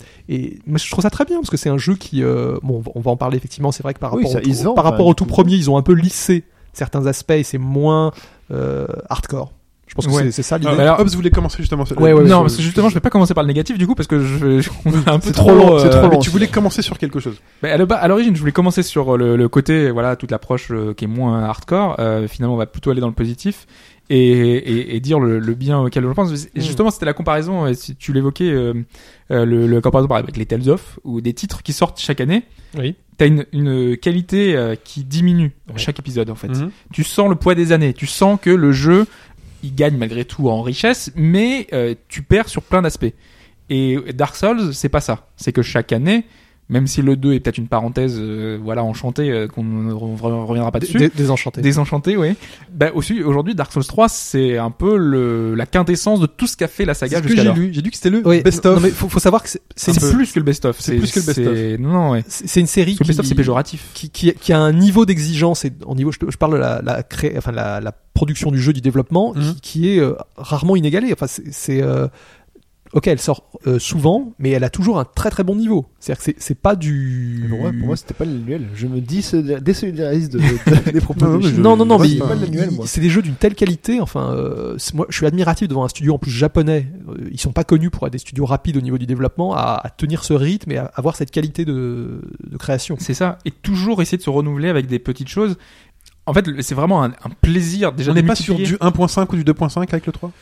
et moi je trouve ça très bien parce que c'est un jeu qui euh, bon on va en parler effectivement, c'est vrai que par Oui, rapport ça, au, il se vend, par enfin, rapport au du tout coup. premier, ils ont un peu lissé certains aspects et c'est moins euh, hardcore. Je pense que Ouais. c'est, c'est ça l'idée. Euh, Bah alors- Hobbs voulait commencer justement. sur- Ouais, ouais, non, sur- parce que justement, je vais pas commencer par le négatif du coup, parce que je, je- on est un peu c'est trop, trop long, euh, c'est trop Mais long. tu voulais commencer sur quelque chose. Mais à, le bas- à l'origine, je voulais commencer sur le, le côté, voilà, toute l'approche euh, qui est moins hardcore. Euh, finalement, on va plutôt aller dans le positif et, et, et dire le, le bien auquel je pense. Et justement, c'était la comparaison, euh, si tu l'évoquais, euh, euh, le, le comparaison par exemple, avec les Tales of ou des titres qui sortent chaque année. Oui. T'as une, une qualité euh, qui diminue à Ouais. chaque épisode en fait. Mhm. Tu sens le poids des années. Tu sens que le jeu, il gagne malgré tout en richesse, mais euh, tu perds sur plein d'aspects. Et Dark Souls, c'est pas ça. C'est que chaque année, même si le deux est peut-être une parenthèse, euh, voilà, enchantée, euh, qu'on ne re- reviendra pas dessus. Dé- Désenchanté. Désenchanté, oui. Bah aussi, aujourd'hui, Dark Souls trois, c'est un peu le, la quintessence de tout ce qu'a fait la C'est saga ce que j'ai jusqu'alors. lu. J'ai lu que c'était le Oui, best non, of. mais faut, faut savoir que c'est, c'est, C'est une, plus que le best-of. C'est plus que le best-of. c'est- Non, non, ouais. c'est, c'est une série Parce que le qui, best-of, c'est péjoratif. qui, qui, qui a un niveau d'exigence et au niveau, je, te- je parle de la, la, cré, enfin, la, la production du jeu, du développement, Mhm. qui, qui est euh, rarement inégalé. Enfin, c'est, c'est euh, ok, elle sort euh, souvent, mais elle a toujours un très très bon niveau. C'est-à-dire que c'est, c'est pas du. Pour moi, pour moi, c'était pas l'annuel. Je me dis désolidarise de, de, des propos. Non, de mais chez- je- Non, non, non, Moi, mais c'est pas il- l'annuel, il- moi. c'est des jeux d'une telle qualité. Enfin, euh, c'est- moi, je suis admiratif devant un studio en plus japonais. Euh, Ils sont pas connus pour être des studios rapides au niveau du développement, à, à tenir ce rythme et à avoir cette qualité de, de création. C'est ça. Et toujours essayer de se renouveler avec des petites choses. En fait, le- c'est vraiment un, un plaisir déjà On de n'est pas sur multiplier. du un point cinq ou du deux point cinq avec le trois?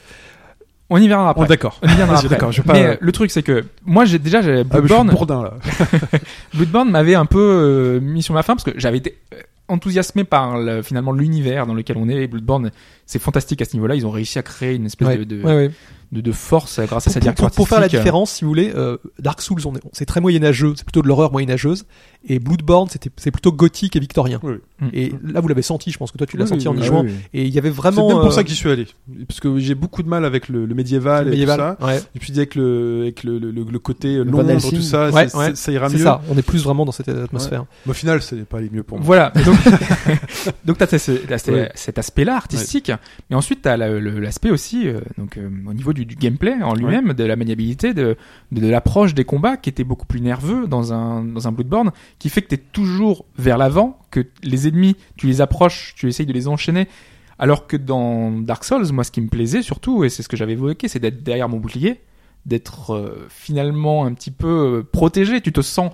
On y viendra après. Oh, d'accord. On y viendra Vas-y, après. d'accord, je vais pas- Mais euh, le truc c'est que moi j'ai déjà j'avais Ah, mais je suis Bloodborne. bourdin, là. Bloodborne m'avait un peu euh, mis sur ma faim parce que j'avais été euh, enthousiasmé par le- finalement l'univers dans lequel on est. Et Bloodborne, c'est fantastique à ce niveau-là. Ils ont réussi à créer une espèce Ouais, de, de, ouais, ouais. de, de force euh, grâce à sa Pour, direction pour- pour faire la artistique. différence, si vous voulez, euh, Dark Souls, on est, c'est très moyenâgeux, c'est plutôt de l'horreur moyenâgeuse, et Bloodborne, c'était, c'est plutôt gothique et victorien. Oui. Et là, vous l'avez senti, je pense que toi, tu l'as Oui, senti oui, en y oui. jouant. Ah oui. Et il y avait C'est vraiment. même pour euh, ça que j'y suis allé. Parce que j'ai beaucoup de mal avec le, le médiéval et médiéval. tout ça. Ouais. Et puis avec le, avec le, le, le côté Le Londres, Van tout Helsing. ça, Ouais, c'est- ouais. c'est- ça ira C'est mieux. ça, on est plus vraiment dans cette atmosphère. Mais au final, ce n'est pas les mieux pour moi. Voilà. Donc, donc t'as ce- t'as ce- Ouais. cet aspect-là artistique, mais ensuite t'as la- le- l'aspect aussi, euh, donc euh, au niveau du, du gameplay en lui-même, de la maniabilité, de, de, de l'approche des combats qui était beaucoup plus nerveux dans un dans un Bloodborne, qui fait que t'es toujours vers l'avant, que les ennemis, tu les approches, tu essayes de les enchaîner. Alors que dans Dark Souls, moi, ce qui me plaisait surtout, et c'est ce que j'avais évoqué, c'est d'être derrière mon bouclier, d'être euh, finalement un petit peu euh, protégé. Tu te sens,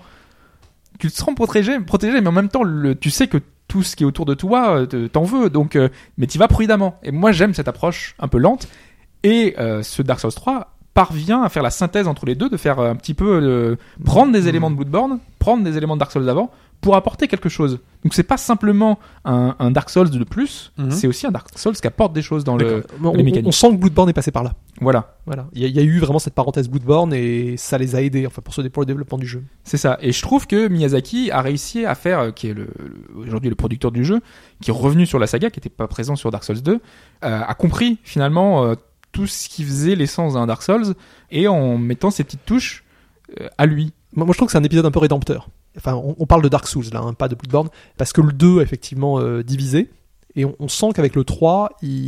tu te sens protégé, protégé, mais en même temps, le, tu sais que tout ce qui est autour de toi euh, te- t'en veut. Donc, euh, mais tu vas prudemment. Et moi, j'aime cette approche un peu lente. Et euh, ce Dark Souls trois parvient à faire la synthèse entre les deux, de faire euh, un petit peu euh, prendre des éléments de Bloodborne, prendre des éléments de Dark Souls d'avant, pour apporter quelque chose. Donc c'est pas simplement un, un Dark Souls de plus, Mhm. c'est aussi un Dark Souls qui apporte des choses dans le. On, les on- mécaniques. on sent que Bloodborne est passé par là. Voilà, Voilà. Il y, a- il y a eu vraiment cette parenthèse Bloodborne et ça les a aidés, enfin, pour, ce, pour le développement du jeu. c'est ça. Et je trouve que Miyazaki a réussi à faire, euh, qui est le, le- aujourd'hui le producteur du jeu, qui est revenu sur la saga, qui était pas présent sur Dark Souls deux, euh, a compris finalement euh, tout ce qui faisait l'essence d'un Dark Souls, et en mettant ses petites touches euh, à lui. Moi, moi, je trouve que c'est un épisode un peu rédempteur. Enfin, on, on parle de Dark Souls là, hein, pas de Bloodborne, parce que le deux est effectivement euh, divisé, et on, on sent qu'avec le trois,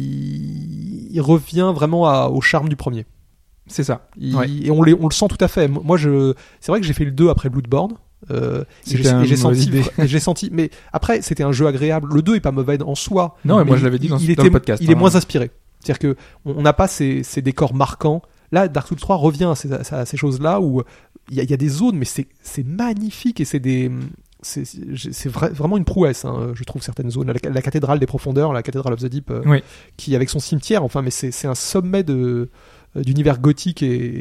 il, il revient vraiment à- au charme du premier. C'est ça. Il- Ouais. Et on, les- on le sent tout à fait. Moi, je, c'est vrai que j'ai fait le deux après Bloodborne. Euh, et C'était j'ai, une et j'ai mauvaise senti, idée. et j'ai senti, mais après c'était un jeu agréable. Le deux est pas mauvais en soi. Non, et mais moi je l'avais dit dans, il dans était, le podcast. Il est hein. moins inspiré. C'est-à-dire que on on n'a pas ces, ces décors marquants. Là, Dark Souls trois revient à ces, à ces choses-là où il y, a- il y a des zones, mais c'est, c'est magnifique et c'est des, c'est, c'est, c'est vra- vraiment une prouesse. Hein, je trouve certaines zones, la, la cathédrale des profondeurs, la cathédrale of the Deep, euh, Oui. qui avec son cimetière, enfin, mais c'est, c'est un sommet de d'univers gothique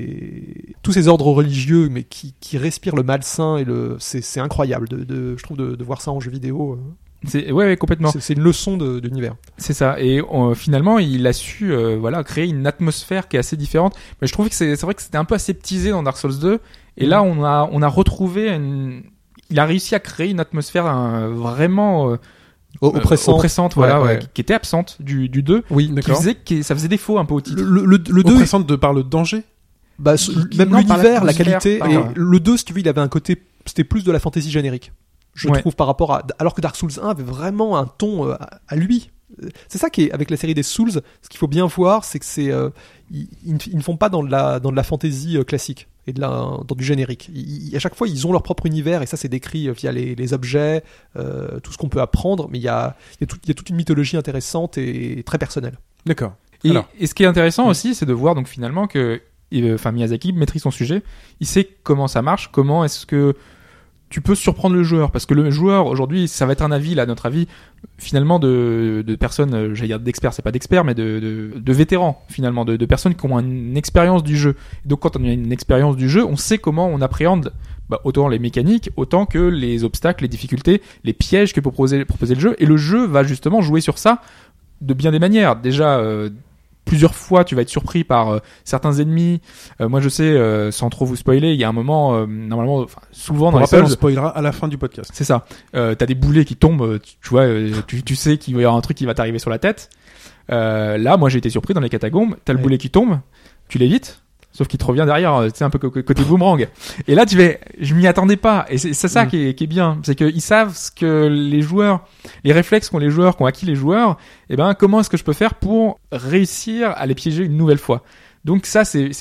et tous ces ordres religieux, mais qui, qui respirent le malsain et le, c'est, c'est incroyable. De, de, je trouve de, de voir ça en jeu vidéo. euh, C'est, ouais, ouais, complètement. C'est, c'est une leçon de, de l'univers. C'est ça. Et euh, finalement, il a su euh, voilà, créer une atmosphère qui est assez différente. Mais je trouvais que c'est, c'est vrai que c'était un peu aseptisé dans Dark Souls deux. Et là, on a, on a retrouvé une... Il a réussi à créer une atmosphère euh, vraiment euh, O- oppressant. oppressante, voilà, Ouais, ouais, ouais. qui était absente du, du deux. Oui, Qui D'accord. faisait que ça faisait défaut un peu au titre. Le, le, le deux, Oppressante de par le danger. bah, ce- Qui- même non, par l'univers, la l'atmosphère. qualité. Ah, et ouais. le deux, si tu veux, il avait un côté. C'était plus de la fantasy générique. Je Ouais. trouve par rapport à. Alors que Dark Souls un avait vraiment un ton euh, à, à lui. Euh, C'est ça qui est avec la série des Souls. Ce qu'il faut bien voir, c'est que c'est. euh, ils, ils ne- ils ne font pas dans de la, dans de la fantasy euh, classique et de la, dans du générique. Ils- ils- à chaque fois, ils ont leur propre univers et ça, c'est décrit euh, via les, les objets, euh, tout ce qu'on peut apprendre. Mais il y a, il y, a tout- il y a toute une mythologie intéressante et très personnelle. D'accord. Et, Alors. et ce qui est intéressant aussi, c'est de voir donc finalement que, euh, enfin Miyazaki maîtrise son sujet. Il sait comment ça marche, comment est-ce que tu peux surprendre le joueur, parce que le joueur aujourd'hui, ça va être un avis là, notre avis finalement de, de personnes, euh, j'allais dire d'experts, c'est pas d'experts, mais de, de, de vétérans finalement, de, de personnes qui ont une expérience du jeu. Donc quand on a une expérience du jeu, on sait comment on appréhende bah, autant les mécaniques, autant que les obstacles, les difficultés, les pièges que peut proposer, proposer le jeu. Et le jeu va justement jouer sur ça de bien des manières. Déjà, euh, plusieurs fois, tu vas être surpris par euh, certains ennemis. Euh, moi, je sais, euh, sans trop vous spoiler, il y a un moment, euh, normalement, enfin, souvent dans Pour les rappel, on Souls, spoilera à la fin du podcast. c'est ça. Euh, t'as des boulets qui tombent, euh, tu, tu vois, euh, tu, tu sais qu'il va y avoir un truc qui va t'arriver sur la tête. Euh, là, moi, j'ai été surpris dans les catacombes. T'as le Ouais. boulet qui tombe, tu l'évites. Sauf qu'il te revient derrière, euh, tu sais, un peu co- co- côté boomerang. Et là, tu fais, je m'y attendais pas. Et c'est c'est ça Mm. qui, est, qui est bien. C'est qu'ils savent ce que les joueurs, les réflexes qu'ont les joueurs, qu'ont acquis les joueurs, et ben, comment est-ce que je peux faire pour réussir à les piéger une nouvelle fois. Donc ça, c'est c'est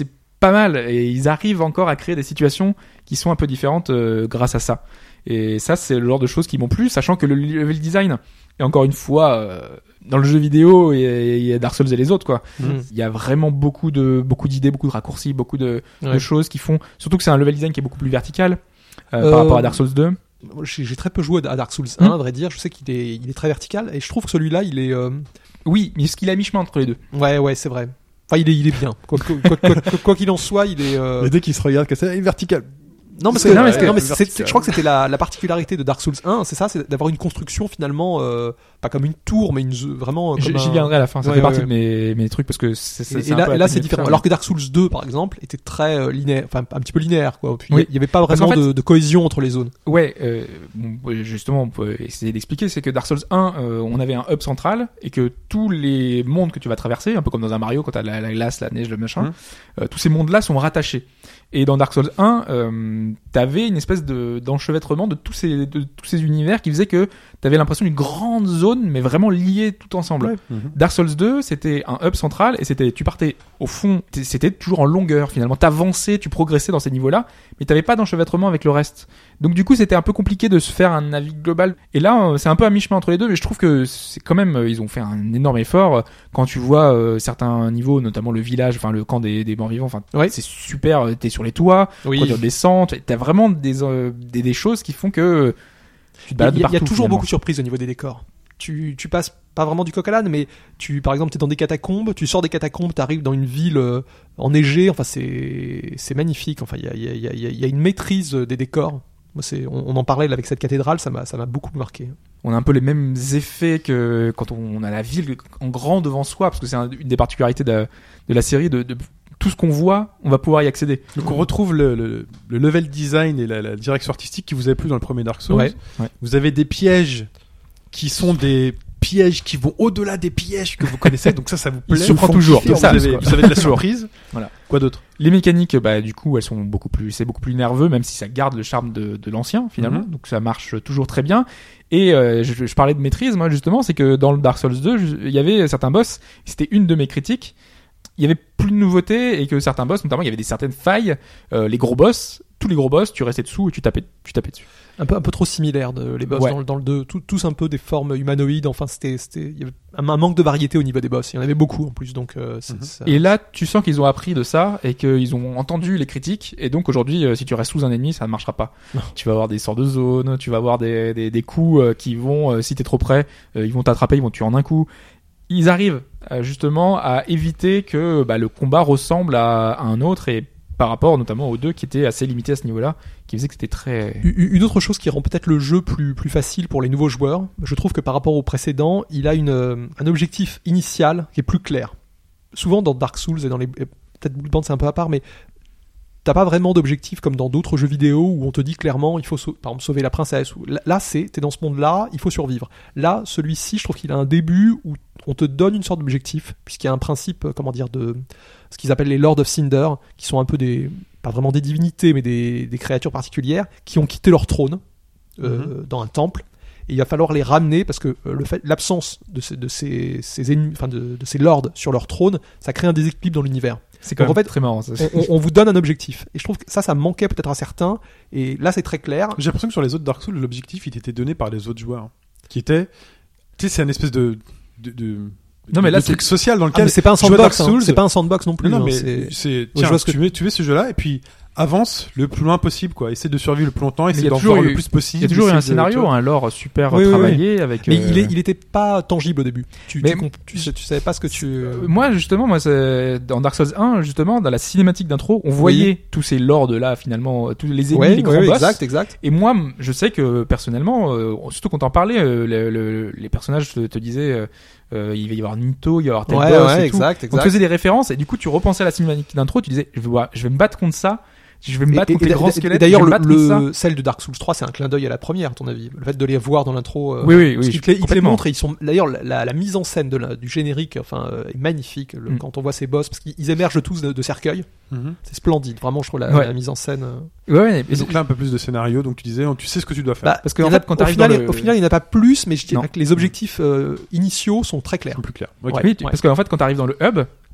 pas mal et ils arrivent encore à créer des situations qui sont un peu différentes euh, grâce à ça. Et ça, c'est le genre de choses qui m'ont plu, sachant que le level design est encore une fois euh, dans le jeu vidéo et il y a Dark Souls et les autres quoi. Il Mm. y a vraiment beaucoup de beaucoup d'idées, beaucoup de raccourcis, beaucoup de, Ouais. de choses qui font. Surtout que c'est un level design qui est beaucoup plus vertical euh, Euh, par rapport à Dark Souls deux. J'ai, j'ai très peu joué à Dark Souls un, Mm. à vrai dire. Je sais qu'il est, il est très vertical et je trouve que celui-là, il est. euh, Oui, mais ce qu'il a mi-chemin entre les deux. Ouais, ouais, c'est vrai. Enfin, il est, il est bien. Quoi, quoi, quoi, quoi, quoi- quoi qu'il en soit, il est. euh, Et dès qu'il se regarde que ça est vertical. Non, mais C'est- c'est, non, mais non, c'est- mais c'est- vertical. c'est- je crois que c'était la, la particularité de Dark Souls un, c'est ça, c'est d'avoir une construction finalement, euh, pas comme une tour, mais une zo- vraiment. J- Comme J'y un- viendrai à la fin, ça Ouais, fait ouais, partie ouais. de mes, mes trucs parce que c'est, c'est, Et, c'est et un là, peu et la là, technique c'est de différent. faire, Alors que Dark Souls deux, par exemple, était très euh, linéaire, enfin un petit peu linéaire, quoi. Puis il y a- Oui. il y avait pas Parce vraiment qu'en fait- de, de cohésion entre les zones. Ouais, euh, bon, justement, on peut essayer d'expliquer, c'est que Dark Souls un, euh, on avait un hub central et que tous les mondes que tu vas traverser, un peu comme dans un Mario quand t'as la, la glace, la neige, le machin, Mhm. euh, tous ces mondes-là sont rattachés. Et dans Dark Souls un, euh, t'avais une espèce de, d'enchevêtrement de tous ces, de tous ces univers qui faisait que t'avais l'impression d'une grande zone, mais vraiment liée tout ensemble. Ouais. Mhm. Dark Souls deux, c'était un hub central et c'était, tu partais au fond, t- c'était toujours en longueur finalement. T'avançais, tu progressais dans ces niveaux-là, mais t'avais pas d'enchevêtrement avec le reste. Donc du coup, c'était un peu compliqué de se faire un avis global. Et là, euh, c'est un peu à mi-chemin entre les deux, mais je trouve que c'est quand même, euh, ils ont fait un énorme effort. Quand tu vois euh, certains niveaux, notamment le village, enfin le camp des, des morts vivants, enfin Ouais. c'est super. euh, T'es sur les toits, Oui. quand tu descends, t'as vraiment des, euh, des des choses qui font que tu te Il y, balades a- il y a partout. toujours finalement. beaucoup de surprises au niveau des décors. Tu, tu passes pas vraiment du coq à l'âne, mais tu, par exemple, t'es dans des catacombes, tu sors des catacombes, t'arrives dans une ville euh, enneigée. Enfin, c'est, c'est magnifique. Enfin, il y a, il y, a, il y, a, il y a une maîtrise des décors. Moi, c'est, on, on en parlait là, avec cette cathédrale, ça m'a, ça m'a beaucoup marqué. On a un peu les mêmes effets que quand on a la ville en grand devant soi, parce que c'est un- une des particularités de, de la série, de, de tout ce qu'on voit, on va pouvoir y accéder. Donc on retrouve le, le, le level design et la, la direction artistique qui vous avait plu dans le premier Dark Souls. Ouais. Ouais. Vous avez des pièges qui sont des pièges qui vont au-delà des pièges que vous connaissez. Donc ça, ça vous Il plaît. surprend Vous toujours, kiffez, comme ça, vous, avez, quoi. vous avez de la surprise. Voilà. Quoi d'autre? Les mécaniques, bah du coup, elles sont beaucoup plus, c'est beaucoup plus nerveux, même si ça garde le charme de, de l'ancien finalement. Mhm. Donc ça marche toujours très bien. Et euh, je, je parlais de maîtrise, moi justement, c'est que dans le Dark Souls deux, je- il y avait certains boss. C'était une de mes critiques. Il y avait plus de nouveautés et que certains boss, notamment, il y avait des certaines failles. Euh, les gros boss, tous les gros boss, tu restais dessous et tu tapais, tu tapais dessus. Un peu, un peu trop similaire de, les boss Ouais. dans, le- dans le deux, tout- tous un peu des formes humanoïdes. Enfin, c'était, c'était, il y avait un, un manque de variété au niveau des boss. Il y en avait beaucoup en plus, donc euh, c'est, Mhm. ça- Et là, tu sens qu'ils ont appris de ça et qu'ils ont entendu les critiques. Et donc aujourd'hui, euh, si tu restes sous un ennemi, ça ne marchera pas. Non. Tu vas avoir des sorts de zones, tu vas avoir des, des, des coups euh, qui vont, euh, si t'es trop près, euh, ils vont t'attraper, ils vont te tuer en un coup. Ils arrivent euh, justement à éviter que bah, le combat ressemble à, à un autre et par rapport notamment aux deux qui étaient assez limités à ce niveau-là, qui faisait que c'était très... U- u- Une autre chose qui rend peut-être le jeu plus, plus facile pour les nouveaux joueurs, je trouve que par rapport au précédent, il a une, euh, un objectif initial qui est plus clair. Souvent dans Dark Souls et dans les... et peut-être Bloodborne c'est un peu à part, mais t'as pas vraiment d'objectif comme dans d'autres jeux vidéo où on te dit clairement il faut sau- par exemple sauver la princesse. Ou... Là, là, c'est, t'es dans ce monde-là, il faut survivre. Là, celui-ci, je trouve qu'il a un début où on te donne une sorte d'objectif, puisqu'il y a un principe, euh, comment dire, de ce qu'ils appellent les Lords of Cinder, qui sont un peu des, pas vraiment des divinités, mais des, des créatures particulières, qui ont quitté leur trône euh, dans un temple. Et il va falloir les ramener parce que euh, le fait, l'absence de ces, de ces, ces ennemis, enfin de, de ces lords sur leur trône, ça crée un déséquilibre dans l'univers. C'est quand Donc, même en fait, très marrant. Ça. On, on- on vous donne un objectif. Et je trouve que ça, ça manquait peut-être à certains. Et là, c'est très clair. J'ai l'impression que sur les autres Dark Souls, l'objectif il était donné par les autres joueurs, qui était, tu sais, c'est un espèce de, de, de Non, mais là, de truc c'est- social dans Ah, lequel mais c'est pas un tu joues à Dark sandbox. hein. Souls. C'est pas un sandbox non plus. Non, non, hein. mais C'est- c'est je tiens, vois ce que tu, mets, tu mets ce jeu-là et puis avance le plus loin possible, quoi. Essaie de survivre le plus longtemps, il essaie y a d'en toujours voir eu- le plus possible. Il y a toujours eu un essaie de- tu scénario, vois. un lore super Oui, oui, travaillé avec. Mais euh, il, est, il était pas tangible au début. Tu, Mais- tu, comp- tu, sais- tu savais pas ce que tu. Euh, Moi, justement, moi, c'est... dans Dark Souls un, justement, dans la cinématique d'intro, on voyait tous ces lords là, finalement, euh, tous les ennemis, Ouais, les grands ouais, ouais, boss. exact, exact. Et moi, m- je sais que personnellement, euh, surtout quand t'en parlais, euh, le- le- les personnages te, te disaient, euh, euh, il va y avoir Nito, il va y avoir tel Ouais, boss ouais, et tout. exact, On te exact. faisait des références et du coup, tu repensais à la cinématique d'intro, tu disais, je vais, voir- je vais me battre contre ça. Je vais me battre Et- contre et- les grands et- squelettes. et d'ailleurs, je vais le, me battre contre ça. le- celle de Dark Souls trois, c'est un clin d'œil à la première, à ton avis. Le fait de les voir dans l'intro. euh, Oui, oui, parce oui, qu'ils te les- ils te les complètement. montrent et ils sont. D'ailleurs, la, la, la mise en scène de la, du générique, enfin, euh, est magnifique. Le- Mm. Quand on voit ces boss, parce qu'ils ils émergent tous de, de cercueils. Mhm. C'est splendide. Vraiment, je trouve la, Ouais. la mise en scène. euh, Ouais, ouais, Et mais donc là, un peu plus de scénario, donc tu disais, tu sais ce que tu dois faire. Bah, parce que, il y en en a- fait, quand au t'arrives final, dans le- au final, il n'y en a pas plus, mais je dirais Non. que les objectifs euh, initiaux sont très clairs. C'est plus clair. Ok. Ouais. Oui, tu- parce qu'en fait, quand tu arrives dans le hub,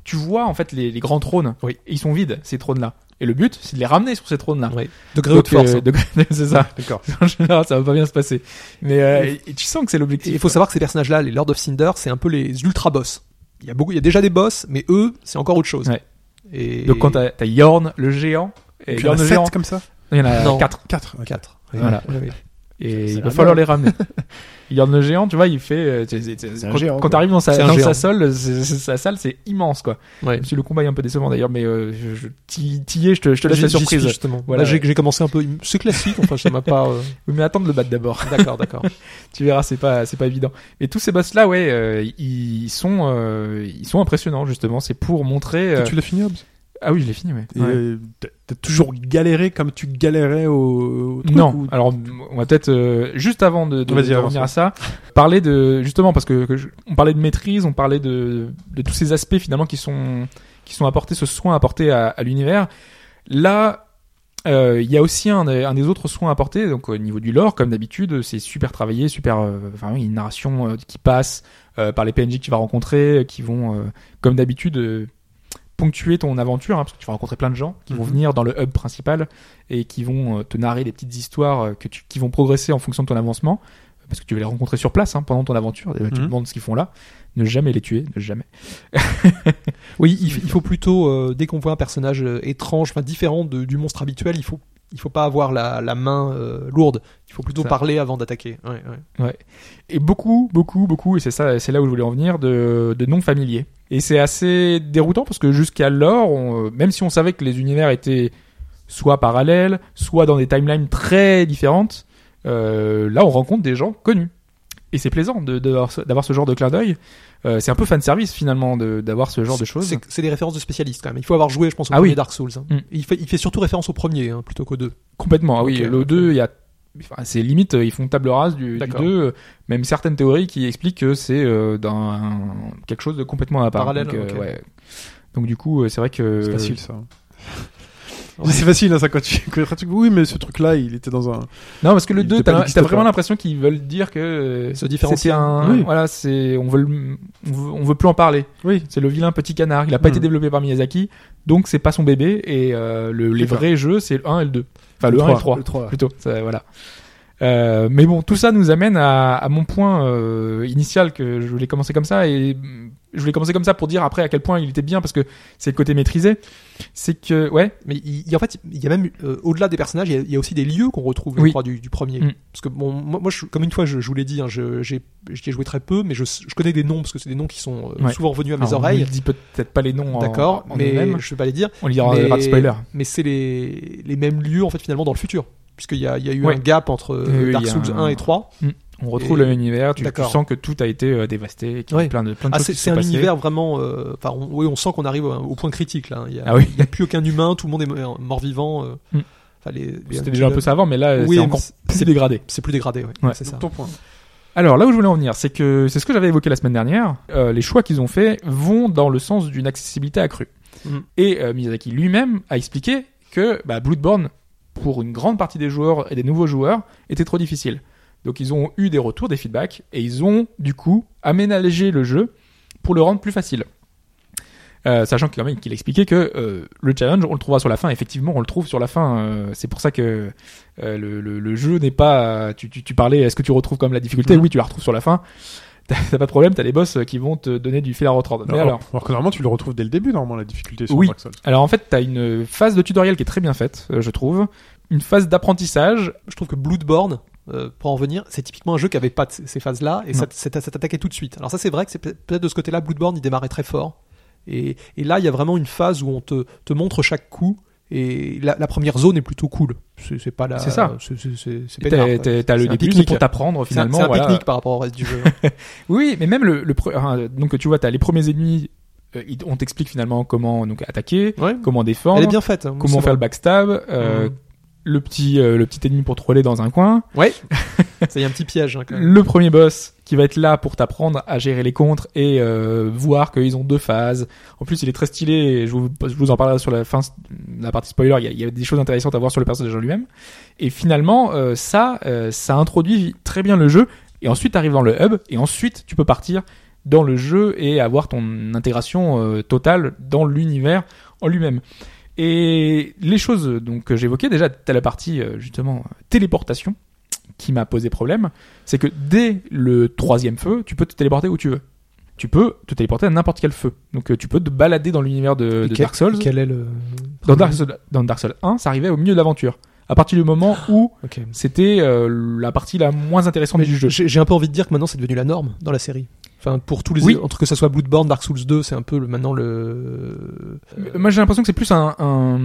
tu vois en fait les, les grands trônes. Oui. Et ils sont vides ces trônes-là. Et le but, c'est de les ramener sur ces trônes-là. Ouais. Degré haute force. euh, hein. degré- c'est ça. D'accord. En général, ça va pas bien se passer. Mais euh, et, et tu sens que c'est Et l'objectif. il faut savoir que ces personnages-là, les Lord of Cinder, c'est un peu les ultra boss. Il y a beaucoup, il y a déjà des boss, mais eux, c'est encore autre chose. Ouais. Et Donc quand t'as, t'as Yorn, le géant, et Il y en a Yorn le sept géant, comme ça. il y en a Non. quatre. Quatre. ok. quatre. Voilà. Ouais, ouais. Et C'est il la va falloir merde. les ramener. Yorn le géant, tu vois, il fait. euh, c'est- c'est- c'est- C'est un quand géant, quand quoi. t'arrives dans sa, C'est un dans sa géant. salle, c'est- c'est- sa salle, c'est immense quoi. Ouais. Même si le combat est un peu décevant d'ailleurs, mais euh, je, je t'y t'y es, je te, je te laisse J'y- la j'y surprise. suis, justement. Voilà. Là, j'ai, j'ai commencé un peu. C'est classique. Enfin, ça m'a pas. euh, Oui, mais attends de le battre d'abord. D'accord, d'accord. Tu verras, c'est pas, c'est pas évident. Mais tous ces boss là, ouais, euh, ils sont, euh, ils sont impressionnants justement. C'est pour montrer. euh, Tu l'as fini, Hobbs Ah oui, je l'ai fini, ouais. Et Ouais. euh, t'as- T'as toujours galéré comme tu galérais au, au truc, Non, ou- alors on va peut-être euh, juste avant de, de, Vas-y, de avance, revenir ouais. à ça, parler de justement parce que, que je- on parlait de maîtrise, on parlait de, de tous ces aspects finalement qui sont qui sont apportés, ce soin apporté à, à l'univers. Là, euh, il y a aussi un, des- un des autres soins apportés, donc au niveau du lore, comme d'habitude, c'est super travaillé, super, euh, enfin oui, une narration euh, qui passe euh, par les P N J que tu vas rencontrer, euh, qui vont, euh, comme d'habitude. Euh, ponctuer ton aventure, hein, parce que tu vas rencontrer plein de gens qui vont Mhm. venir dans le hub principal et qui vont euh, te narrer des petites histoires euh, que tu, qui vont progresser en fonction de ton avancement, euh, parce que tu vas les rencontrer sur place hein, pendant ton aventure. Et, euh, Tu te Mhm. demandes ce qu'ils font là. Ne jamais les tuer, ne jamais. Oui, il, f- il faut plutôt, euh, dès qu'on voit un personnage euh, étrange, enfin différent de- du monstre habituel, il faut, il faut pas avoir la, la main euh, lourde. Il faut plutôt Ça. parler avant d'attaquer. Ouais, ouais. Et beaucoup, beaucoup, beaucoup, et c'est ça, c'est là où je voulais en venir, de, de noms familiers. Et c'est assez déroutant parce que jusqu'alors, on, euh, même si on savait que les univers étaient soit parallèles, soit dans des timelines très différentes, euh, là on rencontre des gens connus. Et c'est plaisant de, de- d'avoir ce- d'avoir ce genre de clin d'œil. Euh, c'est un peu fan service finalement de, d'avoir ce genre de choses. C'est, c'est des références de spécialistes quand même. Il faut avoir joué, je pense, au Ah premier oui. Dark Souls. hein. Mm. Il, fait, il fait surtout référence au premier hein, plutôt qu'au deux. Complètement, ah oui. Ok, Le ok. deux, il y a, enfin, c'est limite, euh, ils font table rase du, du D'accord. deux. euh, Même certaines théories qui expliquent que c'est euh, dans un- quelque chose de complètement à part. Parallèle, Donc, euh, ok. ouais. Donc du coup, euh, c'est vrai que C'est facile ça. Ouais. C'est facile hein, ça quand tu quand tu- Oui, mais ce truc-là, il était dans un. Non, parce que le Il deux, était pas- t'as, il existait t'as vraiment pas. l'impression qu'ils veulent dire que euh, Se différencier. c'était un, Oui. voilà, c'est, on veut, le- on veut, on veut plus en parler. Oui. C'est le vilain petit canard. Il a pas Mm. été développé par Miyazaki, donc c'est pas son bébé. Et euh, le, les C'est ça. vrais jeux, c'est le un et le deux. Enfin, le, Le un et le trois, trois. Le trois. Plutôt, ça, voilà. Euh, mais bon, tout ça nous amène à, à mon point euh, initial que je voulais commencer comme ça et mm, je voulais commencer comme ça pour dire après à quel point il était bien parce que c'est le côté maîtrisé. C'est que ouais, Mais il, il- en fait, il y a même, euh, au-delà des personnages, il y, a, il y a aussi des lieux qu'on retrouve, je Oui. crois, du, du premier. Mm. Parce que bon, moi, moi, je, comme une fois, je, je vous l'ai dit, hein, je, j'ai, j'y ai joué très peu, mais je, je connais des noms parce que c'est des noms qui sont euh, Ouais. souvent revenus à mes alors, oreilles. on ne dit peut-être pas les noms. en- D'accord, en mais eux-mêmes. je vais pas les dire. On les dira mais, pas de spoiler. mais c'est les, les mêmes lieux en fait finalement dans le futur, puisqu'il y a, il y a eu Ouais. un gap entre euh, Oui, oui, Dark il y a Souls un- un et trois. On retrouve Et- le même univers. Tu, tu D'accord. sens que tout a été euh, dévasté, qu'il y a Ouais. plein de plein de Ah, choses c'est, qui c'est sont un passées. univers vraiment. euh, Enfin, on, oui, on sent qu'on arrive au, au point critique là. Il y a, Ah oui. il y a plus aucun humain, tout le monde est mo- mort-vivant. euh, Mm. Enfin, les, les C'était déjà un peu ça avant, mais là Oui, c'est mais encore c'est- plus dégradé. C'est plus dégradé, ouais. Ouais. C'est ça. Ton point. Alors là où je voulais en venir, c'est que c'est ce que j'avais évoqué la semaine dernière. Euh, les choix qu'ils ont faits vont dans le sens d'une accessibilité accrue. Mm. Et euh, Miyazaki lui-même a expliqué que bah, Bloodborne, pour une grande partie des joueurs et des nouveaux joueurs, était trop difficile. Donc ils ont eu des retours, des feedbacks, et ils ont du coup aménagé le jeu pour le rendre plus facile. Euh, sachant qu'il quand même qu'il expliquait que euh, le challenge on le trouvera sur la fin. Effectivement on le trouve sur la fin. Euh, c'est pour ça que euh, le, le, le jeu n'est pas. Tu, tu, tu parlais. Est-ce que tu retrouves comme la difficulté? Mhm. Oui, tu la retrouves sur la fin. T'as, t'as pas de problème. T'as les boss qui vont te donner du fil à retordre. Mais alors, alors, alors que normalement, tu le retrouves dès le début, normalement, la difficulté sur Oui. Dark Souls. alors en fait t'as une phase de tutoriel qui est très bien faite, euh, je trouve. Une phase d'apprentissage. Je trouve que Bloodborne, euh, pour en venir, c'est typiquement un jeu qui avait pas de ces ces phases-là et Non. ça, ça, ça t'attaquait tout de suite. Alors ça, c'est vrai que c'est peut- peut-être de ce côté-là, Bloodborne, il démarrait très fort. Et, et là, il y a vraiment une phase où on te, te montre chaque coup. Et la, la première zone est plutôt cool. C'est, c'est pas la. C'est ça. C'est, c'est, c'est, c'est T'as, peinard, quoi. t'as, t'as le C'est un début, c'est pique-nique. pour t'apprendre C'est un, finalement. c'est un voilà. pique-nique par rapport au reste du jeu. Oui, mais même le, le pre- hein, donc tu vois, t'as les premiers ennemis. euh, ils- on t'explique finalement comment donc attaquer, Ouais. comment défendre, Elle est bien faite. hein. comment C'est faire vrai. le backstab. Euh, Mhm. Le petit, euh, le petit ennemi pour troller dans un coin. Ouais. Ça y a un petit piège. hein, quand même. Le premier boss qui va être là pour t'apprendre à gérer les contres et euh, voir qu'ils ont deux phases. En plus, il est très stylé. Et je, vous, je vous en parlerai sur la fin, la partie spoiler. Il y a, il y a des choses intéressantes à voir sur le personnage en lui-même. Et finalement, euh, ça, euh, ça introduit très bien le jeu. Et ensuite, t'arrives dans le hub. Et ensuite, tu peux partir dans le jeu et avoir ton intégration euh, totale dans l'univers en lui-même. Et les choses donc que j'évoquais déjà, t'as la partie euh, justement téléportation qui m'a posé problème, c'est que dès le troisième feu, tu peux te téléporter où tu veux. Tu peux te téléporter à n'importe quel feu. Donc euh, tu peux te balader dans l'univers de, de quel, Dark Souls. Quel est le... Dans Dark Souls, dans Dark Souls un, ça arrivait au milieu de l'aventure. À partir du moment où Okay. c'était euh, la partie la moins intéressante Mais du jeu. J'ai, j'ai un peu envie de dire que maintenant c'est devenu la norme dans la série. Enfin, pour tous les, Oui. entre que ça soit Bloodborne, Dark Souls deux, c'est un peu le, maintenant le. Euh, Moi, j'ai l'impression que c'est plus un,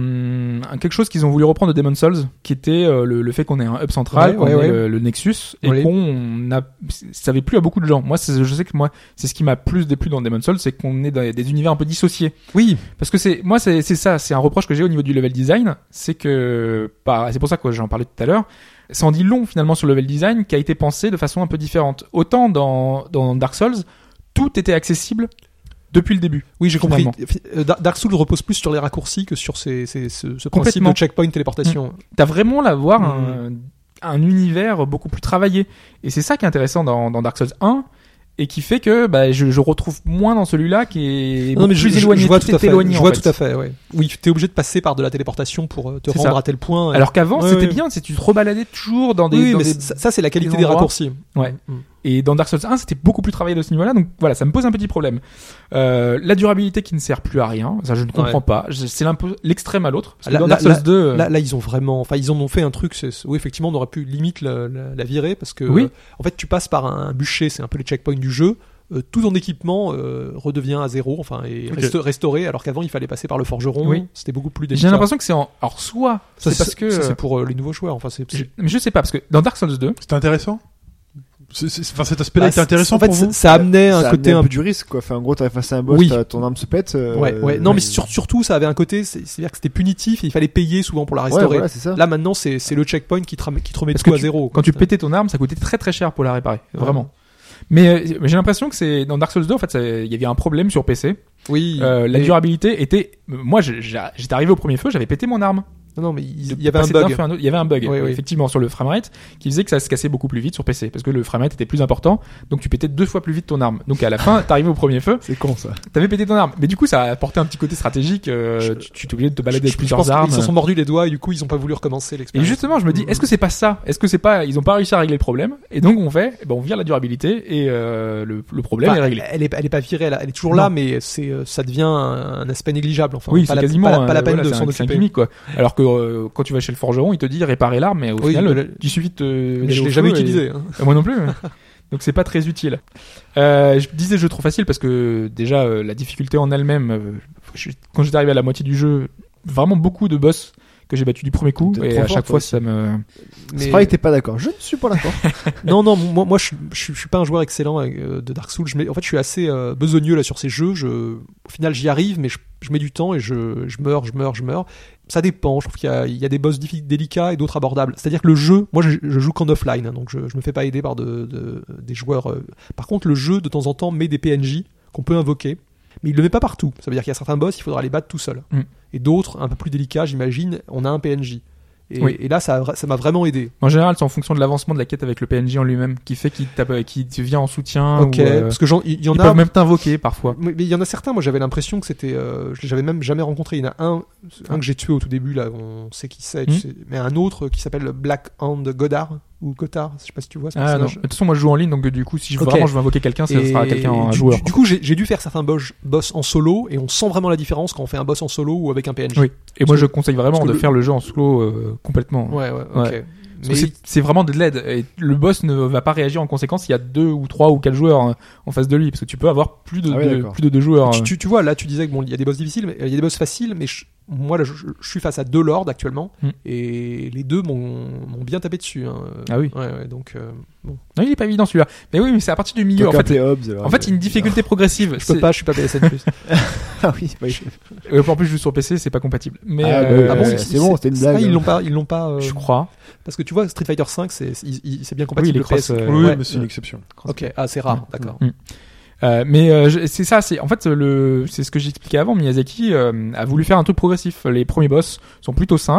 un, un quelque chose qu'ils ont voulu reprendre de Demon's Souls, qui était euh, le, le fait qu'on ait un hub central, Ouais, qu'on ouais, ait ouais. Le, le Nexus, et Ouais. qu'on a, ça avait plu à beaucoup de gens. Moi, c'est, je sais que moi, c'est ce qui m'a plus déplu dans Demon's Souls, c'est qu'on est dans des, des univers un peu dissociés. Oui. Parce que c'est, moi, c'est, c'est ça, c'est un reproche que j'ai au niveau du level design, c'est que, bah, c'est pour ça que j'en parlais tout à l'heure. Ça en dit long finalement sur le level design qui a été pensé de façon un peu différente. Autant dans, dans Dark Souls, tout était accessible depuis le début. Oui, j'ai compris. Finalement. Euh, Dark Dark Souls repose plus sur les raccourcis que sur ces, ces, ce, ce principe Complètement. de checkpoint téléportation. T'as vraiment là voir Mm. un, un univers beaucoup plus travaillé. Et c'est ça qui est intéressant dans, dans Dark Souls un, et qui fait que bah, je, je retrouve moins dans celui-là qui est Non, beaucoup mais je, plus je- éloigné. je vois tout tout à est fait. éloigné, Je en vois fait. tout à fait. Ouais. Oui, t'es obligé de passer par de la téléportation pour euh, te C'est rendre ça. à tel point. Alors qu'avant, Ouais, c'était ouais. bien, c'est tu te rebaladais toujours dans des... oui, dans mais des- ça, ça, c'est la qualité des des endroits. raccourcis. Ouais. Mm. Et dans Dark Souls un, c'était beaucoup plus travaillé de ce niveau-là. Donc voilà, ça me pose un petit problème. Euh, la durabilité qui ne sert plus à rien, ça je ne comprends Ouais. pas. Je- C'est l'impo- l'extrême à l'autre. Parce que Là- dans là- Dark Souls là- deux... euh, Là, là, ils ont vraiment, enfin, ils en ont fait un truc c'est- où effectivement on aurait pu limite la, la, la virer parce que, Oui. euh, en fait, tu passes par un bûcher, c'est un peu les checkpoints du jeu. Euh, tout ton équipement euh, redevient à zéro, enfin, et Ok. reste- restauré, alors qu'avant il fallait passer par le forgeron. Oui. C'était beaucoup plus délicat. J'ai l'impression que c'est en... Alors soit, Ça, c'est parce que... ça, euh, c'est pour euh, les nouveaux joueurs. Enfin, c'est. je... Mais je sais pas, parce que dans Dark Souls deux, C'était intéressant. C'est- c'est- Enfin, cet aspect-là Bah, était intéressant en fait, pour ça, vous. ça amenait un Ça côté amenait un un peu du risque, quoi. Enfin, en gros, t'arrives face à un boss, Oui. t'as- ton arme se pète. euh, Ouais, ouais. Non, ouais. mais sur- surtout, ça avait un côté, c'est- c'est-à-dire que c'était punitif et il fallait payer souvent pour la Ouais, restaurer. voilà, c'est ça. Là, maintenant, c'est c'est le checkpoint qui te, ram- qui te remet Parce tout que à zéro. quand tu quoi. pétais ton arme, ça coûtait très très cher pour la réparer. Vraiment. Mais, euh, mais j'ai l'impression que c'est dans Dark Souls deux, en fait, ça- il y avait un problème sur P C. Oui. Euh, la mais- durabilité était. Moi, j'ai- j'ai- j'étais arrivé au premier feu, j'avais pété mon arme. Non, non, mais il, De il y avait un passer d'un bug. feu à un autre. Il y avait un bug, Oui, oui. effectivement, sur le framerate, qui faisait que ça se cassait beaucoup plus vite sur P C, parce que le framerate était plus important, donc tu pétais deux fois plus vite ton arme. Donc à la fin, t'arrivais au premier feu, C'est con, ça. t'avais pété ton arme. Mais du coup, ça a apporté un petit côté stratégique. euh, Je- tu tu t'es obligé de te balader Je- avec je plusieurs pense armes. qu'ils s'en sont mordus les doigts et du coup ils ont pas voulu recommencer Et l'expérience. justement, je me dis, est-ce que c'est pas ça? Est-ce que c'est pas, ils ont pas réussi à régler le problème? Et donc on fait, eh ben, on vire la durabilité et euh, le, le problème Enfin, est réglé. Elle est, elle est pas virée, elle, a- elle est toujours Non. là, mais c'est, euh, ça devient un, un aspect négligeable. Enfin, Oui, pas c'est la, quasiment pas, la- pas la euh, peine voilà, de c'est s'en un- c'est un occuper. gimmick, quoi. Alors que euh, quand tu vas chez le forgeron, il te dit réparer l'arme, mais au Oui, final, mais euh, il suffit de te. Mais d'aller je au l'ai feu jamais et- utilisé. hein. Euh, Moi non plus. Donc c'est pas très utile. Euh, je disais jeu trop facile parce que déjà euh, la difficulté en elle-même, euh, je- quand j'étais arrivé à la moitié du jeu, vraiment beaucoup de boss que j'ai battu du premier coup T'es et trop à fort, chaque toi fois aussi. ça me. Mais- C'est pareil, t'es pas d'accord. Je ne suis pas d'accord. Non, non, moi, moi, je, je, je suis pas un joueur excellent euh, de Dark Souls. Je mets- en fait, je suis assez euh, besogneux là sur ces jeux. Je, au final, j'y arrive, mais je, je mets du temps et je, je meurs, je meurs, je meurs. Ça dépend. Je trouve qu'il y a, il y a des boss diffi- délicats et d'autres abordables. C'est-à-dire que le jeu, moi, je, je joue qu'en offline, hein, donc je, je me fais pas aider par de, de- des joueurs. euh. Par contre, le jeu, de temps en temps, met des P N J qu'on peut invoquer. Mais il le met pas partout. Ça veut dire qu'il y a certains boss, il faudra les battre tout seul. Mm. Et d'autres, un peu plus délicats, j'imagine, on a un P N J. Et, Oui. et là, ça, a- ça m'a vraiment aidé. En général, c'est en fonction de l'avancement de la quête avec le P N J en lui-même qui fait qu'il tape- qu'il te vient en soutien. Ok, ou, euh, parce que j'en- il y en ils a. peuvent même t'invoquer parfois. Mais mais il y en a certains, moi j'avais l'impression que c'était. Euh, je l'avais même jamais rencontré. Il y en a un, un que j'ai tué au tout début, là, on sait qui c'est, tu Mm. sais, mais un autre qui s'appelle Black Hand Godard, ou Cotard, je sais pas si tu vois ce Ah non. De personnage. toute façon, moi je joue en ligne, donc du coup, si je, Ok. vraiment je veux invoquer quelqu'un, ce Et sera quelqu'un un du, joueur. Du, du coup, j'ai j'ai dû faire certains boss, boss en solo, et on sent vraiment la différence quand on fait un boss en solo ou avec un P N J. Oui. Et moi, que- je conseille vraiment parce que de le- faire le jeu en solo euh, complètement. Ouais, ouais, ok. Ouais. Parce que Mais c'est- c'est vraiment de l'aide. Et le boss ne va pas réagir en conséquence s'il y a deux ou trois ou quatre joueurs euh, en face de lui, parce que tu peux avoir plus de, Ah oui, de- d'accord. plus de deux joueurs. tu, euh. tu, tu vois, là, tu disais que bon, il y a des boss difficiles, mais il y a des boss faciles, mais je- moi, là, je, je suis face à deux lords actuellement, Mm. et les deux m'ont m'ont bien tapé dessus. Hein. Ah oui. Ouais, ouais, donc. euh, bon. Non, il est pas évident celui-là. Mais oui, mais c'est à partir du milieu. Donc, En un fait, Play Hobbs, alors, en fait, il y a une difficulté progressive. Je peux C'est- pas, je suis pas P S N plus. Ah oui, oui. Euh, en plus, je joue sur P C, c'est pas compatible. Mais Ah, bah, euh, Ah bon, euh, il- c'est bon, c'était une blague. Ah, ils l'ont pas, ils l'ont pas. euh, je crois. Parce que tu vois, Street Fighter cinq, c'est c'est il- c'est bien Oui, compatible les le P S. cross, euh, Oui, Ouais. mais c'est une exception. Ok, ah c'est rare, d'accord. Euh, mais euh, je- c'est ça, c'est en fait le, c'est ce que j'expliquais avant. Miyazaki euh, a voulu faire un truc progressif. Les premiers boss sont plutôt simples,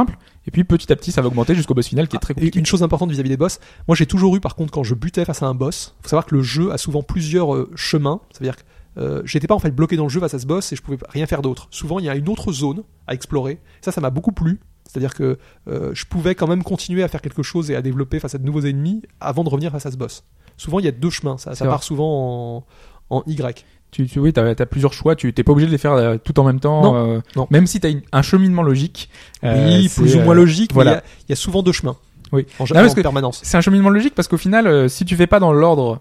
Et puis petit à petit, ça va augmenter jusqu'au boss final qui est très Et compliqué. une chose importante vis-à-vis des boss, moi j'ai toujours eu par contre quand je butais face à un boss, faut savoir que le jeu a souvent plusieurs euh, chemins, ça veut dire que euh, j'étais pas en fait bloqué dans le jeu face à ce boss et je pouvais rien faire d'autre. Souvent il y a une autre zone à explorer, ça ça m'a beaucoup plu, c'est-à-dire que euh, je pouvais quand même continuer à faire quelque chose et à développer face à de nouveaux ennemis avant de revenir face à ce boss. Souvent il y a deux chemins, ça, ça vrai. part souvent en, en Y. Tu, tu, oui, t'as, t'as plusieurs choix. Tu t'es pas obligé de les faire euh, tout en même temps. Non, euh, non. Même si t'as une, un cheminement logique. euh, Oui, c'est, plus ou moins euh, logique, voilà. mais il y a- il y, a souvent deux chemins. Oui. En, Non, parce en que permanence. C'est un cheminement logique parce qu'au final, euh, si tu fais pas dans l'ordre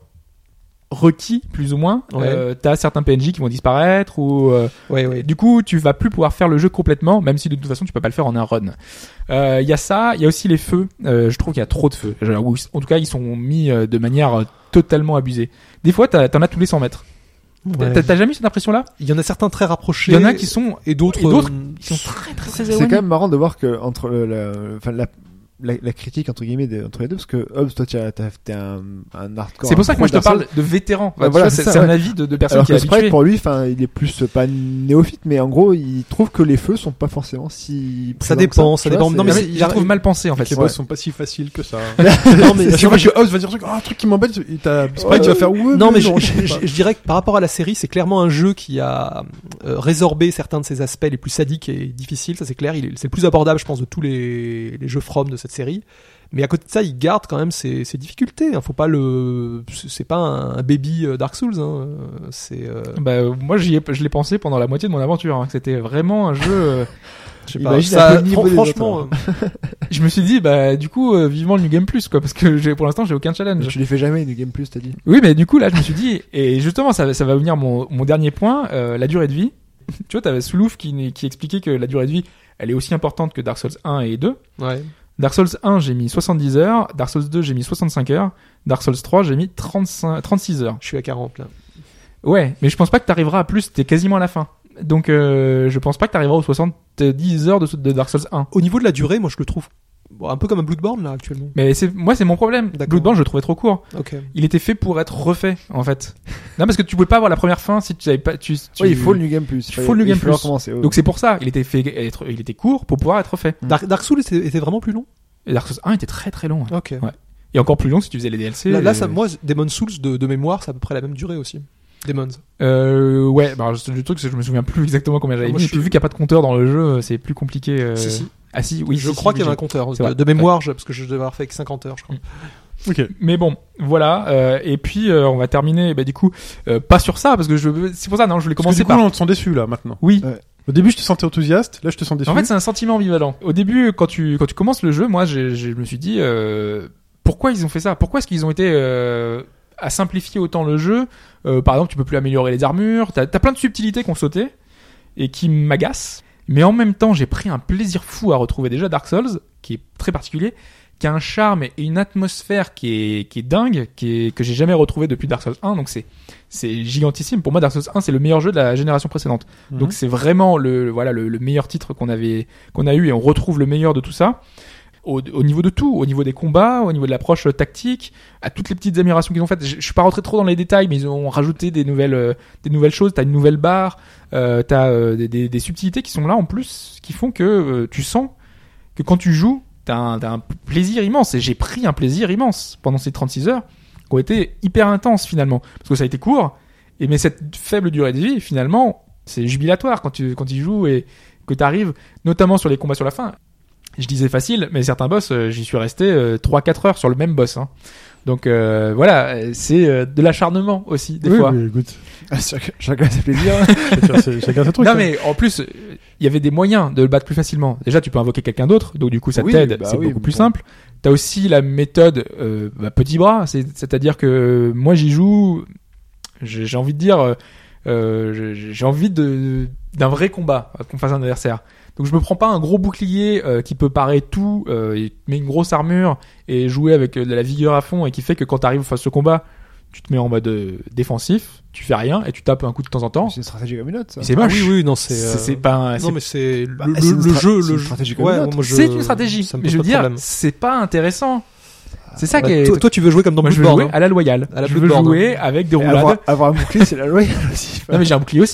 requis, plus ou moins, Ouais. euh, t'as certains P N J qui vont disparaître ou euh, Ouais, ouais. du coup, tu vas plus pouvoir faire le jeu complètement, même si de toute façon, tu peux pas le faire en un run. Il euh, y a ça, il y a aussi les feux. Euh, je trouve qu'il y a trop de feux. Genre, ou- en tout cas, ils sont mis euh, de manière euh, totalement abusée. Des fois, t'as, t'en as tous les cent mètres. Ouais. T'as, t'as jamais eu cette impression-là? Il y en a certains très rapprochés. Il y en a qui sont et d'autres. et d'autres euh, qui sont très très très C'est éloignés. quand même marrant de voir que entre le, la, enfin, la, la, la critique entre guillemets de, entre les deux, parce que Hobbs, toi, tu as, t'as- t'es un, un hardcore. C'est pour ça que moi je te un pro parle de vétérans. Enfin, Ouais, tu voilà, vois, c'est c'est, ça, c'est un ouais. avis de, de personnes Alors qui que est Sprite, habitué. pour lui, enfin, il est plus pas néophyte, mais en gros, il trouve que les feux sont pas forcément si. Ça présents que dépend, ça tu dépend. vois, Non, mais c'est- c'est- Je il a- les trouve mal pensé en fait. Les Ouais. boss sont pas si faciles que ça. non, mais C'est vrai que Hobbs va dire ah, un truc qui m'embête, et t'as Sprite qui va faire ouais. Non, mais je, non, je- je- je dirais que par rapport à la série, c'est clairement un jeu qui a euh, résorbé certains de ses aspects les plus sadiques et difficiles. Ça, c'est clair. Il est, c'est le plus abordable, je pense, de tous les, les jeux From de cette série. Mais à côté de ça, il garde quand même ses, ses difficultés. Hein. Faut pas le, c'est pas un baby euh, Dark Souls. Hein. C'est, euh, Bah, euh, moi j'y ai, je l'ai pensé pendant la moitié de mon aventure. Hein, que c'était vraiment un jeu. euh, je sais Imagine pas. un peu Ça, le niveau fran- des franchement, autres, euh, je me suis dit bah du coup euh, vivement le New Game Plus quoi parce que j'ai, pour l'instant j'ai aucun challenge. Tu les fais jamais, New Game Plus, t'as dit. Oui mais du coup là je me suis dit et justement ça, ça va venir mon, mon dernier point euh, la durée de vie. Tu vois t'avais Soulouf qui, qui expliquait que la durée de vie elle est aussi importante que Dark Souls un et deux. ouais. Dark Souls un j'ai mis soixante-dix heures, Dark Souls deux j'ai mis soixante-cinq heures, Dark Souls trois j'ai mis trente-cinq, trente-six heures. Je suis à quarante là. Ouais, mais je pense pas que t'arriveras à plus, t'es quasiment à la fin. Donc euh, je pense pas que t'arriveras aux soixante-dix heures de, de Dark Souls un. Au niveau de la durée, moi, je le trouve bon, un peu comme un Bloodborne là actuellement. Mais c'est, moi c'est mon problème. D'accord. Bloodborne je le trouvais trop court. Ok. Il était fait pour être refait en fait. Non parce que tu pouvais pas avoir la première fin si tu avais pas... Tu, tu... Oui, il faut le New Game Plus. Il faut le New Game faut Plus. recommencer, ouais. Donc c'est pour ça, il était fait être, il était court pour pouvoir être refait. Dark, Dark Souls était, était vraiment plus long. Et Dark Souls un était très très long. hein. Ok. Ouais. Et encore plus long si tu faisais les D L C. Là, là, ça, euh, moi, Demon's Souls de, de mémoire, c'est à peu près la même durée aussi. Demon's. Euh, ouais, bah, le truc c'est que je me souviens plus exactement combien j'avais Moi, mis. je Et puis suis- vu qu'il n'y a pas de compteur dans le jeu, c'est plus compliqué. euh, Si, si. Ah si, oui. je si, crois si, qu'il y avait j'ai- un compteur. C'est De, vrai. de mémoire, je- parce que je devais avoir fait avec cinquante heures, je crois. Ok. Mais bon, voilà. Euh, et puis euh, on va terminer. Bah du coup, euh, pas sur ça parce que je. C'est pour ça. Non, je voulais Parce que commencer du coup, par. là, on te sent déçu là maintenant. Oui. Ouais. Au début, je te sentais enthousiaste. Là, je te sens déçu. En fait, c'est un sentiment ambivalent. Au début, quand tu quand tu commences le jeu, moi, j'ai, j'ai- je me suis dit euh, pourquoi ils ont fait ça. Pourquoi est-ce qu'ils ont été euh, à simplifier autant le jeu. Euh, par exemple, tu peux plus améliorer les armures. T'as, t'as plein de subtilités qui ont sauté et qui m'agacent. Mais en même temps, j'ai pris un plaisir fou à retrouver déjà Dark Souls, qui est très particulier, qui a un charme et une atmosphère qui est, qui est dingue, qui est, que j'ai jamais retrouvé depuis Dark Souls un. Donc c'est, c'est gigantissime. Pour moi, Dark Souls un, c'est le meilleur jeu de la génération précédente. Mhm. Donc c'est vraiment le, voilà, le, le meilleur titre qu'on avait, qu'on a eu et on retrouve le meilleur de tout ça. Au, au niveau de tout, au niveau des combats, au niveau de l'approche tactique, à toutes les petites améliorations qu'ils ont faites. Je, je suis pas rentré trop dans les détails, mais ils ont rajouté des nouvelles, euh, des nouvelles choses. T'as une nouvelle barre, euh, t'as euh, des, des, des subtilités qui sont là en plus, qui font que euh, tu sens que quand tu joues, t'as un, t'as un plaisir immense. Et j'ai pris un plaisir immense pendant ces trente-six heures, qui ont été hyper intenses finalement, parce que ça a été court. Et mais cette faible durée de vie, finalement, c'est jubilatoire quand tu quand tu y joues et que t'arrives, notamment sur les combats sur la fin. Je disais facile, mais certains boss, euh, j'y suis resté euh, trois quatre heures sur le même boss. Hein. Donc euh, voilà, c'est euh, de l'acharnement aussi des oui, fois. oui, écoute. Ah, chacun, chacun ses plaisirs. chacun, ses- chacun ses trucs. Non hein. mais en plus, il y avait des moyens de le battre plus facilement. Déjà, tu peux invoquer quelqu'un d'autre, donc du coup ça Oui, t'aide, bah c'est oui, beaucoup plus bon. simple. T'as aussi la méthode euh, bah, petit bras, c'est, c'est-à-dire que moi j'y joue, j'ai, j'ai envie de dire, euh, j'ai, j'ai envie de d'un vrai combat qu'on fasse un adversaire. Donc je me prends pas un gros bouclier euh, qui peut parer tout, euh, et met une grosse armure et jouer avec euh, de la vigueur à fond et qui fait que quand t'arrives face au combat, tu te mets en mode euh, défensif, tu fais rien et tu tapes un coup de temps en temps. C'est une stratégie comme une autre, ça. Et c'est Ah moche. oui, oui, non, c'est. C'est, euh, c'est pas un, Non, c'est mais c'est Bah, le, c'est le- une le stra- jeu, c'est le une jeu. stratégie comme Ouais, une autre. moi, je- C'est une stratégie, ça me mais pose je veux pas de dire, problème. c'est pas intéressant. C'est ça qui Ouais, est. toi, toi, tu veux jouer comme dans Moi, je veux Bloodborne. jouer hein. à la loyale. À la je veux Bloodborne, jouer avec des Et roulades. avoir, avoir un bouclier, c'est la loi aussi. Non mais j'ai un bouclier aussi.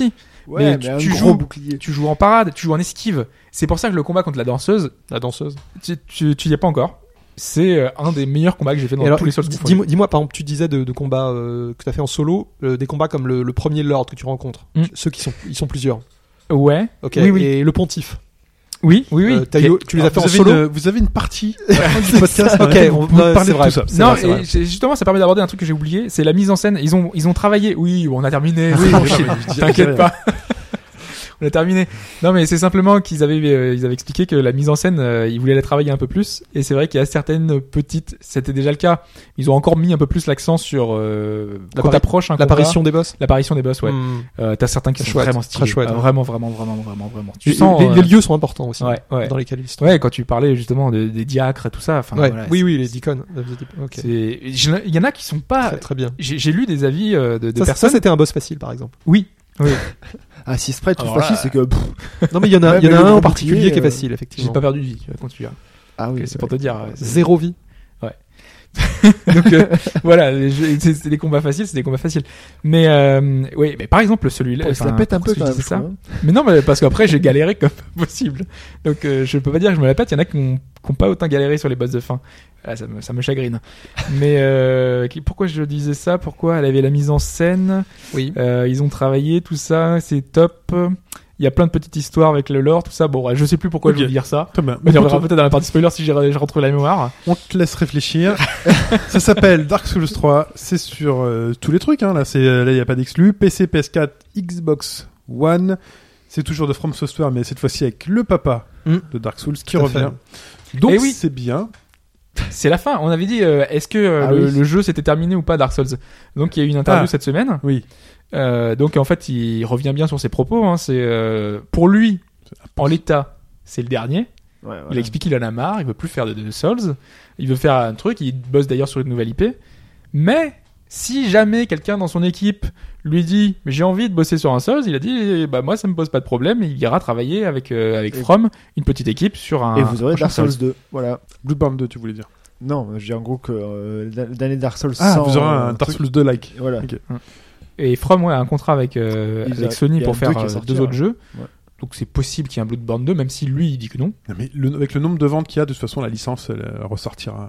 Ouais, mais mais, tu, un tu gros joues, bouclier. tu joues en parade, tu joues en esquive. C'est pour ça que le combat contre la danseuse, La danseuse. tu, tu, tu y es pas encore. C'est euh, un des meilleurs combats que j'ai fait dans Et alors, tous les Souls. dis- confondus. dis-moi, dis-moi, par exemple, tu disais de, de combats euh, que tu as fait en solo, euh, des combats comme le, le premier Lord que tu rencontres. Mm. Ceux qui sont, ils sont plusieurs. Ouais. Ok. Oui, oui. Et le pontife. Oui, oui, oui. Euh, t'as Et- eu- tu les as fait vous, en avez solo. une, vous avez une partie à la fin du podcast. ça. dans laquelle Ok, vous on- pouvez ouais, parler c'est de vrai. tout ça. C'est Non, vrai, c'est et vrai. j'ai- justement, ça permet d'aborder un truc que j'ai oublié, c'est la mise en scène. Ils ont, ils ont travaillé. Oui, on a terminé. Oui, c'est bon, non, chier. mais je dis- T'inquiète je dis pas. On a terminé. Non, mais c'est simplement qu'ils avaient, euh, ils avaient expliqué que la mise en scène, euh, ils voulaient la travailler un peu plus. Et c'est vrai qu'il y a certaines petites, c'était déjà le cas. Ils ont encore mis un peu plus l'accent sur euh, quand L'appari- t'approches un combat, L'apparition des boss. l'apparition des boss. Ouais. Mm. Euh, t'as certains qui Très sont chouette, vraiment très stylés. chouette, Euh, ouais. vraiment, vraiment, vraiment, vraiment, vraiment. Tu Les, sens les- euh, les lieux sont importants aussi. Ouais, ouais. Dans lesquels ils sont. Ouais, quand tu parlais justement de- des diacres et tout ça. Enfin, Ouais. voilà, oui, c'est- oui, les deacons. Ok. c'est- Il y en a qui sont pas. Très, très bien. J'ai j'ai lu des avis euh, de, de Ça, ça, personnes. c'était un boss facile, par exemple. Oui. Oui. Ah, si Sprite tout Alors là, facile, c'est que. pff, Non, mais il y en a, Ouais, il y en mais a le un gros en particulier bouclier, qui est euh, facile, J'ai effectivement. pas perdu de vie quand tu as. Ah oui. Ok, c'est pour te dire. euh, c'est- Zéro vie. Donc euh, voilà, les jeux- c'est c'est des combats faciles, c'est des combats faciles. Mais euh, oui, mais par exemple celui-là, Il se la enfin, pète un peu pourquoi quand je même. dis je ça trouve, hein. Mais non, mais parce qu'après j'ai galéré comme pas possible. Donc euh, je peux pas dire que je me la pète. Il y en a qui ont, qui ont pas autant galéré sur les boss de fin. Ah, ça me ça me chagrine. Mais euh, qui- pourquoi je disais ça? Pourquoi elle avait la mise en scène? Oui. Euh, ils ont travaillé tout ça, c'est top. Il y a plein de petites histoires avec le lore, tout ça. Bon, ouais, je sais plus pourquoi Ok. je veux dire ça. Très bien. Mais on Écoute, verra peut-être dans la partie spoiler si j'ai je retrouve la mémoire. on te laisse réfléchir. Ça s'appelle Dark Souls trois. C'est sur euh, tous les trucs. Hein. Là, c'est là, il y a pas d'exclus. P C, P S quatre, Xbox One. C'est toujours de From Software, mais cette fois-ci avec le papa Mm. de Dark Souls qui Tout à revient. Donc Eh oui. c'est bien. C'est la fin. On avait dit, euh, est-ce que euh, Ah le, oui. le jeu s'était terminé ou pas, Dark Souls? Donc il y a eu une interview Ah. cette semaine. Oui. Euh, donc en fait, il revient bien sur ses propos. Hein. C'est euh, pour lui, en l'état, c'est le dernier. Ouais, Il voilà. a expliqué qu'il en a marre. Il veut plus faire de, de Souls. Il veut faire un truc. Il bosse d'ailleurs sur une nouvelle I P. Mais si jamais quelqu'un dans son équipe lui dit, mais j'ai envie de bosser sur un Souls, il a dit, bah moi ça me pose pas de problème. Il ira travailler avec euh, avec Et- From, une petite équipe sur un. Et vous aurez prochain Dark Souls deux. Voilà. Bloodborne deux, tu voulais dire. Non, je dis en gros que euh, le dernier Dark Souls Ah, sans, vous aurez un euh, Dark truc. Souls deux like. Voilà. Ok. Et From ouais, a un contrat avec, euh, Ils avec a- Sony il y a pour un faire deux qui est euh, sorti, deux ouais. autres jeux. Ouais. Donc c'est possible qu'il y ait un Bloodborne deux, même si lui il dit que non. Non, mais le- avec le nombre de ventes qu'il y a, de toute façon, la licence elle, elle ressortira.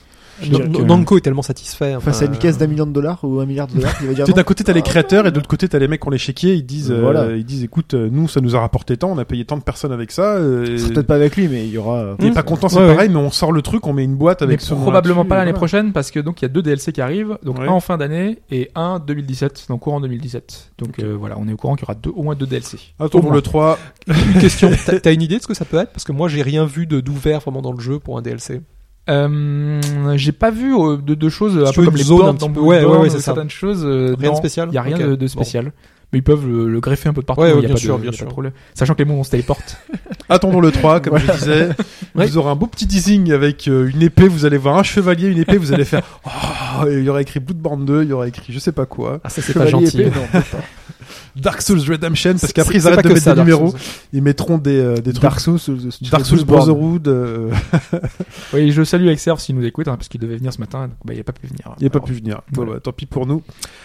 Je Non- dirais que- Namco est tellement satisfait. Face à enfin, une caisse d'un million de dollars ou un milliard de dollars, il va dire Tu sais, non. d'un côté t'as les Ah. créateurs et de l'autre côté t'as les mecs qui ont les chéquiers. Ils disent, euh, Voilà. ils disent, écoute, euh, nous ça nous a rapporté tant, on a payé tant de personnes avec ça. euh, Ce sera peut-être pas avec lui, mais il y aura. euh, Il est Mmh. pas content, c'est Ouais, pareil, mais on sort le truc, on met une boîte avec Mais ce nom probablement là-dessus, pas et l'année voilà. prochaine parce que donc il y a deux D L C qui arrivent, donc Ouais. un en fin d'année et un deux mille dix-sept, donc courant deux mille dix-sept. Donc Ok. euh, voilà, on est au courant qu'il y aura deux, au moins deux D L C. Attends Au pour moins. le trois. Une question. T'as t'as une idée de ce que ça peut être? Parce que moi, j'ai rien vu de d'ouvert vraiment dans le jeu pour un D L C. Euh, j'ai pas vu euh, de, de choses un Tu peu veux comme une les zone bornes un petit dans peu- ouais, Bloodborne, ouais, ouais, c'est ça. certaines choses. euh, Rien de non, spécial? Il y a rien Ok. de, de Bon. spécial. Mais ils peuvent le, le greffer un peu de partout. Ouais, ouais, il y a bien pas sûr, de, bien il y a pas sûr. de problème. Sachant que les monstres téléportent. Attendons le trois, comme je disais. Ouais. Vous aurez un beau petit teasing avec euh, une épée, vous allez voir un chevalier, une épée, vous allez faire oh, et il y aura écrit Bloodborne deux, il y aura écrit je sais pas quoi. Ah, ça, c'est pas Chevalier gentil. épée, non, peut-être pas. Dark Souls Redemption, parce C'est- qu'après c'est- ils c'est arrêtent pas de que mettre ça, des Dark numéros, Souls. ils mettront des, euh, des trucs. Dark Souls, euh, tu Dark fais Souls Bloodborne. Brotherhood, euh, Oui, je salue Exerve s'il nous écoute, hein, parce qu'il devait venir ce matin. Donc, bah, il a pas pu venir. il a pas Alors, pu venir. Bon, Voilà. bah, tant pis pour nous.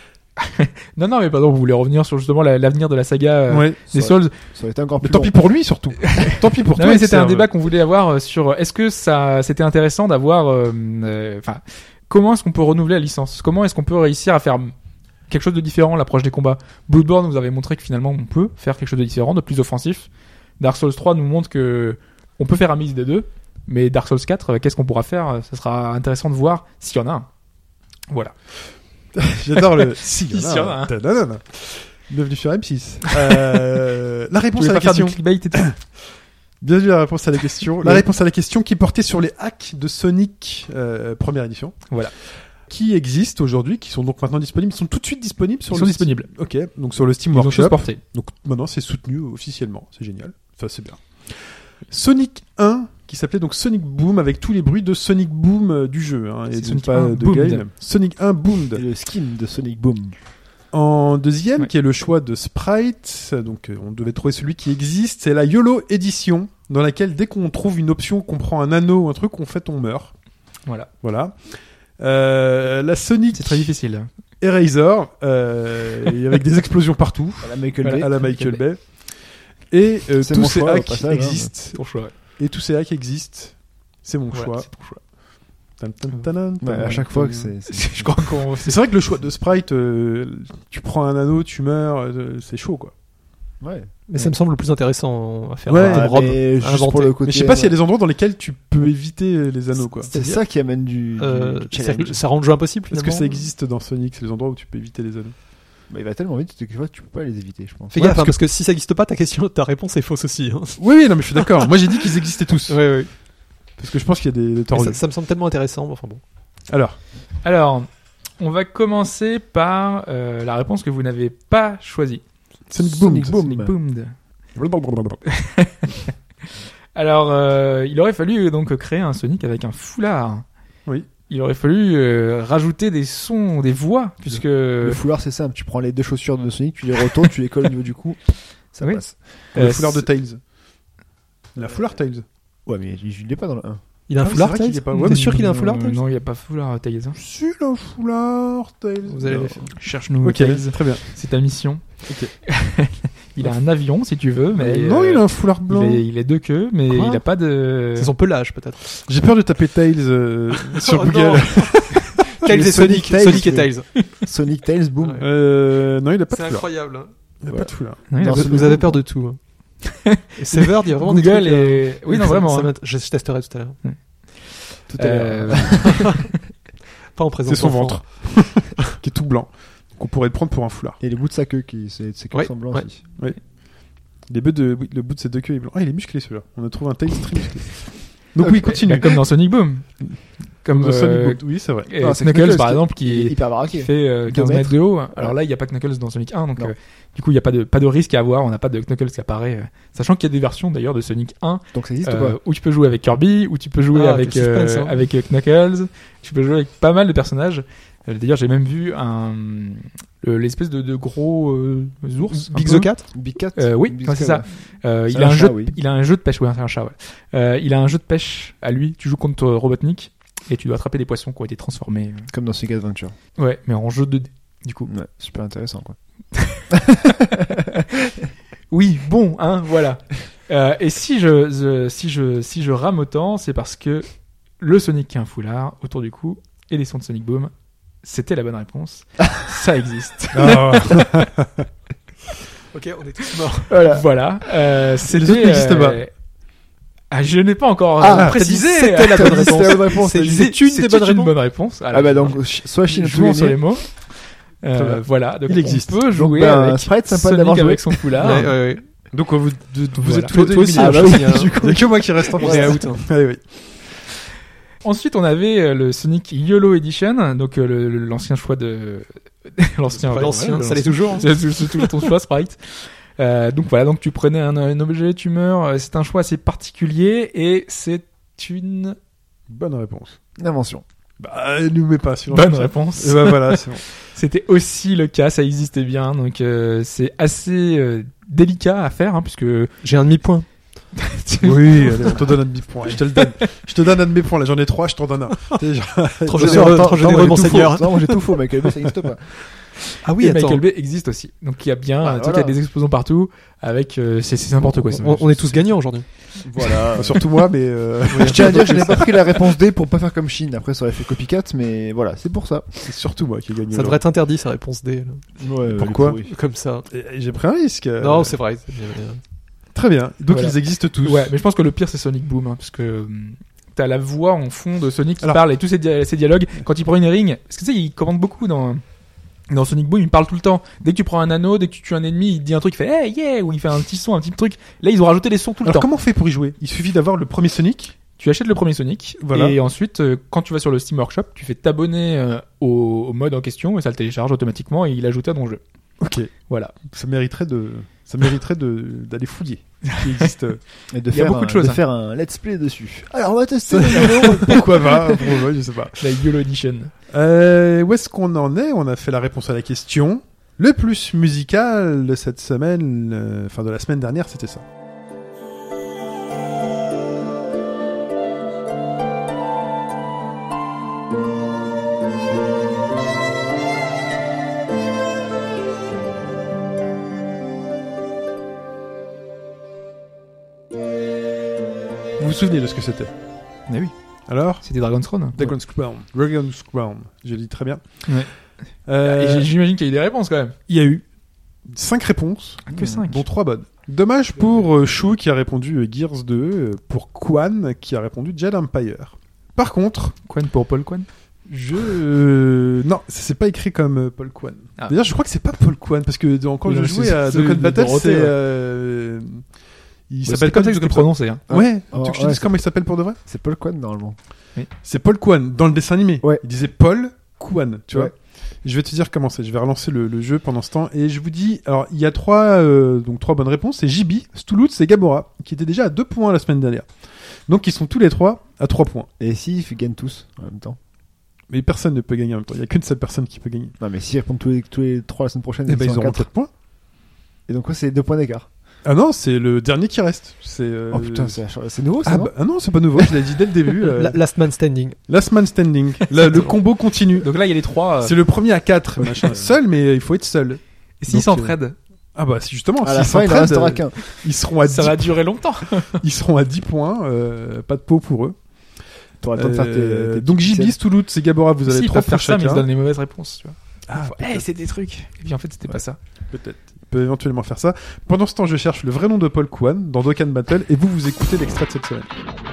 Non, non, mais pardon, vous voulez revenir sur justement la- l'avenir de la saga euh, Ouais. des Ça- Souls. Ça aurait été encore Mais plus tant long. pis pour lui surtout. Tant pis pour Non, toi. mais c'était un Exerve. débat qu'on voulait avoir euh, sur euh, est-ce que ça c'était intéressant d'avoir euh, euh, enfin comment est-ce qu'on peut renouveler la licence, comment est-ce qu'on peut réussir à faire quelque chose de différent, l'approche des combats. Bloodborne vous avez montré que finalement on peut faire quelque chose de différent, de plus offensif. Dark Souls trois nous montre que on peut faire un mix des deux, mais Dark Souls quatre euh, qu'est-ce qu'on pourra faire, ça sera intéressant de voir s'il y en a un. Voilà. J'adore le. Si, Si, y en a un. Tadadada. Bienvenue sur M six. Euh, la Vous réponse voulez à la pas faire du question. clickbait et tout. Bienvenue à la réponse à la question. La Oui. réponse à la question qui portait sur les hacks de Sonic euh, première édition. Voilà. Qui existent aujourd'hui, qui sont donc maintenant disponibles, ils sont tout de suite disponibles sur Ils le sont Steam- disponibles. Ok, donc sur le Steam Ils ont tous Workshop. porté. Donc maintenant c'est soutenu officiellement, c'est génial. Enfin c'est bien. Sonic un qui s'appelait donc Sonic Boom avec tous les bruits de Sonic Boom euh, du jeu hein, et C'est donc Sonic pas un de Boomed. game. Sonic un Boomed. Et le skin de Sonic Boom. En deuxième, Ouais. qui est le choix de Sprite, donc euh, on devait trouver celui qui existe, c'est la YOLO Edition, dans laquelle dès qu'on trouve une option, qu'on prend un anneau ou un truc, en fait on meurt. Voilà. Voilà. Euh, la Sonic C'est très difficile. Eraser, euh, et avec des explosions partout, À la Michael à, Bay. à la Michael Bay. Et euh, C'est tous mon ces choix, au hacks passage, hein. existent. Ton choix. Ouais. Et tous ces hacks existent. C'est mon Voilà, choix. c'est ton choix. Tan, tan, tanan, Ouais, tanan, à chaque fois tanan. que c'est. c'est- Je crois qu'on. C'est vrai que le choix de sprite, euh, tu prends un anneau, tu meurs, euh, c'est chaud quoi. Ouais. Mais ça me semble le plus intéressant à faire. Ouais, un Ah, Rob mais juste inventé. pour le côté. Mais je sais pas s'il y a des endroits dans lesquels tu peux éviter les anneaux quoi. C'est ça qui amène du, du- Euh, du ça, challenge. ça rend le jeu impossible. Est-ce que finalement. ça existe dans Sonic, c'est les endroits où tu peux éviter les anneaux? Bah, il va tellement vite que des fois tu peux pas les éviter, je pense. Fais Ouais, gaffe, parce hein, parce que si ça existe pas, ta question, ta réponse est fausse aussi. Hein. Oui, oui, non mais je suis d'accord. Moi j'ai dit qu'ils existaient tous. Ouais, ouais. Parce que je pense qu'il y a des, des Mais tordus. ça, ça me semble tellement intéressant. Enfin bon. Alors, Alors, on va commencer par euh, la réponse que vous n'avez pas choisie. Sonic Boom. Sonic Boom. Sonic Boom. Alors, euh, il aurait fallu euh, donc créer un Sonic avec un foulard. Oui. Il aurait fallu euh, rajouter des sons, des voix, puisque Le foulard, c'est simple. Tu prends les deux chaussures de Sonic, tu les retournes, tu les colles au niveau du cou. Ça Oui. passe. Le euh, foulard de c'est- Tails. La foulard Tails. Ouais, mais je je l'ai pas dans le un. Il a un Ah oui, foulard, c'est vrai qu'il Tails est pas- T'es ouais, mais- sûr qu'il a un foulard, Euh, Tails Non, il n'y a pas foulard Tails. hein. Si, le foulard Tails. Vous allez Non. les faire. Cherche-nous Ok, Tails. très bien. C'est ta mission. Ok. Il a un avion, si tu veux, mais non, euh, il a un foulard il, blanc. est, il est deux queues, mais Quoi il a pas de. C'est son pelage, peut-être. J'ai peur de taper Tails euh, sur Oh, Google. non. Tails Le et Sonic. Sonic Tails, Sonic et oui. Tails. Sonic Tails, boom. Ouais. Euh, non, il a pas de C'est foulard. incroyable. hein. Il a Ouais. pas de foulard. Non, il a Dans pas- ce- Vous avez peur de tout. hein. Et Severed, il y a vraiment des Google trucs. euh, et... Oui, non, ça- vraiment. ça hein. m'int- je, je testerai tout à l'heure. Tout à l'heure. Euh, Pas en présence. C'est son d'enfants. ventre. Qui est tout blanc. Donc on pourrait le prendre pour un foulard. Et les bouts de sa queue, qui, c'est, c'est queues Ouais, sont blancs ouais. aussi. Les bouts de, oui, le bout de ses deux queues est blanc. Ah, il est musclé celui-là. On a trouvé un Tails très musclé. Donc oui, continue. bah, comme dans Sonic Boom. Comme Dans euh, Sonic Boom. Oui, c'est vrai. euh, Ah, c'est Knuckles, Knuckles par qui- exemple, Il est qui, hyper qui baraqué. fait euh, Deux quinze mètres. mètres de haut. Alors là, il n'y a pas Knuckles dans Sonic un, donc Non. euh, du coup, il n'y a pas de, pas de risque à avoir. On n'a pas de Knuckles qui apparaît. euh, Sachant qu'il y a des versions d'ailleurs de Sonic un Donc ça existe ou euh, pas où tu peux jouer avec Kirby, où tu peux jouer Ah, avec, quel suspense, euh, hein. avec euh, Knuckles, tu peux jouer avec pas mal de personnages. Euh, D'ailleurs, j'ai même vu un euh, l'espèce de, de gros euh, ours. un Big peu. the Cat. Big Cat Euh, oui, Big ouais, c'est Cat, ça. Euh, C'est il a un un chat, jeu, de- oui. il a un jeu de pêche. Ouais, c'est un chat. Ouais. Euh, il a un jeu de pêche à lui. Tu joues contre euh, Robotnik et tu dois attraper des poissons qui ont été transformés. Comme dans Sonic Adventure. Ouais, mais en jeu deux D. Du coup. Ouais, super intéressant quoi. Oui, bon, hein, voilà. Euh, et si je, je- si je, si je rame autant, c'est parce que le Sonic qui a un foulard autour du cou et les sons de Sonic Boom, c'était la bonne réponse. Ça existe. Ah, Ok, on est tous morts. Voilà. Voilà. Euh, c'était, Les autres n'existent pas. Ah, je n'ai pas encore Ah, euh, précisé. c'était la T'as bonne dit c'était réponse. la bonne réponse. C'est t'as dit- c'est une des bonnes une réponses. bonne réponse. Ah bah donc, ch- soit Chine jouons sur les mots. Très Euh, bien. voilà. Donc Il existe. on peut jouer bah, avec Sprite, sympa Sonic d'avoir joué. avec son foulard. Ouais, ouais, ouais. Donc vous, de- de- vous Voilà. êtes tous les deux Toi aussi, éliminés. Ah bah hein, oui, je signe, hein. du coup. Il n'y a que moi qui reste en On France. est out. hein. Allez, oui. Ensuite, on avait euh, le Sonic YOLO Edition, donc euh, le- le- l'ancien choix de l'ancien, Pas ouais, l'ancien, ouais, ça l'est toujours. hein. C'est c'est toujours ton choix, Sprite. Euh, donc voilà, donc tu prenais un, un objet, tu meurs. euh, C'est un choix assez particulier et c'est une Bonne réponse. Une invention. Bah, nous mets pas sur bonne réponse. Et bah voilà, c'est bon. C'était aussi le cas, ça existait bien, donc euh, c'est assez euh, délicat à faire, hein, puisque J'ai un demi-point. Oui, allez, on te donne un demi-point. Je te le donne. Je te donne un demi-point. Là, j'en ai trois, je t'en donne un. Tu sais, genre- Trop Attention, généreux, attends, trop attends, généreux, moi, j'ai mon tout seigneur. faux. Non, moi j'ai tout faux, Michael Bay, ça n'existe pas. Ah oui, et attends. Michael Bay existe aussi. Donc il y a bien Ah, un truc voilà. avec des explosions partout, avec euh, c'est c'est n'importe quoi. On, on est tous gagnants aujourd'hui. Voilà. Surtout moi, mais euh, Je tiens à dire, je n'ai pas pris la réponse D pour pas faire comme Chine. Après, ça aurait fait copycat, mais voilà, c'est pour ça. c'est surtout moi qui ai gagné. Ça devrait être interdit, sa réponse D. là. Ouais, Pourquoi les pourris. Comme ça. Et- et J'ai pris un risque. euh, Non, c'est vrai. c'est bien, bien. Très bien. Donc Voilà. ils existent tous. Ouais, mais je pense que le pire c'est Sonic Boom, hein, parce que hum, t'as la voix en fond de Sonic qui Alors- parle et tous ses, dia- ses dialogues quand il prend une ring. Parce que tu sais, il commande beaucoup dans dans Sonic Boom, il parle tout le temps. Dès que tu prends un anneau, dès que tu tues un ennemi, il dit un truc, il fait hey yeah, ou il fait un petit son, un petit truc. Là, ils ont rajouté des sons tout le Alors temps. comment on fait pour y jouer? Il suffit d'avoir le premier Sonic. Tu achètes le premier Sonic Voilà. et ensuite, euh, quand tu vas sur le Steam Workshop, tu fais t'abonner euh, au, au mode en question et ça le télécharge automatiquement et il ajoute à ton jeu. Ok. Voilà. Ça mériterait de, ça mériterait de d'aller fouiller. Il existe. euh, Et de Il y a faire beaucoup un, de choses, de hein. faire un let's play dessus. Alors, on va tester le vélo. Pourquoi pas? Pourquoi pas, je sais pas. La YOLO Edition. Euh, où est-ce qu'on en est? On a fait la réponse à la question. Le plus musical de cette semaine, euh, enfin de la semaine dernière, c'était ça. Vous vous souvenez de ce que c'était? Mais oui, Alors c'était Dragon's Crown. Dragon's Crown. Dragon's Crown. Je dis très bien. Ouais. Euh, Et j'imagine qu'il y a eu des réponses quand même. Il y a eu cinq réponses, Ah, que cinq. dont trois bonnes. Dommage pour euh, Chou qui a répondu euh, Gears deux, euh, pour Quan qui a répondu Jedi Empire. Par contre, Quan pour Paul Quan. je... euh, non, ça c'est pas écrit comme euh, Paul Quan. Ah. D'ailleurs, je crois que c'est pas Paul Quan, parce que dans- quand Oui, je non, jouais c'est- à c'est Dokkan de Battle, Dorothée, c'est... ouais. euh, Il Bah, s'appelle c'était comme ça que du je le tout prononçais. Hein. Ouais, Oh, tu veux que je te ouais, dise c'est- comment il s'appelle pour de vrai? C'est Paul Quan normalement. C'est Paul Quan, dans le dessin animé. Ouais. Il disait Paul Quan, tu vois. Ouais. Je vais te dire comment c'est. Je vais relancer le, le jeu pendant ce temps. Et je vous dis, alors, il y a trois, euh, donc trois bonnes réponses. C'est J B, Stouloutz et Gamora, qui étaient déjà à deux points la semaine dernière. Donc, ils sont tous les trois à trois points. Et s'ils gagnent tous en même temps? Mais personne ne peut gagner en même temps. Il y a qu'une seule personne qui peut gagner. Non, mais s'ils répondent tous les, tous les trois la semaine prochaine, Et ben, ils sont auront quatre. quatre points. Et donc, quoi, c'est deux points d'écart. Ah non, c'est le dernier qui reste. C'est, euh, Oh putain, c'est, c'est nouveau ça, Ah, non bah, ah non, c'est pas nouveau. Je l'ai dit dès le début. euh, La- Last Man Standing. Last man standing. Là, le combo continue. Donc là, il y a les trois. euh, C'est le premier à quatre, machin. Seul, mais il faut être seul. Et s'ils donc, s'entraident, Ah bah, si justement, À la s'ils fin, il en s'entraident, restera euh, qu'un. ils seront à ça dix va durer longtemps. Ils seront à dix points, euh, pas de pot pour eux. T'auras le temps de faire Euh, tes, tes donc petits J B, pixels. Toulouse et Gabora, vous avez Si, ils trois peuvent points faire ça, mais ils chacun. se donnent les mauvaises réponses. Tu vois. Ah, Faut- peut-être, Eh, c'est des trucs. Et puis en fait, c'était pas ça. peut-être. Il peut éventuellement faire ça. Pendant ce temps, je cherche le vrai nom de Paul Quan dans Dokkan Battle et vous, vous écoutez l'extrait de cette semaine.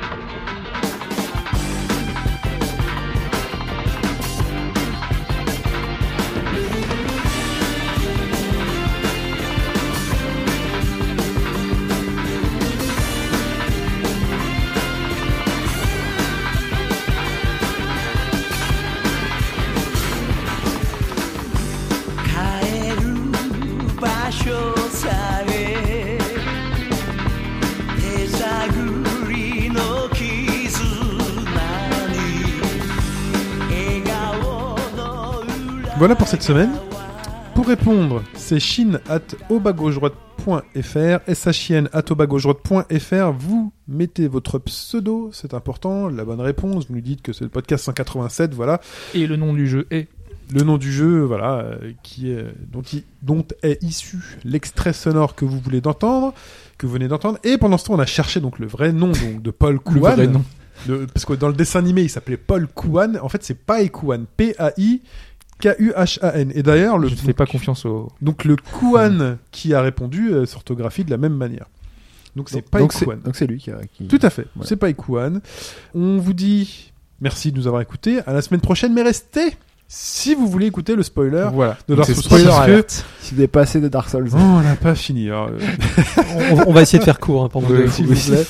Voilà pour cette semaine. Pour répondre, c'est shin at obagauche-droite.fr, shin at obagauche-droite.fr. Vous mettez votre pseudo, c'est important, la bonne réponse. Vous nous dites que c'est le podcast cent quatre-vingt-sept, voilà. Et le nom du jeu est. Le nom du jeu, voilà, euh, qui est, dont, il- dont est issu l'extrait sonore que vous voulez d'entendre, que vous venez d'entendre. Et pendant ce temps, on a cherché donc le vrai nom donc, de Paul Le Kouan. vrai nom. Le- parce que dans le dessin animé, il s'appelait Paul Kouan. En fait, c'est Pai Kouan. P A I K U H A N. Et d'ailleurs, le, Je ne fais pas confiance au. donc le Kouan qui a répondu euh, s'orthographie de la même manière. Donc c'est Pai donc, c'est, Kouan. donc c'est lui qui a. Qui... Tout à fait. Voilà. C'est Pai Kouan. On vous dit merci de nous avoir écoutés. À la semaine prochaine, mais restez si vous voulez écouter le spoiler Voilà. de Donc Dark c'est Souls trois, spoiler parce que- alert. Si vous avez pas assez de Dark Souls. Oh, on n'a pas fini. Alors, euh, on, on va essayer de faire court hein, pour vous. Ouais, s'il vous plaît.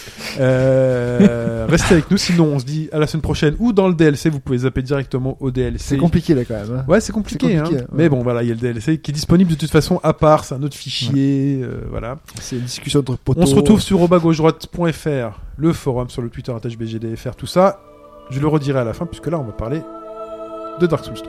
Euh, restez avec nous, sinon on se dit à la semaine prochaine ou dans le D L C, vous pouvez zapper directement au D L C. C'est compliqué là quand même. Hein. Ouais, c'est compliqué, C'est compliqué, hein. ouais. Mais bon, voilà, il y a le D L C qui est disponible de toute façon à part, c'est un autre fichier, euh, voilà. C'est une discussion entre potos. On se retrouve sur obagauche-droite.fr, le forum, sur le Twitter attache B G D F R, tout ça. Je le redirai à la fin, puisque là, on va parler de Dark Souls trois.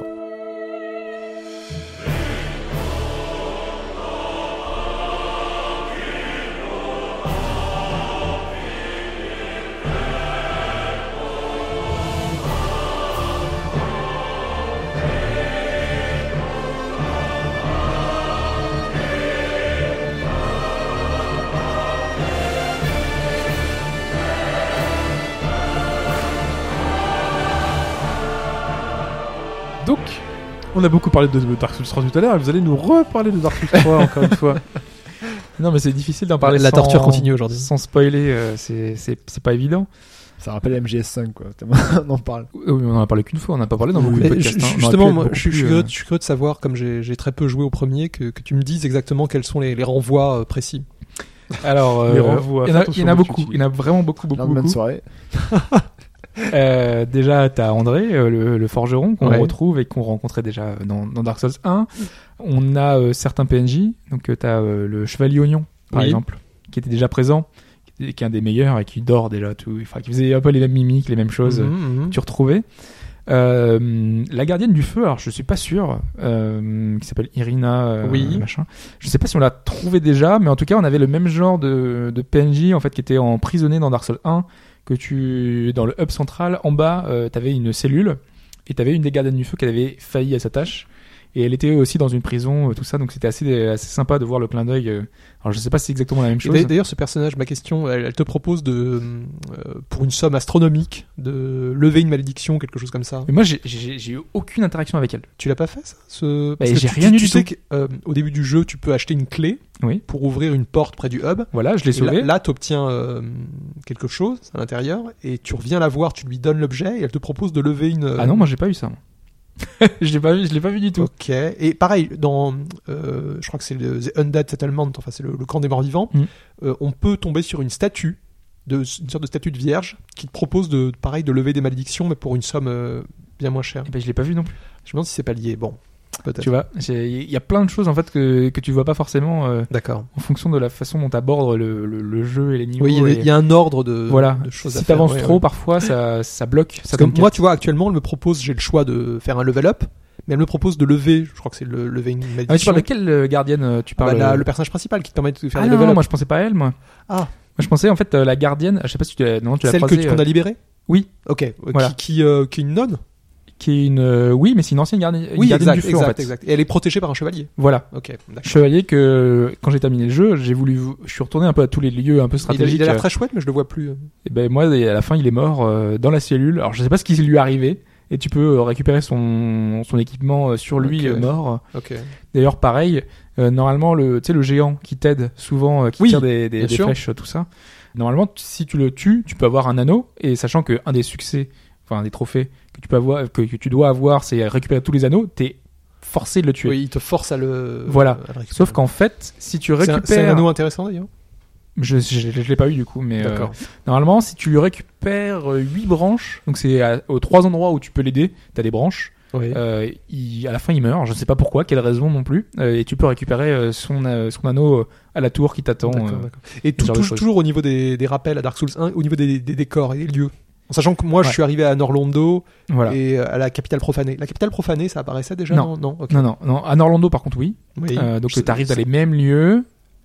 Donc, on a beaucoup parlé de Dark Souls trois tout à l'heure, et vous allez nous reparler de Dark Souls trois encore une fois. Non, mais c'est difficile d'en parler. La sans- torture continue aujourd'hui. Sans spoiler, euh, c'est c'est c'est pas évident. Ça rappelle M G S cinq quoi. On en parle. Euh, Oui, on en a parlé qu'une fois. On n'a pas parlé dans beaucoup de Et podcasts. ju- hein. On aurait pu Justement, être moi, beaucoup je, suis- je suis plus, curieux, euh, je suis curieux de savoir, comme j'ai j'ai très peu joué au premier, que, que tu me dises exactement quels sont les, les renvois euh, précis. Alors, euh, Les renvois, il y en a, fais il y en a attention beaucoup. où tu Il y en a vraiment beaucoup, beaucoup, Lendemain de beaucoup. soirée. Euh, déjà, t'as André, euh, le, le forgeron, qu'on Ouais. retrouve et qu'on rencontrait déjà dans, dans Dark Souls un. On a euh, certains P N J. Donc, euh, t'as euh, le Chevalier Oignon, par Oui. exemple, qui était déjà présent, qui est, qui est un des meilleurs et qui dort déjà tout. Enfin, qui faisait un peu les mêmes mimiques, les mêmes choses. Mhm, mhm. Tu retrouvais. Euh, la gardienne du feu, alors je suis pas sûr, euh, qui s'appelle Irina, euh, Oui. machin. Je sais pas si on l'a trouvé déjà, mais en tout cas, on avait le même genre de, de P N J en fait qui était emprisonné dans Dark Souls un, que tu dans le hub central en bas, euh, t'avais une cellule et t'avais une des gardiennes du feu qui avait failli à sa tâche. Et elle était aussi dans une prison, euh, tout ça, donc c'était assez, assez sympa de voir le clin d'œil. euh. Alors je sais pas si c'est exactement la même Et chose. d'a- D'ailleurs, ce personnage, ma question, elle, elle te propose de, euh, pour une somme astronomique, de lever une malédiction, quelque chose comme ça. Mais moi, j'ai, j'ai, j'ai eu aucune interaction avec elle. Tu l'as pas fait, ça ce... Bah, Parce que j'ai tu- rien tu, eu tu du sais tout. qu'au début du jeu, tu peux acheter une clé Oui. pour ouvrir une porte près du hub. Voilà, je l'ai Et là, sauvé. là tu obtiens quelque chose à l'intérieur et tu reviens la voir, tu lui donnes l'objet et elle te propose de lever une. Ah non, moi j'ai pas eu ça. moi. je l'ai pas vu, je l'ai pas vu du tout. Ok. Et pareil, dans, euh, je crois que c'est le The Undead Settlement, enfin c'est le, le camp des morts vivants, Mm. euh, on peut tomber sur une statue, de, une sorte de statue de vierge qui te propose de, pareil, de lever des malédictions, mais pour une somme euh, bien moins chère. Et ben je l'ai pas vu non plus. Je me demande si c'est pas lié. Bon, peut-être. Tu vois, j'ai- il y a plein de choses en fait que que tu vois pas forcément euh, D'accord. en fonction de la façon dont t'abordes le, le, le jeu et les niveaux. Oui, il y a- et- il y, a un ordre de, voilà. de choses à Si faire. t'avances ouais, trop, ouais. parfois ça ça bloque. Parce Ça que moi, tu vois, actuellement, elle me propose, j'ai le choix de faire un level up, mais elle me propose de lever, je crois que c'est le lever une malédiction. Ah, mais tu parles de quelle euh, gardienne euh, tu Ah bah, parles la- euh, le personnage principal qui te permet de faire Ah des non, level non, up. moi je pensais pas à elle, moi. Ah, Moi je pensais en fait euh, la gardienne. Je sais pas si tu l'as, non, tu l'as celle que croisée, tu qu'on euh, a libérée. Oui. Ok. euh, Voilà. Qui, qui, euh, qui est une nonne. qui est une euh, oui, mais c'est une ancienne gardienne, une Oui, gardienne exact, du feu exact, en fait. exact. Et elle est protégée par un chevalier. Voilà. Ok. D'accord. Chevalier que quand j'ai terminé le jeu, j'ai voulu, je suis retourné un peu à tous les lieux un peu Il a, stratégiques. il a l'air euh, très chouette, mais je le vois plus. Et ben moi, à la fin, il est mort euh, dans la cellule. Alors je sais pas ce qui lui est arrivé. Et tu peux euh, récupérer son son équipement euh, sur lui Ok. euh, mort. Ok. D'ailleurs, pareil. euh, normalement, le tu sais le géant qui t'aide souvent, euh, qui Oui, tire des des, bien des sûr. flèches, tout ça. Normalement, t- si tu le tues, tu peux avoir un anneau. Et sachant que un des succès, enfin des trophées que tu peux avoir, que, que tu dois avoir, c'est récupérer tous les anneaux. T'es forcé de le tuer. Oui, il te force à le. Voilà. à le récupérer. Sauf qu'en fait, si tu C'est un- récupères, c'est un anneau intéressant d'ailleurs. je, je, je l'ai pas eu du coup, mais euh, D'accord. normalement, si tu récupères huit branches, donc c'est à- aux trois endroits où tu peux l'aider, t'as des branches. Oui. Euh, il, à la fin, il meurt. Je sais pas pourquoi, quelle raison non plus. Euh, et tu peux récupérer euh, son euh, son anneau euh, à la tour qui t'attend. D'accord, euh. d'accord. Et tout, genre de tout- choses. toujours au niveau des, des rappels à Dark Souls un, au niveau des, des décors et des lieux. En sachant que moi, je Ouais. suis arrivé à Norlondo Voilà. et à la capitale profanée. La capitale profanée, ça apparaissait déjà Non. Non, ok. Non, non, non. À Orlando, par contre, oui. Oui. Euh, donc Je- t'arrives dans c'est- les mêmes lieux.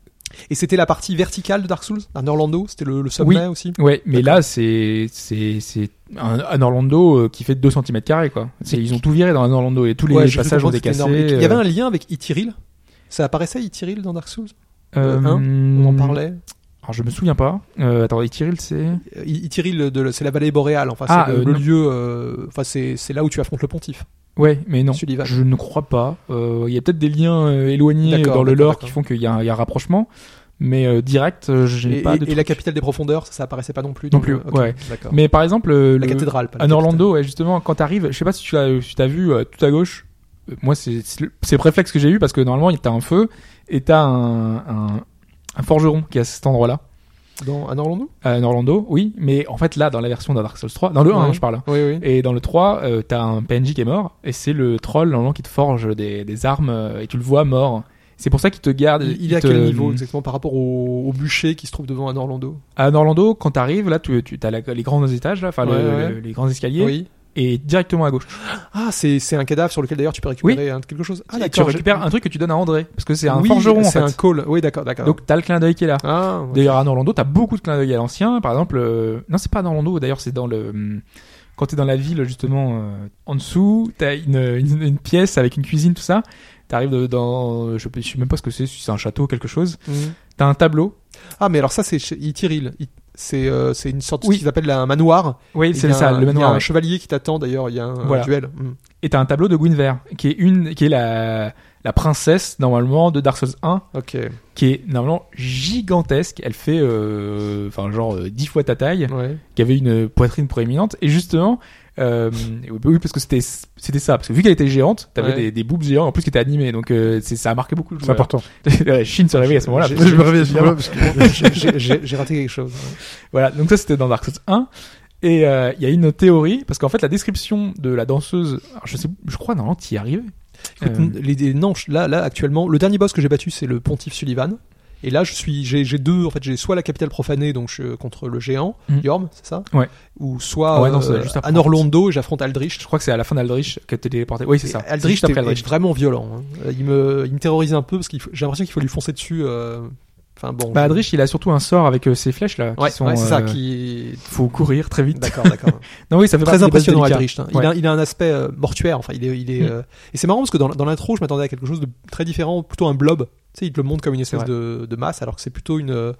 Et c'était la partie verticale de Dark Souls à Norlando. C'était le, le sommet Oui. aussi. Ouais, mais D'accord. là, c'est c'est c'est un, un Orlando euh, qui fait deux centimètres carrés, quoi. C'est, ils ont tout viré dans un Orlando et tous les Ouais, j'ai cru passages ont comprendre que été c'était cassés. énorme. Et Il y avait euh, un lien avec Itiril. Ça apparaissait Itiril dans Dark Souls. euh, un, On en parlait. Alors je me souviens pas. Euh, attends, Itiril, c'est. Euh, Itiril, de, c'est la vallée boréale. Enfin, Ah, c'est le, euh, le non. lieu. euh, Enfin, c'est c'est là où tu affrontes le pontife. Ouais, mais non. Sullivan. Je ne crois pas. Euh, Il y a peut-être des liens euh, éloignés D'accord, dans le d'accord, lore d'accord. qui font qu'il y a, un- il y a un rapprochement. Mais euh, direct, euh, j'ai Et, pas et- de et truc. la capitale des profondeurs, ça, ça apparaissait pas non plus. Non dans plus, le- ok, ouais. D'accord. Mais par exemple, euh, La le- cathédrale. Pas la à capitale. Orlando, ouais, justement, quand t'arrives, je sais pas si tu as, si t'as vu euh, tout à gauche. euh, moi, c'est c'est le, c'est le réflexe que j'ai eu parce que normalement, t'as un feu et t'as un, un, un forgeron qui est à cet endroit-là. Dans, à Orlando À Orlando, oui. Mais en fait, là, dans la version de Dark Souls trois, dans le un, Ouais. hein, je parle. Oui, oui. Et dans le trois, euh, t'as un P N J qui est mort, et c'est le troll normalement qui te forge des, des armes, euh, et tu le vois mort. C'est pour ça qu'il te garde. Il, il est à te- quel niveau exactement par rapport au, au bûcher qui se trouve devant un Orlando À Orlando, quand t'arrives, là, tu, tu as les grands étages, là, enfin Ouais, le- ouais. le- les grands escaliers, Oui. et directement à gauche. Ah, c'est c'est un cadavre sur lequel d'ailleurs tu peux récupérer un- quelque chose. Ah, Et d'accord. tu récupères je- un truc que tu donnes à André, parce que c'est un Oui, forgeron en c'est fait. un call. Oui, d'accord, d'accord. Donc t'as le clin d'œil qui est là. ah, ouais. D'ailleurs, à Orlando, t'as beaucoup de clins d'œil à l'ancien. Par exemple, euh, non, c'est pas à Orlando. D'ailleurs, c'est dans le hum, quand t'es dans la ville justement euh, en dessous, t'as une, une une pièce avec une cuisine, tout ça. T'arrives de- dans, je, je sais même pas ce que c'est, si c'est un château, quelque chose. Mhm. T'as un tableau. Ah, mais alors ça, c'est chez Itiril. I- C'est euh, c'est une sorte de Oui. ce qu'ils appellent un manoir. Oui, Il y c'est a ça, un- le Il y a manoir. un ouais. chevalier qui t'attend d'ailleurs. Il y a un, un Voilà. duel. Mhm. Et t'as un tableau de Guinevere, qui est une, qui est la la princesse normalement de Dark Souls un, Ok. qui est normalement gigantesque. Elle fait, euh, enfin genre euh, dix fois ta taille. Ouais. Qui avait une poitrine proéminente et justement euh, oui parce que c'était c'était ça parce que vu qu'elle était géante t'avais Ouais. des, des boobs géants en plus qui étaient animés donc euh, c'est ça a marqué beaucoup C'est important. Shin se réveille à ce moment-là J'ai- Je me réveille à ce moment-là parce que J'ai- j'ai- J'ai j'ai raté quelque chose. voilà donc ça c'était dans Dark Souls un et euh, il y a une théorie parce qu'en fait la description de la danseuse alors, je sais je crois normalement t'y arrivais Écoute, Euh, les, les- non, je- là, là, actuellement, le dernier boss que j'ai battu, c'est le pontife Sullivan. Et là, je suis, j'ai, j'ai deux, en fait, j'ai soit la capitale profanée, donc je, contre le géant, Mhm. Yorm, c'est ça? Ouais. Ou soit, Ouais, non, euh, c'est juste après, à Norlondo, et j'affronte Aldrich. je crois que c'est à la fin d'Aldrich que t'es téléporté oui c'est Et ça Aldrich juste après est, Aldrich est vraiment violent. hein. Il me, il me terrorise un peu parce que j'ai l'impression qu'il faut lui foncer dessus, euh, Enfin bon. Bah, je- Adrich, il a surtout un sort avec euh, ses flèches là. Ouais, qui sont, ouais, c'est ça euh, qui. Faut courir très vite. D'accord, d'accord. Non, oui, ça fait Très partie des impressionnant, bases délicats. Adrich. hein. Il, Ouais. a, il a un aspect euh, mortuaire. Enfin, il est, il est. Mm. euh, Et c'est marrant parce que dans, dans l'intro, je m'attendais à quelque chose de très différent, plutôt un blob. Tu sais, il te le montre comme une espèce vrai. de, de masse, alors que c'est plutôt une, euh,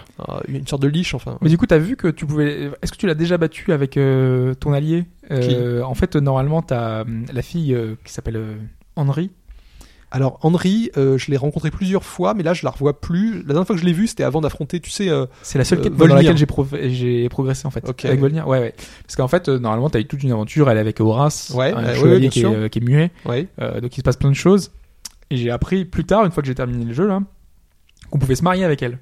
une sorte de liche. Enfin. Mais du coup, t'as vu que tu pouvais. Est-ce que tu l'as déjà battu avec euh, ton allié Euh, En fait, normalement, t'as hum, la fille euh, qui s'appelle euh, Henry. Alors Henry, euh, je l'ai rencontré plusieurs fois, mais là je la revois plus. La dernière fois que je l'ai vue, c'était avant d'affronter, tu sais. euh, C'est la seule Euh, quête dans Volnir. laquelle j'ai, pro- j'ai progressé en fait. Ok. Avec Volnir, ouais, ouais. Parce qu'en fait, euh, normalement, t'as eu toute une aventure. Elle est avec Horace, Ouais, un euh, ouais, chevalier ouais, bien qui, est, sûr. euh, qui est muet. Ouais. Euh, donc il se passe plein de choses. Et j'ai appris plus tard, une fois que j'ai terminé le jeu là, qu'on pouvait se marier avec elle.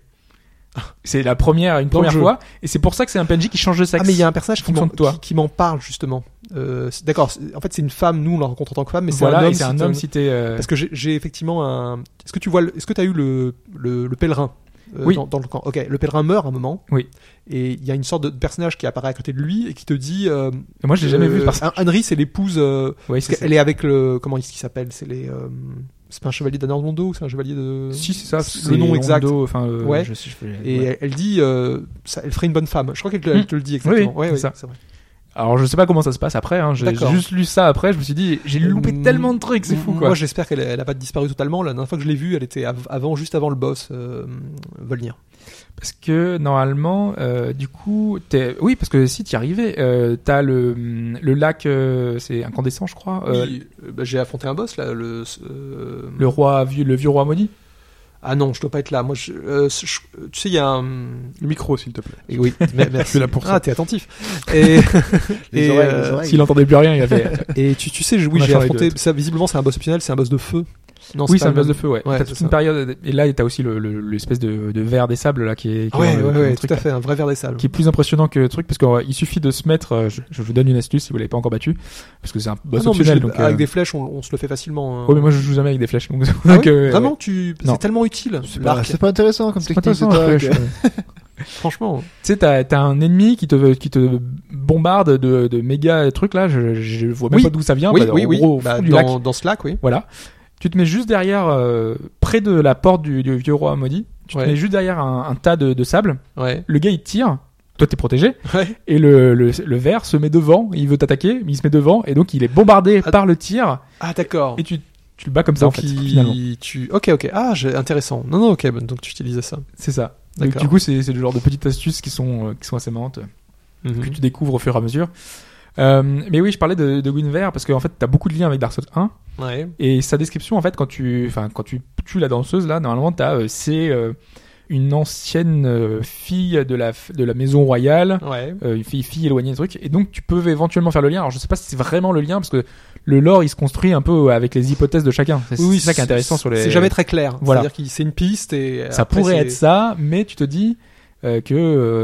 C'est la première, une Dans le première jeu. fois. Et c'est pour ça que c'est un P N J qui change de sexe. Ah mais il y a un personnage en qui fonction m'en, de toi. qui, qui m'en parle justement. Euh, c'est- d'accord. c'est- En fait, c'est une femme. Nous, on la rencontre en tant que femme, mais c'est voilà, un homme. et c'est un si homme t'as- si t'es. euh, Parce que j'ai, j'ai effectivement un. Est-ce que tu vois le... Est-ce que tu as eu le le, le pèlerin euh, Oui. dans, dans le camp. Ok. Le pèlerin meurt à un moment. Oui. Et il y a une sorte de personnage qui apparaît à côté de lui et qui te dit. Euh, Et moi, je l'ai jamais euh, vu parce Henry, c'est l'épouse. Euh, Oui, parce c'est ça. qu'elle est avec le. Comment est-ce qu'il s'appelle? C'est les. euh, C'est pas un chevalier d'Anormondo ou c'est un chevalier de. Si, c'est ça. Le c'est nom exact. Hondo, Enfin, euh, Ouais. je sais, je fais- Et ouais. elle, elle dit, euh, ça, elle ferait une bonne femme. Je crois qu'elle te, elle Mm. te le dit Oui, exactement. oui, Ouais, c'est ouais, ça. c'est vrai. Alors, je sais pas comment ça se passe après. Hein. J'ai, j'ai D'accord. juste lu ça après. Je me suis dit, j'ai loupé Mm. tellement de trucs, c'est fou quoi. Moi, j'espère qu'elle elle a pas disparu totalement. La dernière fois que je l'ai vue, elle était av- avant, juste avant le boss euh, Volnir. Parce que normalement, euh, du coup, t'es... oui, parce que si t'y arrivais, euh, t'as le le lac, euh, c'est incandescent, je crois. euh, Oui, euh, bah, j'ai affronté un boss là. Le, euh, Le roi, vieux- le vieux roi maudit. Ah non, je dois pas être là. Moi, je, euh, je- tu sais, il y a un. Le micro, s'il te plaît. Et oui, mais- merci. Je suis là pour ça. Ah, t'es attentif. Et, Les et, oreilles, euh, les oreilles. S'il entendait plus rien, il a fait. et tu, tu sais, je- On oui, a j'ai changé affronté. de- Ça, visiblement, c'est un boss optionnel. C'est un boss de feu. Non, Oui, c'est pas un le boss de même. feu, ouais. Ouais, t'as c'est toute ça. une période, et là, t'as aussi le, le- l'espèce de, de verre des sables là qui est, qui Ah ouais, est dans le- ouais, dans le ouais, truc, tout à fait, un vrai verre des salles. qui est plus impressionnant que le truc parce qu'il suffit de se mettre. euh, Je, je vous donne une astuce si vous l'avez pas encore battu, parce que c'est un Ah boss non, mais je optionnel. l'ai- Donc, euh, avec des flèches, on, on se le fait facilement. hein. ouais, mais moi je joue jamais avec des flèches. Donc, Ah ouais donc, euh, Vraiment, tu, Non. c'est tellement utile. C'est pas, L'arc, c'est pas intéressant comme c'est pas technique de intéressant, la talk. flèche. franchement. Tu sais, t'as, t'as un ennemi qui te, qui te bombarde de, de méga trucs là, je, je vois même Oui. pas d'où ça vient. Oui, bah, oui, en oui. gros, au Bah, fond du lac. dans, dans ce lac, oui. Voilà. Tu te mets juste derrière, euh, près de la porte du, du vieux roi maudit. Tu Ouais. te mets juste derrière un, un tas de, de sable. Ouais. Le gars il tire. Toi t'es protégé. Ouais. Et le, le, le ver se met devant. Il veut t'attaquer, mais il se met devant. Et donc il est bombardé Ah. par le tir. Ah, d'accord. Et tu, tu le bats comme ça Donc, en fait, il- finalement. tu, ok, ok. Ah, j'ai- intéressant. Non, non, ok. bon, Donc, tu utilisais ça. C'est ça. Donc D'accord. du coup c'est, c'est le genre de petites astuces qui sont, euh, qui sont assez marrantes. Mhm. Que tu découvres au fur et à mesure. Euh, mais oui, je parlais de, de Gwynver parce qu'en fait, t'as beaucoup de liens avec Dark Souls un Ouais. et sa description, en fait, quand tu, enfin, quand tu tues la danseuse là, normalement, t'as, euh, c'est euh, une ancienne euh, fille de la f- de la maison royale, Ouais. euh, une fille fille éloignée, des trucs, et donc tu peux éventuellement faire le lien. Alors je sais pas si c'est vraiment le lien parce que le lore il se construit un peu avec les hypothèses de chacun. C'est, Oui, c'est ça qui est intéressant sur les. C'est jamais très clair. Voilà. C'est-à-dire que c'est une piste et. Ça après, pourrait c'est- être ça, mais tu te dis. Euh, que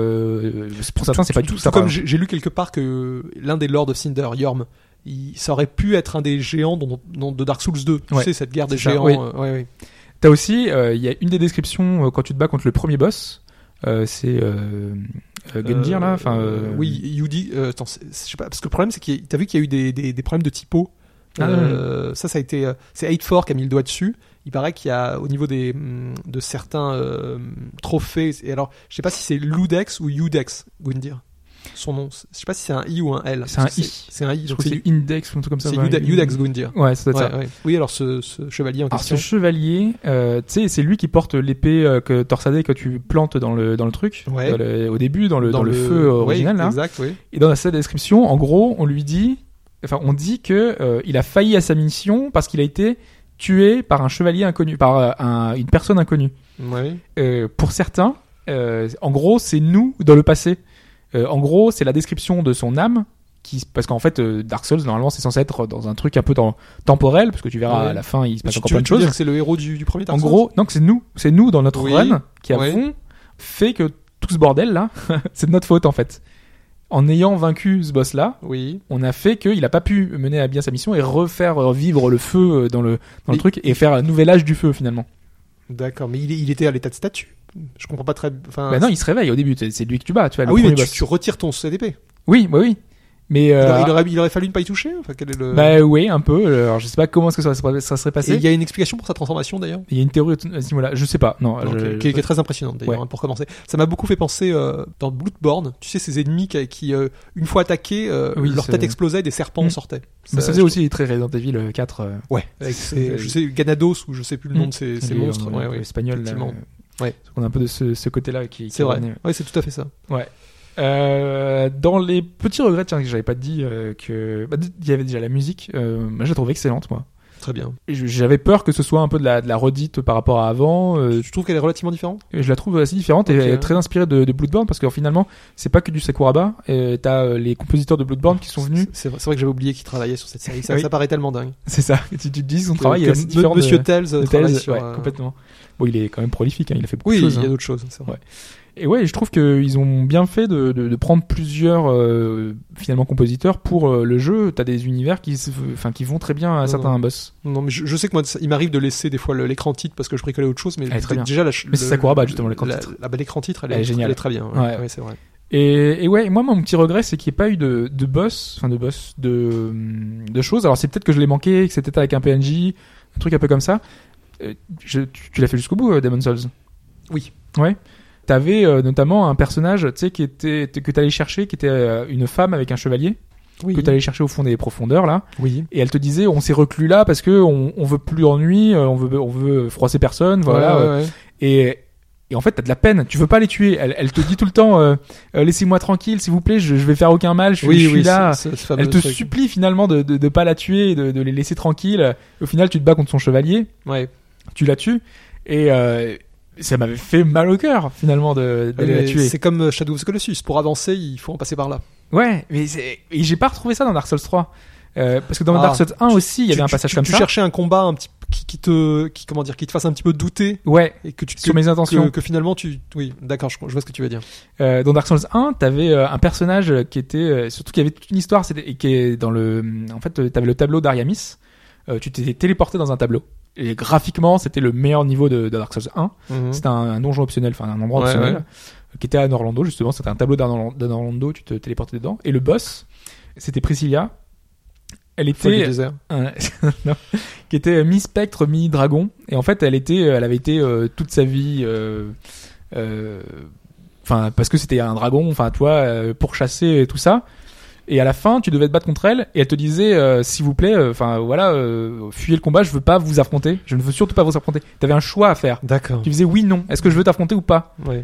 euh, pour certains c'est pas du tout ça. Comme par j'ai j'ai lu quelque part que l'un des lords of Cinder, Yorm, il, ça aurait pu être un des géants dont, dont- de Dark Souls deux. Ouais. Tu sais, cette guerre des C'est ça, géants. oui. euh, ouais, ouais. T'as aussi, euh, il y a une des descriptions euh, quand tu te bats contre le premier boss, euh, c'est euh, euh, Gundyr là, enfin. Euh, euh, oui, Yudi. Euh, attends, c'est- je sais pas, parce que le problème c'est que t'as vu qu'il y a eu des, des, des problèmes de typo. Ah, Euh, ça, ça a été. euh, C'est eight four qui a mis le doigt dessus. Il paraît qu'il y a au niveau des hum, de certains euh, trophées. Et alors, je sais pas si c'est Ludex ou Udex, Gundyr. Son nom. Je sais pas si c'est un I ou un L. C'est un Parce que I. C'est un I. Je Donc crois que c'est c'est Index ou un truc comme ça. c'est ouais. Ude- Udex Gundyr. Ouais, ça doit être Ouais, ça. ouais. Oui, alors ce, ce chevalier en Alors ce question. chevalier, euh, tu sais, c'est lui qui porte l'épée euh, que torsadée que tu plantes dans le dans le truc, Ouais. dans le- au début dans le dans, le, feu ouais, original là. Exact, oui. Et dans sa description, en gros, on lui dit, enfin, on dit que euh, il a failli à sa mission parce qu'il a été tué par un chevalier inconnu, par euh, un- une personne inconnue. Ouais. Euh, pour certains, euh, en gros, c'est nous dans le passé. Euh, en gros, c'est la description de son âme, qui, parce qu'en fait, euh, Dark Souls, normalement, c'est censé être dans un truc un peu tem- temporel, parce que tu verras Ouais. à la fin, il se passe Tu, encore tu plein veux de tu veux dire choses. que c'est le héros du, du premier Dark En Souls gros, non, que c'est nous, c'est nous dans notre Oui. run qui Ouais. avons fait que tout ce bordel là, c'est de notre faute en fait. En ayant vaincu ce boss là, Oui. on a fait qu'il a pas pu mener à bien sa mission et refaire vivre le feu euh, dans le dans le Mais- truc et faire un nouvel âge du feu finalement. D'accord, mais il, est- il était à l'état de statue. Je comprends pas très. Enfin. Bah non, il se réveille au début, c'est c'est lui que tu bats, tu vois. ah le oui, mais premier tu, boss. tu retires ton C D P. Oui, bah oui. Mais il, euh, aurait, il, aurait, il aurait fallu ne pas y toucher. Enfin, quel est le... bah oui, un peu. Alors je sais pas comment est-ce que ça, serait- ça serait Et passé. il y a une explication pour sa transformation d'ailleurs. Il y a une théorie à ce niveau-là. Je sais pas. Non. Donc, je- qui, est, qui est très impressionnante d'ailleurs, Ouais. hein, pour commencer. Ça m'a beaucoup fait penser euh, dans Bloodborne, tu sais, ces ennemis qui, qui euh, une fois attaqués, euh, Oui, leur c'est- tête explosait et des serpents Mm. en sortaient. Mais ça je faisait aussi très Resident Evil quatre. euh, Ouais, avec C'est- ces, je sais, Ganados ou je sais plus le nom Mm. de ces, ces les- monstres. euh, Ouais, ouais, espagnols. Là, effectivement. euh, Ouais. On a un peu de ce, ce côté-là qui. C'est qui vrai. revenait. Ouais, c'est tout à fait ça. Ouais. Euh, dans les petits regrets, tiens, que j'avais pas dit euh, que bah, il y avait déjà la musique. Euh, moi, je la trouve excellente, moi. Très bien. Et je- J'avais peur que ce soit un peu de la, de la redite par rapport à avant. Euh, Je trouve qu'elle est relativement différente. et je la trouve assez différente Ok. et très inspirée de, de Bloodborne parce que finalement, c'est pas que du Sakuraba. Et t'as euh, les compositeurs de Bloodborne qui sont venus. C'est vrai, c'est vrai que j'avais oublié qu'il travaillait sur cette série. Ça, Oui. ça paraît tellement dingue. C'est ça. Et tu, tu te dis son Que- travail que est assez M- différent Monsieur de, Tells de travaille Tales. sur, Ouais, euh, complètement. Bon, il est quand même prolifique. Hein, il a fait beaucoup Oui, de choses. il y a hein. d'autres choses. C'est vrai. Ouais. Et ouais, je trouve qu'ils ont bien fait de, de, de prendre plusieurs euh, finalement compositeurs pour euh, le jeu. T'as des univers qui, se- enfin, qui vont très bien à Non, certains non. boss. Non, mais je, je sais que moi, ça- il m'arrive de laisser des fois le- l'écran titre parce que je bricolais autre chose, mais Elle est très d- bien. déjà la. Mais c'est Sakuraba, justement, l'écran la- titre. La, bah, l'écran titre, elle, Elle est est géniale. Elle est très bien. Ouais, Ouais. ouais, c'est vrai. Et, et ouais, moi mon petit regret c'est qu'il n'y ait pas eu de, de boss, enfin de boss, de, de choses. Alors c'est peut-être que je l'ai manqué, que c'était peut-être avec un P N J, un truc un peu comme ça. Euh, je, tu, tu l'as fait jusqu'au bout, euh, Demon's Souls. Oui. Ouais. T'avais euh, notamment un personnage, tu sais, qui était que t'allais chercher, qui était euh, une femme avec un chevalier, Oui. que t'allais chercher au fond des profondeurs là. Oui. Et elle te disait, on s'est reclus là parce que on, on veut plus ennui, euh, on veut, on veut froisser personne, voilà. Ouais, euh, ouais, ouais. Et, et en fait, t'as de la peine. Tu veux pas les tuer. Elle, elle te dit tout le temps, euh, euh, laissez-moi tranquille, s'il vous plaît. Je, je vais faire aucun mal. Je, suis- Oui, je suis oui, là. c'est- c'est ce fameux Elle te truc. supplie finalement de, de, de pas la tuer, de, de les laisser tranquilles. Au final, tu te bats contre son chevalier. Ouais. Tu la tues. Et euh, ça m'avait fait mal au cœur finalement de d'aller Mais la tuer. C'est comme Shadow of the Colossus. Pour avancer, il faut en passer par là. Ouais, mais c'est... et j'ai pas retrouvé ça dans Dark Souls trois. Euh, parce que dans Ah. Dark Souls un aussi, il y avait Tu- un tu- passage tu, comme tu ça. cherchais un combat un petit qui, qui te qui comment dire qui te fasse un petit peu douter Ouais, et que tu sur que, mes intentions. que, que finalement tu oui d'accord je, je vois ce que tu veux dire. Euh, dans Dark Souls un, t'avais euh, un personnage qui était euh, surtout qui avait toute une histoire, c'était et qui est dans le en fait euh, t'avais le tableau d'Ariamis. Euh, tu t'étais téléporté dans un tableau. Et graphiquement, c'était le meilleur niveau de, de Dark Souls un. Mhm. C'était un, un donjon optionnel, enfin un endroit Ouais, optionnel, ouais. euh, qui était à Norlando justement. C'était un tableau d'Orlando, d'Orlando, tu te téléportais dedans. Et le boss, c'était Priscilla. Elle Folle du était désert. un- non, qui était mi-spectre, mi-dragon. Et en fait, elle était, elle avait été euh, toute sa vie, euh, euh, enfin parce que c'était un dragon, enfin toi, euh, pour chasser et tout ça. Et à la fin, tu devais te battre contre elle, et elle te disait, euh, s'il vous plaît, enfin voilà, euh, fuyez le combat, je veux pas vous affronter, je ne veux surtout pas vous affronter. T'avais un choix à faire. D'accord. Tu faisais oui, non. Est-ce que je veux t'affronter ou pas? Ouais.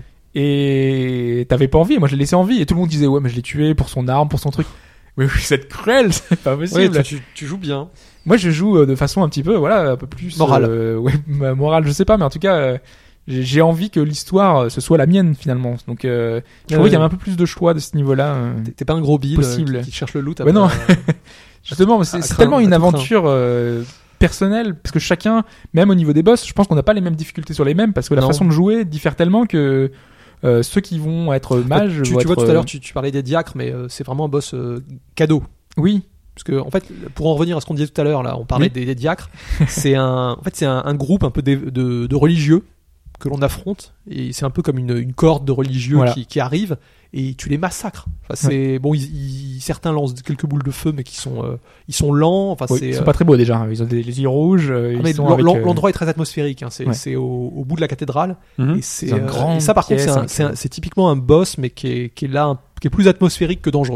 Et t'avais pas envie. Et moi, je l'ai laissé en vie. Et tout le monde disait ouais, mais je l'ai tué pour son arme, pour son truc. Mais vous êtes cruel, c'est pas Ouais, possible. tu, tu, tu joues bien. Moi, je joue euh, de façon un petit peu, voilà, un peu plus Morale. euh, ouais, ma- morale, je sais pas, mais en tout cas, euh, j'ai j'ai envie que l'histoire euh, ce soit la mienne finalement. Donc, euh, je Ouais, trouvais qu'il y avait ouais. un peu plus de choix de ce niveau-là. euh. T'es- T'es pas un gros bill Possible. euh, qui, qui cherche le loot. Ouais, non. après, euh, Justement, mais c'est à c'est craindre, tellement à une tout craindre. aventure euh, personnelle parce que chacun, même au niveau des boss, je pense qu'on n'a pas les mêmes difficultés sur les mêmes parce que la Non. façon de jouer diffère tellement que euh, ceux qui vont être mages tu, vont tu vois être, tout à euh, l'heure tu, tu parlais des diacres, mais euh, c'est vraiment un boss euh, cadeau. oui. Parce que en fait, pour en revenir à ce qu'on disait tout à l'heure, là, on parlait Oui. des, des diacres. C'est un, en fait, c'est un, un groupe un peu de, de, de religieux que l'on affronte, et c'est un peu comme une, une corde de religieux Voilà. qui, qui arrive et tu les massacres. Enfin, c'est bon, ils, ils- certains lancent quelques boules de feu, mais qui sont, euh, ils sont lents. Enfin, Oui, c'est. ils sont euh, pas très beaux déjà. Ils ont des les yeux rouges. euh, ah, ils mais sont l'en- avec, l'en- euh, l'endroit est très atmosphérique. Hein. C'est, Ouais. c'est au, au bout de la cathédrale. Mhm. Et c'est, C'est un euh, grand et ça, par contre, pièce c'est, un- avec, c'est, un- euh, c'est typiquement un boss, mais qui est, qui est là, un- qui est plus atmosphérique que dangereux.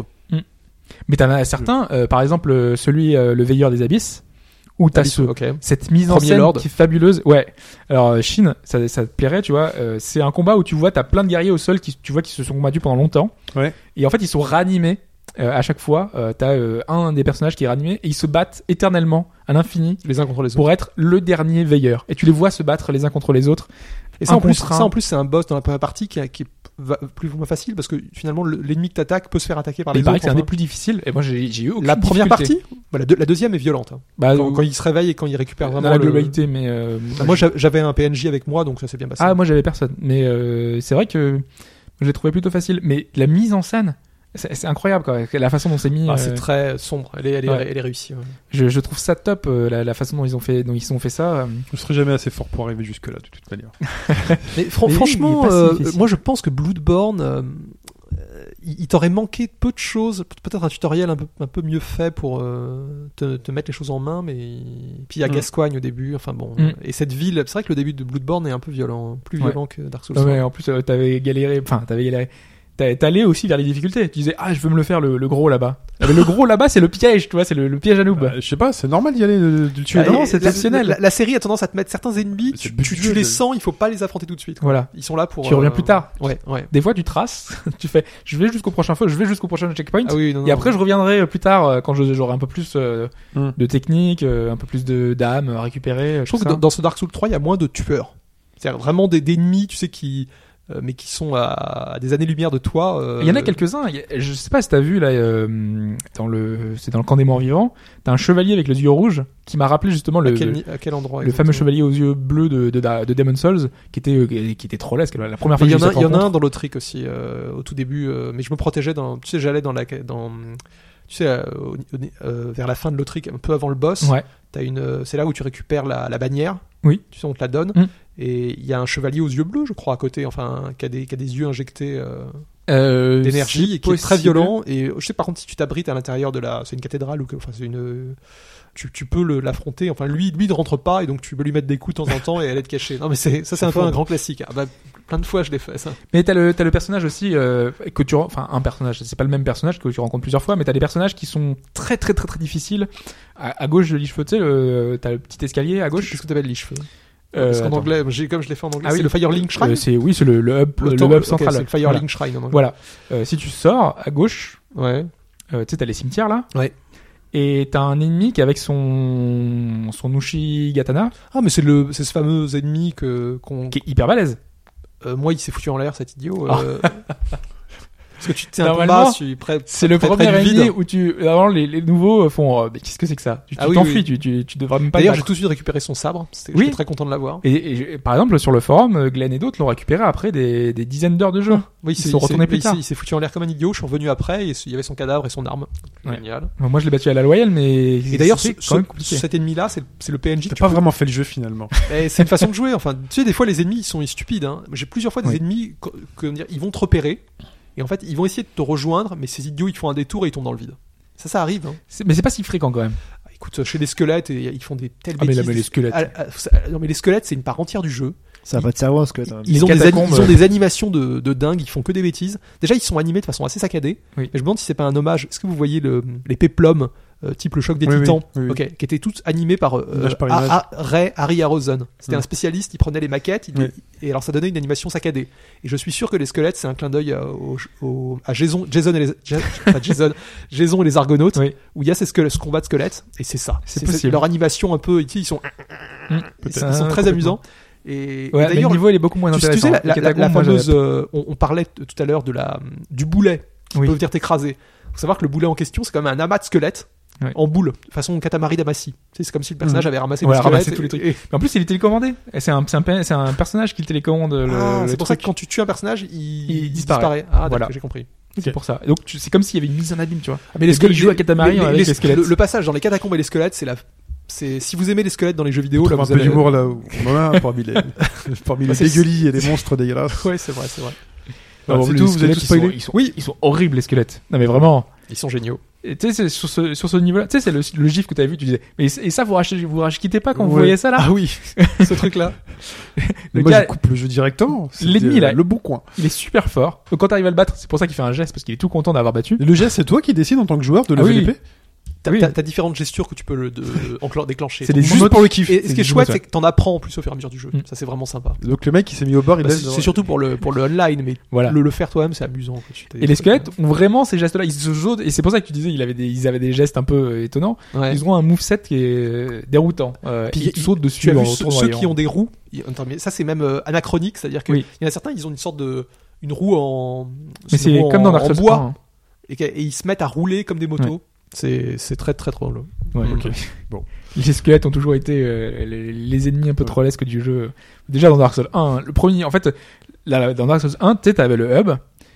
Mais t'en as certains, euh, par exemple euh, celui euh, le veilleur des abysses, où t'as ce, Ok. cette mise en Premier scène Lord. qui est fabuleuse. Ouais. Alors euh, Shin, ça, ça te plairait, tu vois. euh, c'est un combat où tu vois t'as plein de guerriers au sol qui, tu vois, qui se sont combattus pendant longtemps. Ouais. Et en fait ils sont ranimés euh, à chaque fois. Euh, t'as euh, un des personnages qui est ranimé et ils se battent éternellement à l'infini Les uns contre les autres. pour être le dernier veilleur. Et tu les vois se battre les uns contre les autres. Et ça un en, plus, contre un. ça en plus c'est un boss dans la première partie qui, a- qui est va- plus ou moins facile parce que finalement le- l'ennemi que t'attaques peut se faire attaquer par Et les il paraît autres. que c'est un des enfin. plus difficiles. Et moi j'ai, j'ai eu aucune La première difficulté. partie, bah, la, deux- la deuxième est violente. hein. Bah, Quand, euh, quand il se réveille et quand il récupère dans vraiment la le- globalité, mais euh, Bah, moi j'a- j'avais un P N J avec moi donc ça s'est bien passé. Ah, moi j'avais personne. Mais euh, c'est vrai que je l'ai trouvé plutôt facile. Mais la mise en scène, c'est, c'est incroyable quoi. La façon dont c'est mis. Ah, euh, c'est très sombre. Elle est, elle est, Ouais. elle est réussie. ouais. je, je trouve ça top euh, la, la façon dont ils ont fait, dont ils ont fait ça. euh. Je serais jamais assez fort pour arriver jusque là de toute manière. Mais, fran- Mais oui, franchement, il est pas si euh, difficile. moi je pense que Bloodborne, euh, euh, il, il t'aurait manqué peu de choses, peut-être un tutoriel un peu, un peu mieux fait pour euh, te, te mettre les choses en main, mais puis il y a Mm. Gascoigne au début, enfin bon, Mm. et cette ville, c'est vrai que le début de Bloodborne est un peu violent, hein, plus Ouais. violent que Dark Souls. Ouais, mais en plus, euh, t'avais galéré, enfin, t'avais galéré. T'a- T'allais aussi vers les difficultés. Tu disais, ah, je veux me le faire, le, le gros là-bas. Ah, mais le gros là-bas, c'est le piège, tu vois, c'est le, le piège à noob. Bah, je sais pas, c'est normal d'y aller, de, de le tuer. Ah, Non, et c'est la, exceptionnel. La, la série a tendance à te mettre certains ennemis, C'est tu, le but tu, du tu jeu, les c'est- sens, il faut pas les affronter tout de suite. Voilà. Ils sont là pour. Tu reviens euh, plus tard. Ouais, ouais. Des fois, tu traces, tu fais, je vais jusqu'au prochain feu, je vais jusqu'au prochain checkpoint. Ah oui, non, Et non. après, je reviendrai euh, plus tard euh, quand je- j'aurai un peu plus euh, Mm. de technique, euh, un peu plus de d'âme à récupérer. euh, Je trouve tout que ça. dans, dans ce Dark Souls trois, il y a moins de tueurs. C'est-à-dire vraiment des, des ennemis, tu sais, qui, euh, mais qui sont à, à des années-lumière de toi. euh, Il y en a quelques-uns. il y a- Je sais pas si t'as vu là, euh, dans le, c'est dans le camp des morts vivants. T'as un chevalier avec les yeux rouges qui m'a rappelé justement À le, quel, le, ni- à quel endroit le fameux exactement chevalier aux yeux bleus de, de, de, de Demon's Souls, qui était, euh, qui était trollesque. La première fois Mais que il y j'ai en eu a, cette il y en a un rencontre. dans l'Autrique aussi, euh, au tout début, euh, mais je me protégeais dans, tu sais, j'allais dans la, dans, tu sais, euh, au- au- euh, vers la fin de l'Autrique, un peu avant le boss. Ouais. T'as une, euh, c'est là où tu récupères la, la bannière. Oui. Tu sais, on te la donne. Mm. Et il y a un chevalier aux yeux bleus, je crois, à côté, enfin, qui a des, qui a des yeux injectés euh, Euh, d'énergie c'est et qui est très possible. violent. Et je sais par contre si tu t'abrites à l'intérieur de la, c'est une cathédrale ou que, enfin, c'est une, tu, tu peux le, l'affronter. Enfin, lui, lui ne rentre pas et donc tu peux lui mettre des coups de temps en temps et elle est cachée. Non, mais c'est, ça, c'est un peu un grand classique. Ah, bah, plein de fois, je l'ai fait, ça. Mais t'as le, t'as le personnage aussi, euh, que tu, ren- enfin, un personnage, c'est pas le même personnage que tu rencontres plusieurs fois, mais t'as des personnages qui sont très très très très difficiles. À, à gauche de l'île, tu sais, le, t'as le petit escalier à gauche. Qu'est-ce que t'appelles les cheveux? Euh, Parce qu'en attends. anglais, j'ai, comme je l'ai fait en anglais, Ah c'est oui. le Firelink Shrine. Euh, c'est, oui, c'est le, le hub, le, temps- hub ok, central. c'est le Firelink Shrine en anglais. Voilà. Euh, si tu sors à gauche, Ouais. euh, tu sais, t'as les cimetières là. Ouais. Et t'as un ennemi qui avec son, son Uchigatana, Ah, mais c'est le, c'est ce fameux ennemi que, qu'on, qui est hyper balèze. euh, moi, il s'est foutu en l'air, cet idiot. Ah. euh, Parce que tu, c'est un Normalement, combat, tu, près, C'est le près- premier près du ennemi vide. où tu, alors les, les nouveaux font, euh, mais qu'est-ce que c'est que ça? Tu, tu Ah oui, t'enfuis, oui. tu, tu, tu devrais même pas D'ailleurs, le j'ai battre. tout de suite récupéré son sabre. C'était, Oui. J'étais très content de l'avoir. Et, et j'ai- par exemple, sur le forum, euh, Glenn et d'autres l'ont récupéré après des, des dizaines d'heures de jeu. Oui, Ils c'est- sont il retournés s'est- plus il tard. s'est- Il s'est foutu en l'air comme un idiot. Je suis revenu après et il y avait son cadavre et son arme. Ouais. Génial. Bon, moi, je l'ai battu à la loyale, mais Et d'ailleurs, ce, c'est ce- quand même compliqué. cet ennemi-là, c'est, le- c'est le P N J. T'as que tu pas peux- vraiment fait le jeu finalement. Et c'est une façon de jouer. Enfin, tu sais, des fois, les ennemis, ils sont stupides. Hein. J'ai plusieurs fois des Oui. ennemis, co- comment dire, ils vont te repérer. Et en fait, ils vont essayer de te rejoindre, mais ces idiots, ils font un détour et ils tombent dans le vide. Ça, ça arrive. Hein. C'est- mais c'est pas si fréquent quand même. Ah, écoute, chez les squelettes, et ils font des telles Ah, mais là, bêtises. mais les squelettes. Ah, ah, ça- non, mais les squelettes, c'est une part entière du jeu. Ça a pas de cerveau, ce que t'as. Ils ont, des, catacombes, ani- ils ont euh. des animations de, de dingue, ils font que des bêtises. Déjà, ils sont animés de façon assez saccadée. Oui. Mais je me demande si c'est pas un hommage. Est-ce que vous voyez le, les péplums, euh, type le choc des Oui, oui, titans, oui, oui. ok, qui étaient tous animés par euh, Image par A- image. A- Ray Harry Harrison. C'était Mm. un spécialiste, il prenait les maquettes, il- Oui. et alors ça donnait une animation saccadée. Et je suis sûr que les squelettes, c'est un clin d'œil à, au- au- à Jason, Jason et les, Ja- pas Jason, Jason et les Argonautes, Oui. où il y a ces squelettes, ce combat de squelettes, et c'est ça. C'est possible. leur animation un peu, tu sais, ils sont, Mmh. ils sont Ah, très complètement. amusants. Et, et Ouais, mais le d'ailleurs, niveau, il est beaucoup moins tu, tu intéressant. sais, la, Les la- la- catacombes, la moi, fameuse, j'avais- euh, on, on parlait t- tout à l'heure de la, du boulet qui Oui. peut venir t'écraser. Faut savoir que le boulet en question, c'est quand même un amas de squelettes Ouais. en boule, façon Katamari Damacy. Tu sais, c'est comme si le personnage Mhm. avait ramassé Ouais, des ramassé squelettes tous les et- trucs. et- Mais en plus, il est télécommandé. Et c'est un, c'est un, pe- c'est un personnage qui le télécommande. Le, Ah, le c'est pour ça truc. que quand tu tues un personnage, il, Il disparaît. Ah, d'accord, Voilà. j'ai compris. C'est pour ça. Donc, tu- c'est comme s'il y avait une mise en abîme, tu vois. Ah, mais Les squelettes squelettes- jouent à Katamari avec les squelettes. Le, le passage dans les catacombes et les squelettes, c'est la. C'est, si vous aimez les squelettes dans les jeux vidéo, là, Trouve un vous peu allez- d'humour là où on en a parmi les, parmi Bah, les c'est- dégueulis et les monstres dégueulasses. Ouais, c'est vrai, c'est vrai. Alors, c'est les tout, vous avez squelettes, tout ils sont- spoilé ils sont- Oui. Ils sont horribles, les squelettes. Non, mais vraiment. Ils sont géniaux. Et tu sais, c'est sur ce, sur ce niveau-là, tu sais, c'est le, le gif que t'avais vu, tu disais, mais et ça, vous rachetez, vous rachetez pas quand vous Ouais. voyez ça là? Ah oui, ce truc-là. Le Moi, gars, je coupe le jeu directement. C'était, l'ennemi, là. euh, le bon coin. il est super fort. Donc quand t'arrives à le battre, c'est pour ça qu'il fait un geste, parce qu'il est tout content d'avoir battu. Le geste, c'est toi qui décides en tant que joueur de Ah lever oui. l'épée. T'as, Oui. t'as- t'as différentes gestures que tu peux le, de, enclen- déclencher. C'est des Donc, juste Juste pour le kiff. Et ce qui est des chouette, emotes, c'est que t'en apprends en plus au fur et à mesure du jeu. Mm. Ça, c'est vraiment sympa. Donc le mec, il s'est mis au bord, il Bah, laisse. c'est, c'est surtout pour le, pour le online, mais Voilà. le, le faire toi-même, c'est amusant. quoi. Tu t'es- Et les squelettes ont vraiment ces gestes-là. Ils se jouent, et c'est pour ça que tu disais, ils avaient des, ils avaient des gestes un peu euh, étonnants. Ouais. Ils ont un moveset qui est euh, déroutant. Euh, Puis ils il- sautent dessus Tu as en vu ceux, tournoyant. ceux qui ont des roues. ils- attends, mais ça, c'est même euh, anachronique, c'est-à-dire qu'il Oui. y en a certains, ils ont une sorte de. Une roue en. Mais une c'est roue comme en- dans Dark en Souls bois. un, hein. Et, que- et ils se mettent à rouler comme des motos. C'est, c'est très très drôle. Ouais. Ok. Bon. Les squelettes ont toujours été euh, les, les ennemis un peu trollesques du jeu. Déjà dans Dark Souls un, le premier, en fait, là, dans Dark Souls un, tu sais, t'avais le hub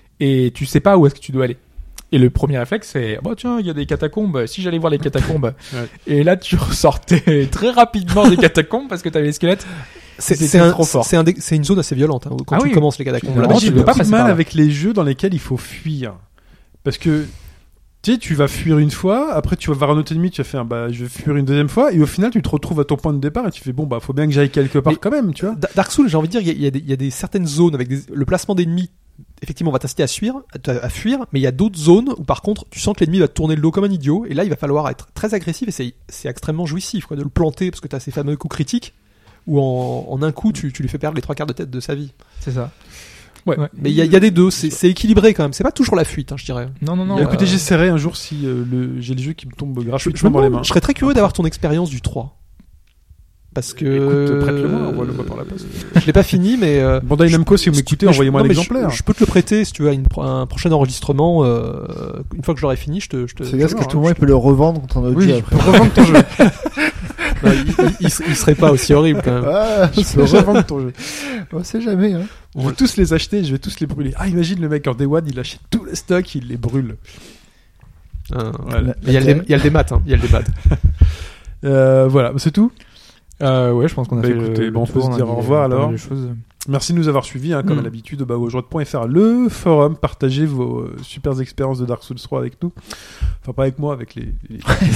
et tu sais pas où est-ce que tu dois aller. Et le premier réflexe, c'est, bah tiens, il y a des catacombes, si j'allais voir les catacombes. Ouais. Et là, tu ressortais très rapidement des catacombes parce que t'avais les squelettes. C'est, C'était c'est, un- trop fort. c'est, un dé- c'est une zone assez violente hein, quand Ah tu oui. commences les catacombes. Là, Là, Moi, tu j'ai peux pas beaucoup de passer mal par là. avec les jeux dans lesquels il faut fuir. Parce que tu sais, tu vas fuir une fois, après tu vas voir un autre ennemi, tu vas faire bah je vais fuir une deuxième fois, et au final tu te retrouves à ton point de départ et tu fais bon bah faut bien que j'aille quelque part Mais- quand même, tu vois. Da- Dark Souls, j'ai envie de dire, il y a- il y, a des- il y a des certaines zones avec des- le placement d'ennemis. Effectivement, on va t'inciter à fuir, à, à fuir, mais il y a d'autres zones où par contre, tu sens que l'ennemi va te tourner le dos comme un idiot, et là, il va falloir être très agressif, et c'est, c'est extrêmement jouissif, quoi, de le planter, parce que t'as ces fameux coups critiques, où en, en un coup, tu, tu lui fais perdre les trois quarts de tête de sa vie. C'est ça. Ouais. Ouais. Mais il y a, il y a des deux, c'est, c'est équilibré quand même, c'est pas toujours la fuite, hein, je dirais. Non, non, non. Bah, écoutez, euh, j'essaierai un jour si euh, le j'ai le jeu qui me tombe Je, je, gratuitement me dans les demande- mains. je serais très curieux d'avoir ton expérience du trois. Parce que... Écoute, prête-le-moi, envoie-le-moi par la poste. Je l'ai pas fini, mais... euh, Bandai Namco, si vous m'écoutez, mais je- envoyez-moi non, un mais je- exemplaire. Je, peux te le prêter si tu veux à une pro- un prochain enregistrement. Euh, une fois que je l'aurai fini, je te. Je te C'est gars, je parce te- que tout le monde il peut le revendre contre un autre Oui, jeu je peux après. revendre ton jeu. Non, il, il- il- il serait pas aussi horrible quand même. Ah, Je peux revendre ton jeu. on sait jamais, hein. Je vais tous les acheter, je vais tous les brûler. Ah, imagine le mec en Day One, il achète tous les stocks, il les brûle. Euh, Voilà. mais Il y a le dé- il y a le démat. hein, Il y a le démat. Euh, voilà, c'est tout. euh, ouais, je pense qu'on a Bah, fait écoutez, le, bon, on le peut tour, se a dire dit, au revoir, euh, pas alors. mal de choses. Merci de nous avoir suivis, hein, comme Mm. à l'habitude, bah, au joueur point F R, le forum, partagez vos euh, super expériences de Dark Souls trois avec nous. Enfin, pas avec moi, avec les... les-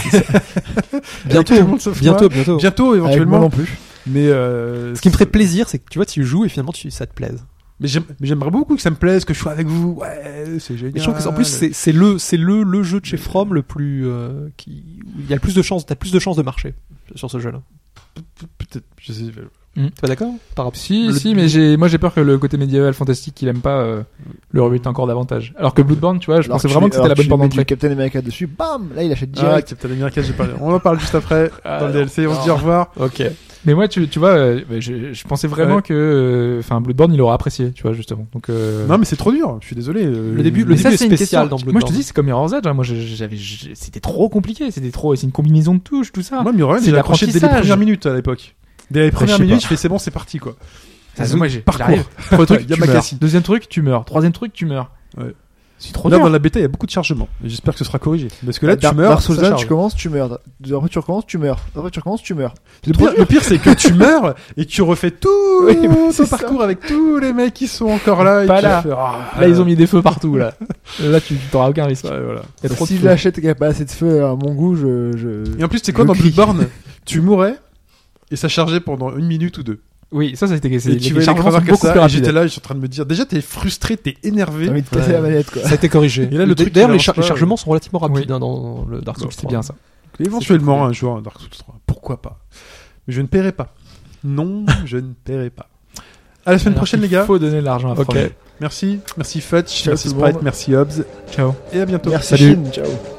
Bientôt, Avec tout le monde sauf bientôt, moi. bientôt. Bientôt, Avec moi éventuellement. non plus. Mais, euh, Ce qui me ferait plaisir, c'est que tu vois, tu joues et finalement, tu, ça te plaise. mais, j'aime- mais j'aimerais beaucoup que ça me plaise, que je sois avec vous. Ouais, c'est génial. Et je trouve que en plus, c'est, c'est le, c'est le, le jeu de chez From le plus, euh, qui, où il y a le plus de chances, t'as plus de chances de marcher sur ce jeu-là. Peut-être, je sais. T'es pas d'accord par rapport Si, le- si, mais j'ai, moi j'ai peur que le côté médiéval fantastique qu'il aime pas euh, le rebute encore davantage. Alors que Bloodborne, tu vois, je Alors pensais tu- vraiment que c'était alors la bonne tu porte mets du d'entrée. Captain America dessus, bam, là il achète Ah, direct. Captain America, j'ai parlé. On en parle juste après, Ah, dans le non. D L C. On se dit au revoir. Ok. Mais moi, tu, tu vois, euh, bah, je, je pensais vraiment Ouais. que, enfin, Bloodborne, il aurait apprécié, tu vois, justement. Donc, euh... Non, mais c'est trop dur. Je suis désolé. euh, Le début- le mais début ça, est c'est une spécial question. dans Moi, je Bloodborne. te dis, c'est comme Mirror's Edge. Hein. Moi, je- j'avais, je- c'était trop compliqué. C'était trop. C'est une combinaison de touches, tout ça. Moi, Mirror Edge, C'est j'ai accroché dès les l'apprentissage. premières minutes à l'époque. Dès les premières je sais minutes, pas. je fais c'est bon, c'est parti quoi. Ça, Zoom, moi, j'ai, parcours. j'arrive. Premier truc, tu meurs. Yamakasi. Deuxième truc, tu meurs. Troisième truc, tu meurs. Ouais. C'est trop Là, dur. dans la bêta, il y a beaucoup de chargements. Et j'espère que ce sera corrigé. Parce que là, tu Dark- meurs. Dark Souls ça un, charge. tu commences, tu meurs. Après tu recommences, tu meurs. Après tu recommences, tu meurs. Le pire, le pire, c'est que tu meurs et tu refais tout Oui, bah, ton c'est ça. parcours avec tous les mecs qui sont encore là. Et Pas tu là. fais, ah, Là, ils ont mis des feux partout, là. Là, tu, tu t'auras aucun risque. Ouais, voilà. Il y a trop de Si je feux. l'achète et qu'il n'y a pas assez de feu à mon goût, je. je... Et en plus, tu sais quoi, je dans crie. Bloodborne, tu mourais et ça chargeait pendant une minute ou deux. Oui, ça, ça a été, c'est, Et les tu vas les chargements sont crevards que beaucoup plus ça. Et rapides. j'étais là, je suis en train de me dire, déjà, t'es frustré, t'es énervé. T'as envie de casser Ouais. la manette quoi. Ça a été corrigé. Et là, le truc, D'ailleurs, il les, avance char- pas, les chargements sont relativement rapides Oui. hein, dans le Dark Souls Donc, c'est trois. bien ça. Éventuellement, un jour, un Dark Souls trois. Pourquoi pas? Mais je ne paierai pas. Non, je ne paierai pas. À la semaine Alors, prochaine, il les gars. faut donner de l'argent à Ok. From. Merci. Merci Fudge. Ciao Merci tout le Sprite. monde. Merci Hobbs. Ciao. Et à bientôt. Merci Salut. Chine, ciao.